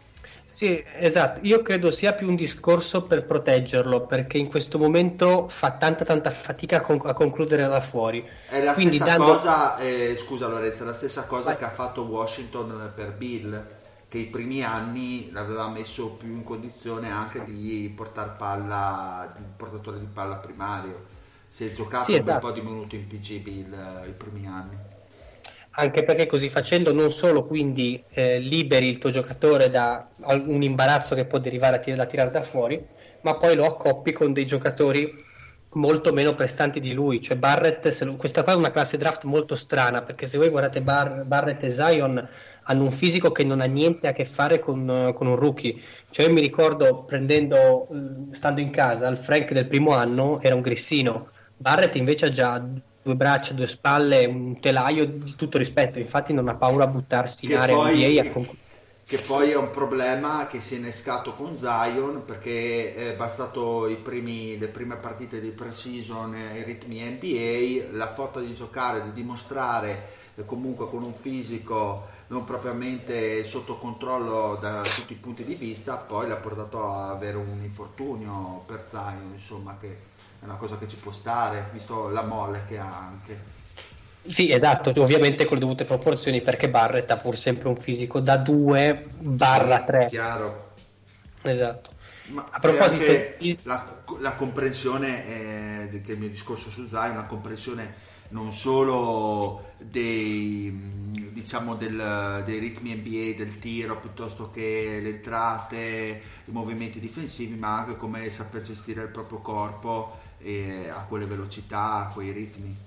Sì, esatto, io credo sia più un discorso per proteggerlo, perché in questo momento fa tanta tanta fatica a, con- a concludere da fuori. È la Quindi stessa dando... cosa, eh, scusa Lorenzo, è la stessa cosa Vai. che ha fatto Washington per Bill, che i primi anni l'aveva messo più in condizione anche di portare palla, di portatore di palla primario. Si è giocato Sì, un esatto. bel po' di minuti in P G Bill eh, i primi anni. Anche perché così facendo non solo quindi eh, liberi il tuo giocatore da un imbarazzo che può derivare da tirare da fuori, ma poi lo accoppi con dei giocatori molto meno prestanti di lui. Cioè Barrett, se lo, questa qua è una classe draft molto strana, perché se voi guardate Bar, Barrett e Zion hanno un fisico che non ha niente a che fare con, con un rookie. Cioè io mi ricordo prendendo, stando in casa, il Frank del primo anno era un grissino, Barrett invece ha già due braccia, due spalle, un telaio di tutto rispetto, infatti non ha paura a buttarsi in Che area poi- N B A a conc- Che poi è un problema che si è innescato con Zion, perché è bastato i primi, le prime partite di pre-season e i ritmi N B A, la foto di giocare, di dimostrare eh, comunque con un fisico non propriamente sotto controllo da tutti i punti di vista, poi l'ha portato a avere un infortunio per Zion, insomma, che è una cosa che ci può stare, visto la molle che ha anche. Sì, esatto, ovviamente con le dovute proporzioni, perché Barrett ha pur sempre un fisico da due barra tre. Chiaro. Esatto. Ma A proposito anche di- la, la comprensione eh, del mio discorso su Zion, la comprensione non solo dei, diciamo del, dei ritmi N B A del tiro, piuttosto che le entrate, i movimenti difensivi, ma anche come saper gestire il proprio corpo e a quelle velocità, a quei ritmi.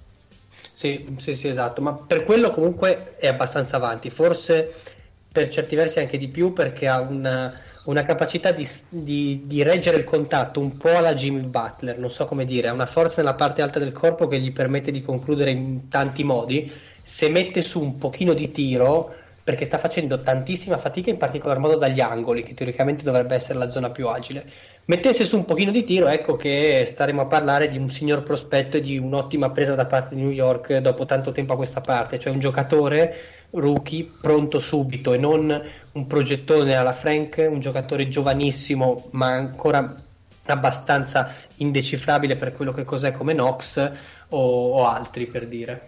Sì, sì, sì, esatto, ma per quello comunque è abbastanza avanti, forse per certi versi anche di più, perché ha una, una capacità di, di, di reggere il contatto un po' alla Jimmy Butler, non so come dire, ha una forza nella parte alta del corpo che gli permette di concludere in tanti modi. Se mette su un pochino di tiro, perché sta facendo tantissima fatica in particolar modo dagli angoli, che teoricamente dovrebbe essere la zona più agile, mettesse su un pochino di tiro, ecco che staremo a parlare di un signor prospetto e di un'ottima presa da parte di New York dopo tanto tempo a questa parte, cioè un giocatore rookie pronto subito e non un progettone alla Frank, un giocatore giovanissimo ma ancora abbastanza indecifrabile per quello che cos'è come Knox o, o altri, per dire.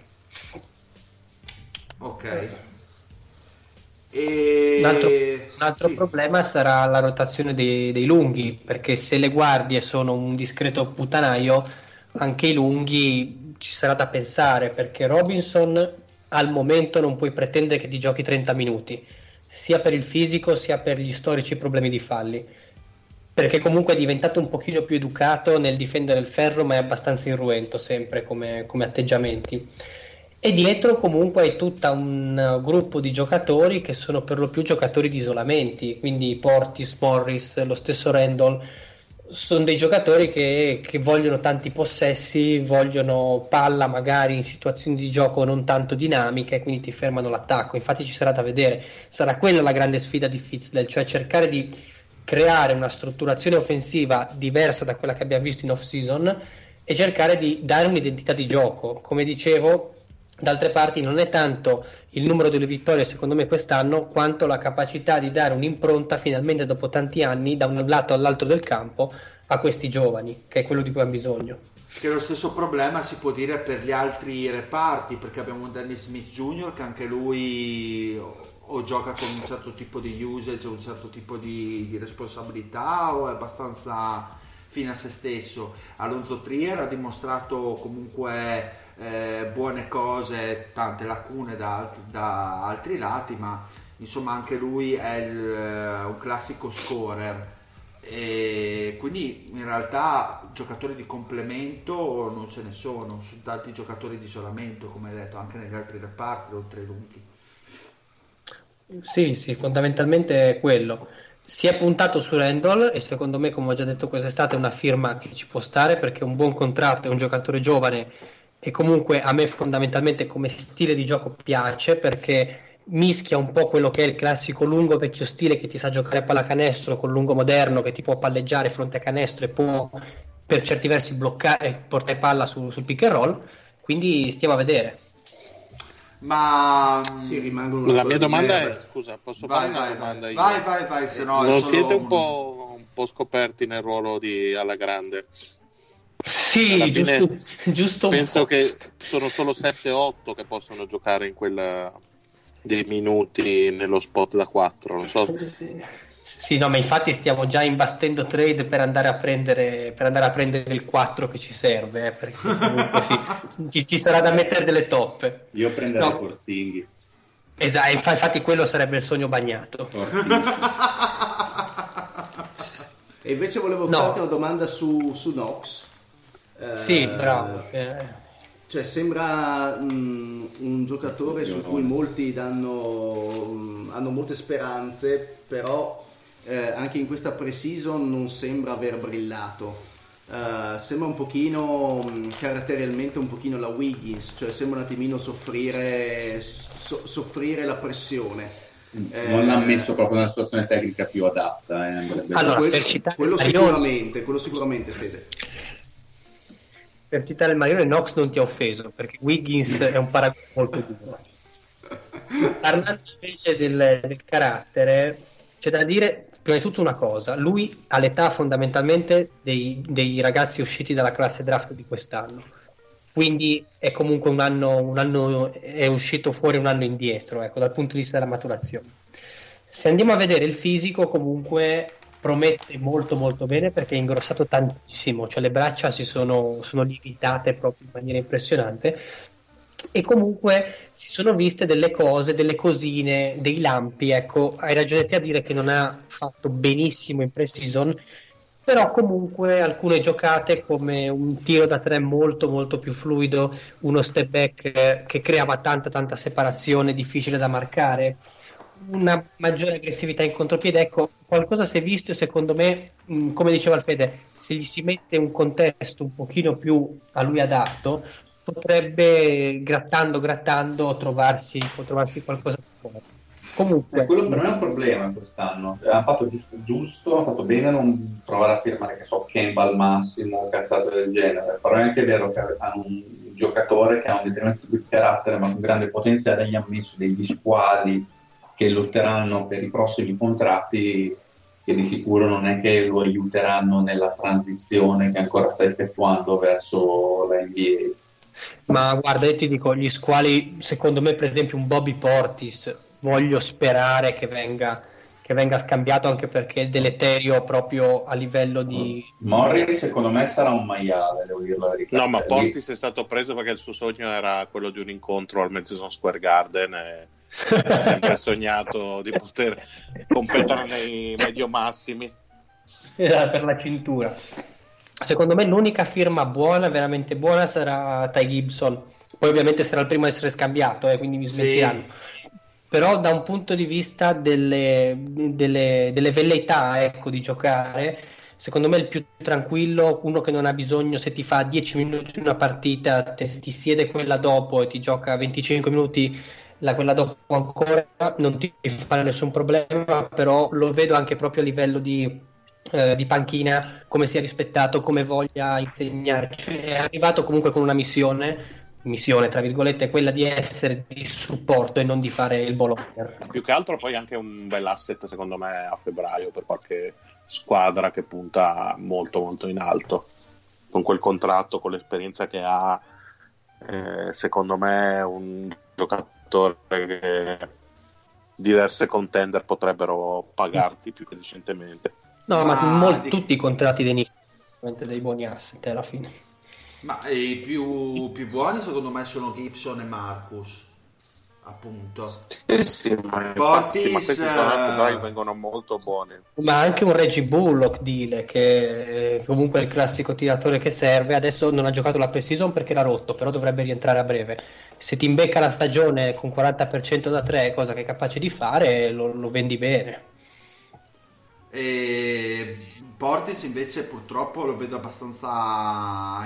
Ok. E... Un altro, un altro sì. problema sarà la rotazione dei, dei lunghi, perché se le guardie sono un discreto puttanaio, anche i lunghi ci sarà da pensare, perché Robinson al momento non puoi pretendere che ti giochi trenta minuti, sia per il fisico sia per gli storici problemi di falli, perché comunque è diventato un pochino più educato nel difendere il ferro, ma è abbastanza irruento sempre come, come atteggiamenti. E dietro comunque hai tutto un gruppo di giocatori che sono per lo più giocatori di isolamenti, quindi Portis, Morris, lo stesso Randall, sono dei giocatori che, che vogliono tanti possessi, vogliono palla magari in situazioni di gioco non tanto dinamiche, quindi ti fermano l'attacco. Infatti ci sarà da vedere, sarà quella la grande sfida di Fizdale, cioè cercare di creare una strutturazione offensiva diversa da quella che abbiamo visto in off season e cercare di dare un'identità di gioco. Come dicevo, d'altre parti non è tanto il numero delle vittorie secondo me quest'anno quanto la capacità di dare un'impronta finalmente dopo tanti anni da un lato all'altro del campo a questi giovani, che è quello di cui hanno bisogno. Che lo stesso problema si può dire per gli altri reparti, perché abbiamo un Dennis Smith Junior che anche lui o, o gioca con un certo tipo di usage, un certo tipo di, di responsabilità, o è abbastanza fine a se stesso. Alonso Trier ha dimostrato comunque eh, buone cose, tante lacune da, da altri lati, ma insomma anche lui è il, un classico scorer, e quindi in realtà giocatori di complemento non ce ne sono, sono tanti giocatori di isolamento, come hai detto, anche negli altri reparti oltre ai lunghi. Sì, sì, fondamentalmente è quello. Si è puntato su Randall e secondo me, come ho già detto quest'estate, è una firma che ci può stare perché è un buon contratto, è un giocatore giovane e comunque a me fondamentalmente come stile di gioco piace perché mischia un po' quello che è il classico lungo vecchio stile che ti sa giocare a pallacanestro con lungo moderno che ti può palleggiare fronte a canestro e può per certi versi bloccare e portare palla su, sul pick and roll, quindi stiamo a vedere. Ma sì, rimangono la mia domanda dire... è, scusa, posso vai, fare una vai, domanda vai, io? vai, vai, vai, se no non è solo siete un un... po', un po' scoperti nel ruolo di Alla Grande? Sì, Alla fine giusto, giusto un penso po'. che sono solo sette otto che possono giocare in quella dei minuti nello spot da quattro, non so. Sì, no, ma infatti stiamo già imbastendo trade per andare a prendere per andare a prendere il quattro che ci serve, eh, perché comunque sì, ci, ci sarà da mettere delle toppe. Io prenderei No. Porzingis. Esatto, infatti quello sarebbe il sogno bagnato. E invece volevo No. farti una domanda su, su Knox. Eh, Sì, bravo. eh. Cioè sembra mh, un giocatore su cui molti danno, mh, hanno molte speranze, però eh, anche in questa pre-season non sembra aver brillato. Eh, sembra un pochino mh, caratterialmente un pochino la Wiggins, cioè sembra un attimino soffrire, so, soffrire la pressione. Eh, Non l'ha messo proprio nella situazione tecnica più adatta. Eh, andrebbe- Allora, quello, per citare quello Marioni- sicuramente, quello sicuramente, Fede. Per citare il Marione, Knox non ti ha offeso perché Wiggins è un paragone molto duro. Parlando invece del, del carattere, c'è da dire prima di tutto una cosa: lui ha l'età fondamentalmente dei, dei ragazzi usciti dalla classe draft di quest'anno, quindi è comunque un anno, un anno è uscito fuori un anno indietro, ecco, dal punto di vista della maturazione. Se andiamo a vedere il fisico, comunque promette molto molto bene perché è ingrossato tantissimo, cioè le braccia si sono, sono limitate proprio in maniera impressionante e comunque si sono viste delle cose, delle cosine, dei lampi. Ecco, hai ragione te a dire che non ha fatto benissimo in pre-season, però comunque alcune giocate come un tiro da tre molto molto più fluido, uno step back che creava tanta tanta separazione, difficile da marcare, una maggiore aggressività in contropiede, ecco, qualcosa si è visto e secondo me, mh, come diceva il Fede, se gli si mette un contesto un pochino più a lui adatto, potrebbe grattando grattando trovarsi, può trovarsi qualcosa di buono. Comunque Eh, quello per me è un problema quest'anno. Hanno fatto giusto, giusto, hanno fatto bene a non provare a firmare, che so, Kemba al massimo, cazzate del genere. Però è anche vero che hanno un giocatore che ha un determinato tipo di carattere, ma con grande potenziale, gli hanno messo degli squali che lotteranno per i prossimi contratti, che di sicuro non è che lo aiuteranno nella transizione che ancora sta effettuando verso la N B A. Ma guarda, io ti dico, gli squali, secondo me, per esempio un Bobby Portis, voglio sperare che venga, che venga scambiato, anche perché è deleterio proprio a livello di... Morris secondo me sarà un maiale, devo dirlo la verità. No, ma Lì- Portis è stato preso perché il suo sogno era quello di un incontro al Madison Square Garden e ha sempre sognato di poter competere nei medio massimi. per la cintura. Secondo me l'unica firma buona, veramente buona, sarà Ty Gibson. Poi ovviamente sarà il primo a essere scambiato, eh, quindi mi smentiranno. Però da un punto di vista delle, delle, delle velleità, ecco, di giocare, secondo me il più tranquillo, uno che non ha bisogno, se ti fa dieci minuti una partita, te, ti siede quella dopo e ti gioca venticinque minuti la, quella dopo ancora, non ti fa nessun problema, però lo vedo anche proprio a livello di, eh, di panchina, come sia rispettato, come voglia insegnare, cioè, è arrivato comunque con una missione missione tra virgolette, quella di essere di supporto e non di fare il Bologna. Più che altro poi anche un bel asset secondo me a febbraio per qualche squadra che punta molto molto in alto, con quel contratto, con l'esperienza che ha, eh, secondo me è un giocatore che diverse contender potrebbero pagarti più che decentemente. No, ma, Ma molti, di... tutti i contratti dei Knicks dei buoni asset alla fine. Ma i più, più buoni secondo me sono Gibson e Marcus, appunto. Sì, sì, ma, Portis, infatti, ma questi uh... vengono molto buoni. Ma anche un Reggie Bullock, Dile, che è comunque è il classico tiratore che serve. Adesso non ha giocato la pre-season perché l'ha rotto, però dovrebbe rientrare a breve. Se ti imbecca la stagione con quaranta per cento da tre, cosa che è capace di fare, lo, lo vendi bene. E Portis invece purtroppo lo vedo abbastanza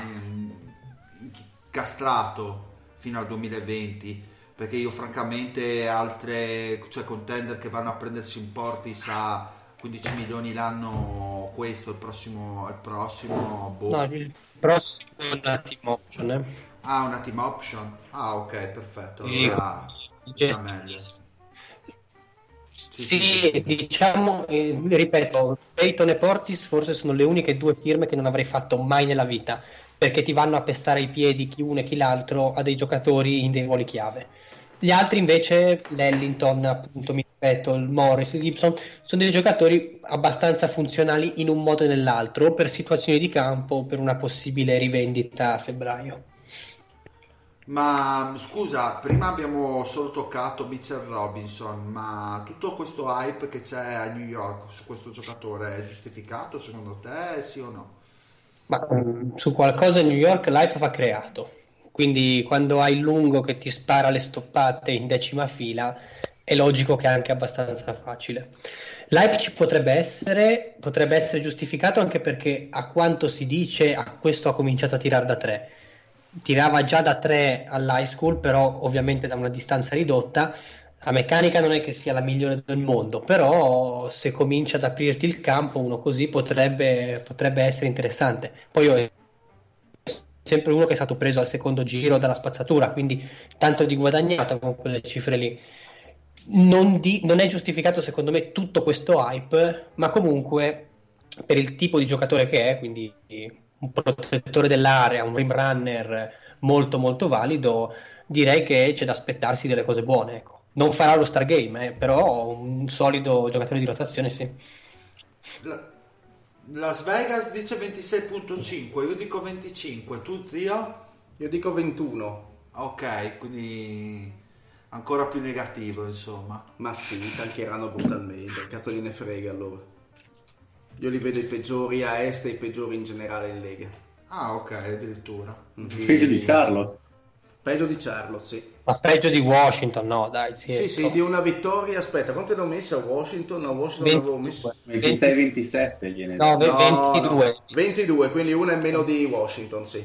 incastrato fino al duemilaventi, perché io francamente altre, cioè contender che vanno a prendersi un Portis a quindici milioni l'anno, questo il prossimo il prossimo boh. No, il prossimo è una team option, eh. Ah, una team option, ah ok, perfetto, allora Gest- meglio. Sì, sì, diciamo, eh, ripeto, Peyton e Portis forse sono le uniche due firme che non avrei fatto mai nella vita, perché ti vanno a pestare i piedi chi uno e chi l'altro a dei giocatori in dei ruoli chiave. Gli altri invece, l'Ellington, appunto, mi ripeto, il Morris, il Gibson, sono dei giocatori abbastanza funzionali in un modo o nell'altro, per situazioni di campo, per una possibile rivendita a febbraio. Ma scusa, prima abbiamo solo toccato Mitchell Robinson, ma tutto questo hype che c'è a New York su questo giocatore è giustificato secondo te, sì o no? Ma um, su qualcosa New York l'hype va creato, quindi quando hai il lungo che ti spara le stoppate in decima fila è logico che è anche abbastanza facile. L'hype ci potrebbe essere, potrebbe essere giustificato anche perché a quanto si dice a questo ha cominciato a tirare da tre. Tirava già da tre all'high school, però ovviamente da una distanza ridotta. La meccanica non è che sia la migliore del mondo, però se comincia ad aprirti il campo uno così potrebbe, potrebbe essere interessante. Poi io è sempre uno che è stato preso al secondo giro dalla spazzatura, quindi tanto di guadagnato con quelle cifre lì. Non, di, non è giustificato secondo me tutto questo hype, ma comunque per il tipo di giocatore che è, quindi un protettore dell'area, un rim runner molto molto valido, direi che c'è da aspettarsi delle cose buone, ecco. Non farà lo star game, eh, però un solido giocatore di rotazione sì. La, Las Vegas dice ventisei virgola cinque, io dico venticinque, tu zio? Io dico ventuno. Ok, quindi ancora più negativo insomma. Ma sì, tancheranno brutalmente, cazzo gliene frega allora. Io li vedo i peggiori a est e i peggiori in generale in Lega. Ah, ok, addirittura. Mm-hmm. Peggio di Charlotte. Peggio di Charlotte, sì. Ma peggio di Washington, no, dai. Sì, sì, sì, di una vittoria. Aspetta, quante ne ho messe a Washington? A Washington ventidue. Avevo messo ventisei ventisette gliene no, no, ventidue. No, ventidue, quindi una in meno di Washington, sì.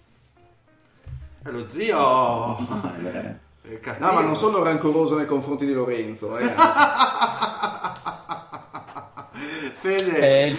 E lo zio... È cattivo. No, ma non sono rancoroso nei confronti di Lorenzo, eh. Fede. Eh,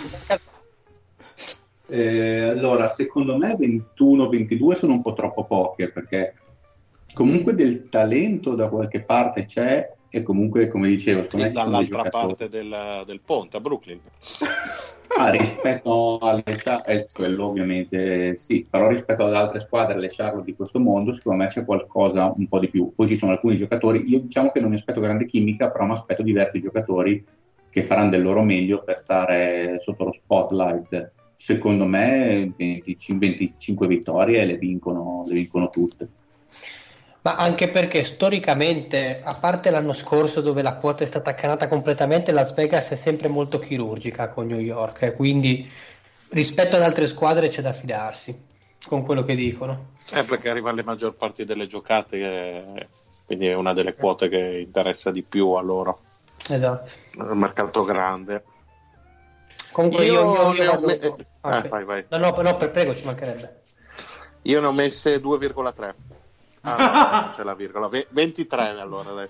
eh, allora, secondo me ventuno ventidue sono un po' troppo poche, perché comunque del talento da qualche parte c'è, e comunque, come dicevo, sì, dall'altra parte del, del ponte a Brooklyn. Ah, rispetto alle eh, quello ovviamente sì, però rispetto ad altre squadre, le Charlotte di questo mondo, secondo me c'è qualcosa un po' di più. Poi ci sono alcuni giocatori, io diciamo che non mi aspetto grande chimica, però mi aspetto diversi giocatori che faranno del loro meglio per stare sotto lo spotlight. Secondo me venticinque vittorie le vincono, le vincono tutte. Ma anche perché storicamente, a parte l'anno scorso dove la quota è stata accanata completamente, Las Vegas è sempre molto chirurgica con New York, eh, quindi rispetto ad altre squadre c'è da fidarsi con quello che dicono. Eh, perché arriva alle maggior parti delle giocate, eh, quindi è una delle quote che interessa di più a loro. Esatto. Un mercato grande. Comunque io, io, io, io vado... me... eh, ah, eh, vai, vai. No, no, no, prego, ci mancherebbe. Io ne ho messe due virgola tre. Ah, no, non c'è la virgola. ventitré allora, dai.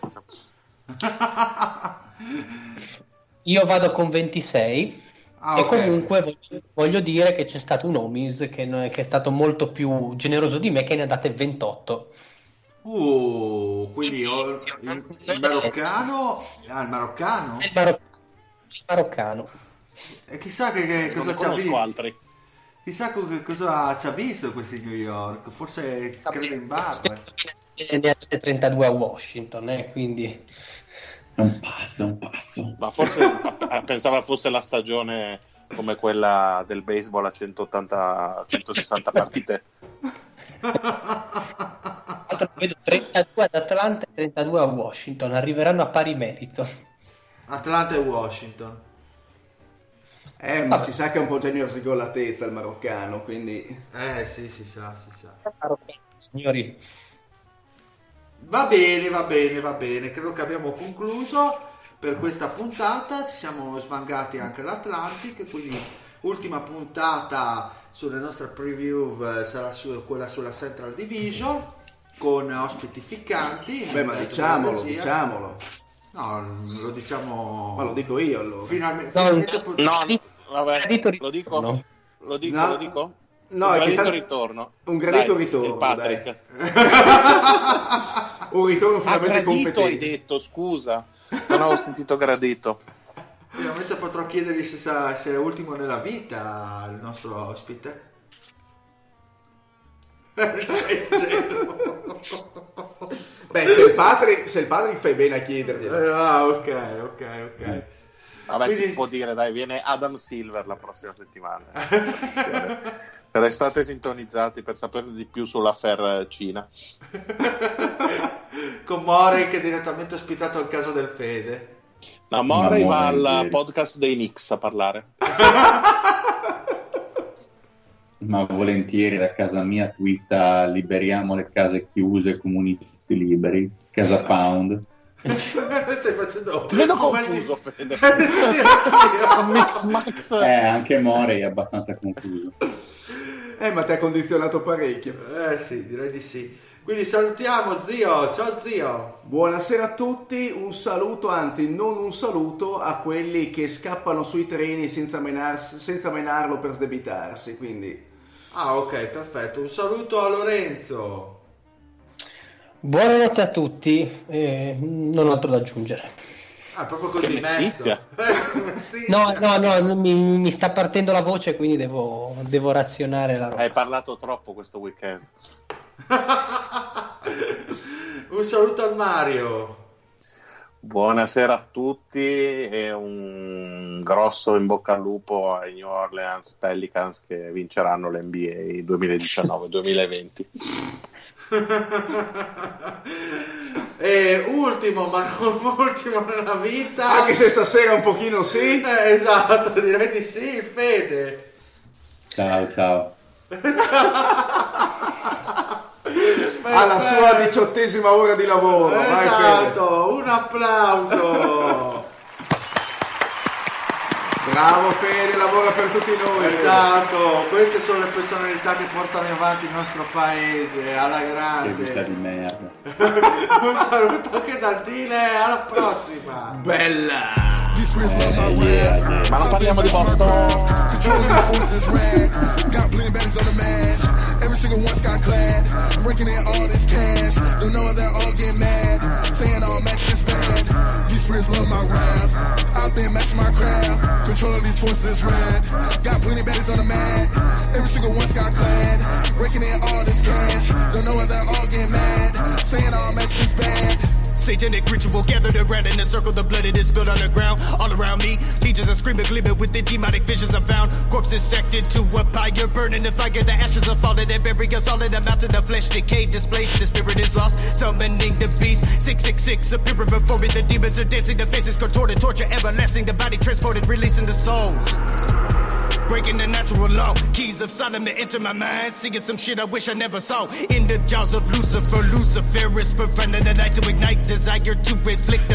Io vado con ventisei. Ah, e ok. comunque voglio, voglio dire che c'è stato un Omis che, no- che è stato molto più generoso di me, che ne ha date ventotto. Uh, quindi io- il, il maroccano, ah, il maroccano? Il, Maro- il maroccano. E chissà che, che Non cosa ne ci ha conosco visto. altri. Chissà co- che cosa ci ha visto questi New York. Forse crede in barba. Ne ha date trentadue a Washington, eh, quindi... È un pazzo, è un pazzo. Ma forse ah, pensava fosse la stagione come quella del baseball a centottanta centosessanta partite. Altro vedo trentadue ad Atlanta e trentadue a Washington, arriveranno a pari merito. Atlanta e Washington. Eh, ma si sa che è un po' genio srigolatezza il maroccano, quindi... Eh sì, si sa, si sa. Signori, Va bene, va bene, va bene. Credo che abbiamo concluso per questa puntata. Ci siamo svangati anche l'Atlantic. Quindi, ultima puntata sulle nostre preview eh, sarà su, quella sulla Central Division con ospiti ficcanti. Beh, ma diciamolo, diciamolo. No, lo diciamo. Ma lo dico io allora. Finalmente. No, finalmente po- No, no, vabbè, Gradito lo dico, ritorno. lo dico, No. lo dico. No, un è gradito che- ritorno. un gradito Dai, ritorno, il Patrick. Un ritorno Ah, finalmente gradito hai competente. detto, scusa. Non avevo sentito gradito. Finalmente potrò chiedergli se, sa- se è ultimo nella vita il nostro ospite. C'è il gelo. Beh, se il Patrick, se il Patrick fai bene a chiederglielo. Eh, ah, ok, ok, ok. Vabbè, Quindi- si può dire, dai, viene Adam Silver la prossima settimana. Restate sintonizzati per sapere di più sull'affair Cina. Con Mori che è direttamente ospitato al caso del Fede. No, Morey Ma va al volentieri. podcast dei Knicks a parlare. Ma volentieri da casa mia twitta liberiamo le case chiuse, comunisti liberi, casa Pound. Stai facendo Ti vedo come il confuso, di- Fede. Sì, anch'io. Mix Max. Eh, anche Morey è abbastanza confuso. Eh, ma ti ha condizionato parecchio. Eh sì, direi di sì. Quindi salutiamo zio, ciao zio. Buonasera a tutti, un saluto, anzi non un saluto a quelli che scappano sui treni senza, menars- senza menarlo per sdebitarsi, quindi... Ah, ok, perfetto. Un saluto a Lorenzo. buonanotte a tutti, eh, non ho altro da aggiungere. Ah, proprio così, Che mestizia. mesto. Eh, che mestizia. No, no, no, mi, mi sta partendo la voce, quindi devo, devo razionare la roba. Hai parlato troppo questo weekend. Un saluto al Mario. Buonasera a tutti e un grosso in bocca al lupo ai New Orleans Pelicans che vinceranno l'N B A duemiladiciannove duemilaventi. E ultimo, ma non ultimo nella vita. Anche se stasera un pochino sì. Eh, esatto, direi di sì, Fede. Ciao, ciao. Alla sua diciottesima ora di lavoro. Vai, Fede. Esatto, un applauso. Bravo Fede, lavora per tutti noi. Esatto, queste sono le personalità che portano avanti il nostro paese alla Che vita grande. di merda. Un saluto anche da Tine, alla prossima. Bella. Eh, yeah. Ma non parliamo di Boston. Got plenty baddies on the man. Every single one's got clad. I'm raking in all this cash. Don't know they're all getting mad. Saying all match is bad. These spirits love my wrath. I've been matching my craft. Controlling these forces red. Got plenty baddies on the man. Every single one's got clad. Raking in all this cash. Don't know they're all getting mad. Saying all match is bad. Satanic ritual gathered around in a circle, the blood it is spilled on the ground. All around me, legions are screaming, gleaming with the demonic visions I found. Corpses stacked into a pyre, burning the fire, the ashes are falling and burying us all in a mountain of flesh. Decay displaced, the spirit is lost, summoning the beast. six six six, appearing before me, the demons are dancing, the faces contorted, torture everlasting, the body transported, releasing the souls. Breaking the natural law, keys of Solomon enter my mind. Seeing some shit I wish I never saw. In the jaws of Lucifer, Lucifer is preventing the night to ignite. Desire to inflict the pain.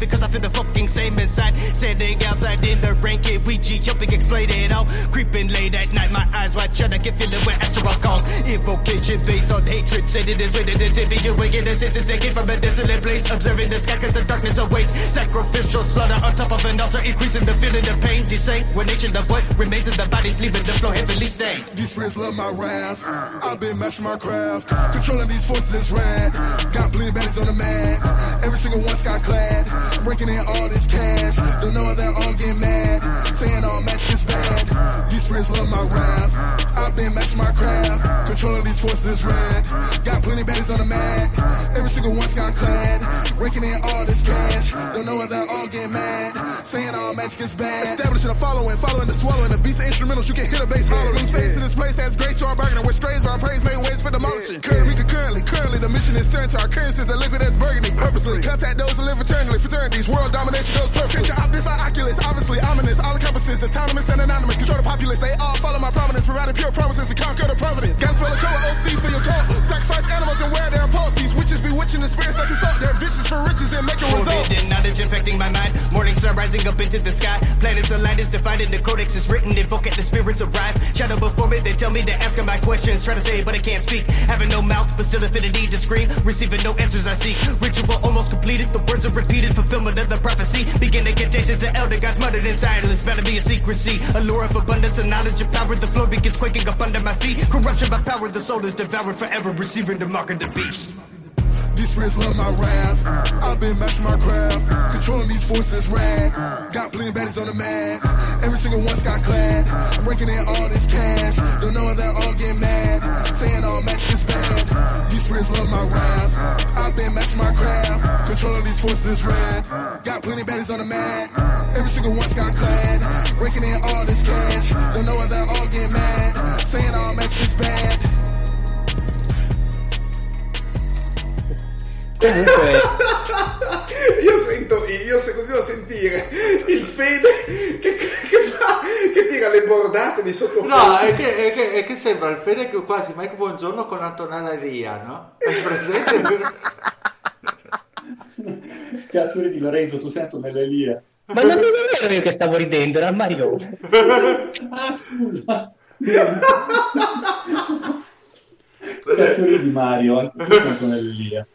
because I feel the fucking same inside. Standing outside in the rain, kid, Ouija, helping explain it all. Creeping late at night, my eyes wide shut, I can feel it where Astaroth calls. Invocation based on hatred, said it is waiting to be awake in the senses that came from a desolate place. Observing the sky cause the darkness awaits. Sacrificial slaughter on top of an altar, increasing the feeling of pain. Descent, when nature of what remains of the bodies, leaving the floor heavily stained. These spirits love my wrath. I've been mastering my craft. Controlling these forces is rad. Got plenty baddies on the mat. Every single one's got clad. I'm raking in all this cash. Don't know how they're all getting mad. Saying all magic is bad. These spirits love my wrath. I've been mastering my craft. Controlling these forces is rad. Got plenty baddies on the mat. Every single one's got clad. Raking in all this cash. Don't know how they're all getting mad. Saying all magic is bad. Establishing a following. Following the swallowing. A beast of instrumentals. You can hit a bass hollering. Yeah, face to this place has grace to our bargaining. With strays where our praise made ways for demolishing. Yeah, currently, yeah. currently, currently, the mission is turned to our currencies. The liquid that's burgundy. Purposely contact those that live eternally. Fraternities, world domination goes perfect. Catch your optics like Oculus. Obviously, ominous. All encompasses. Autonomous and anonymous. Control the populace. They all follow my prominence. Providing pure promises to conquer the providence. Gotta spell a code O C for your cult. Sacrifice animals and wear their pulse. These witches bewitching the spirits that consult. They're vicious for riches and making results. Forbidden knowledge infecting my mind. Morning sun rising up into the sky. Planets aligned is divided. The codex is written. Invoke at the spirits arise. Shadow before me. They tell me to ask them my questions. Try to say but I can't speak. Having no mouth but still affinity to scream. Receiving no answers I seek. Ritual almost completed. The words are repeated. Fulfillment of the prophecy. Begin incantations of elder gods muttered in silence. Better be a secrecy. A lure of abundance and knowledge of power. The floor begins quaking up under my feet. Corruption by power. The soul is devoured forever. Receiving the mark of the beast. These spirits love my wrath. I've been mastering my craft. Controlling these forces rad. Got plenty of baddies on the mat. Every single one's got clad. I'm raking in all this cash. Don't know how they're all getting mad. Saying all magic is bad. These spirits love my wrath. I've been mastering my craft. Controlling these forces rad. Got plenty of baddies on the mat. Every single one's got clad. Raking in all this cash. Don't know how they're all getting mad. Saying all magic is bad. Comunque io sento io se continuo a sentire il Fede che, che fa che tira le bordate di sottofondo. No, è che, è, che, è che sembra il Fede che quasi Mike Buongiorno con Antonella Ria, no? È presente? Cazzo di Lorenzo, tu sento nell'Elia. Ma non ero io che stavo ridendo, era Mario. Ah, scusa. Cazzo di Mario, anche tu sento nell'Elia.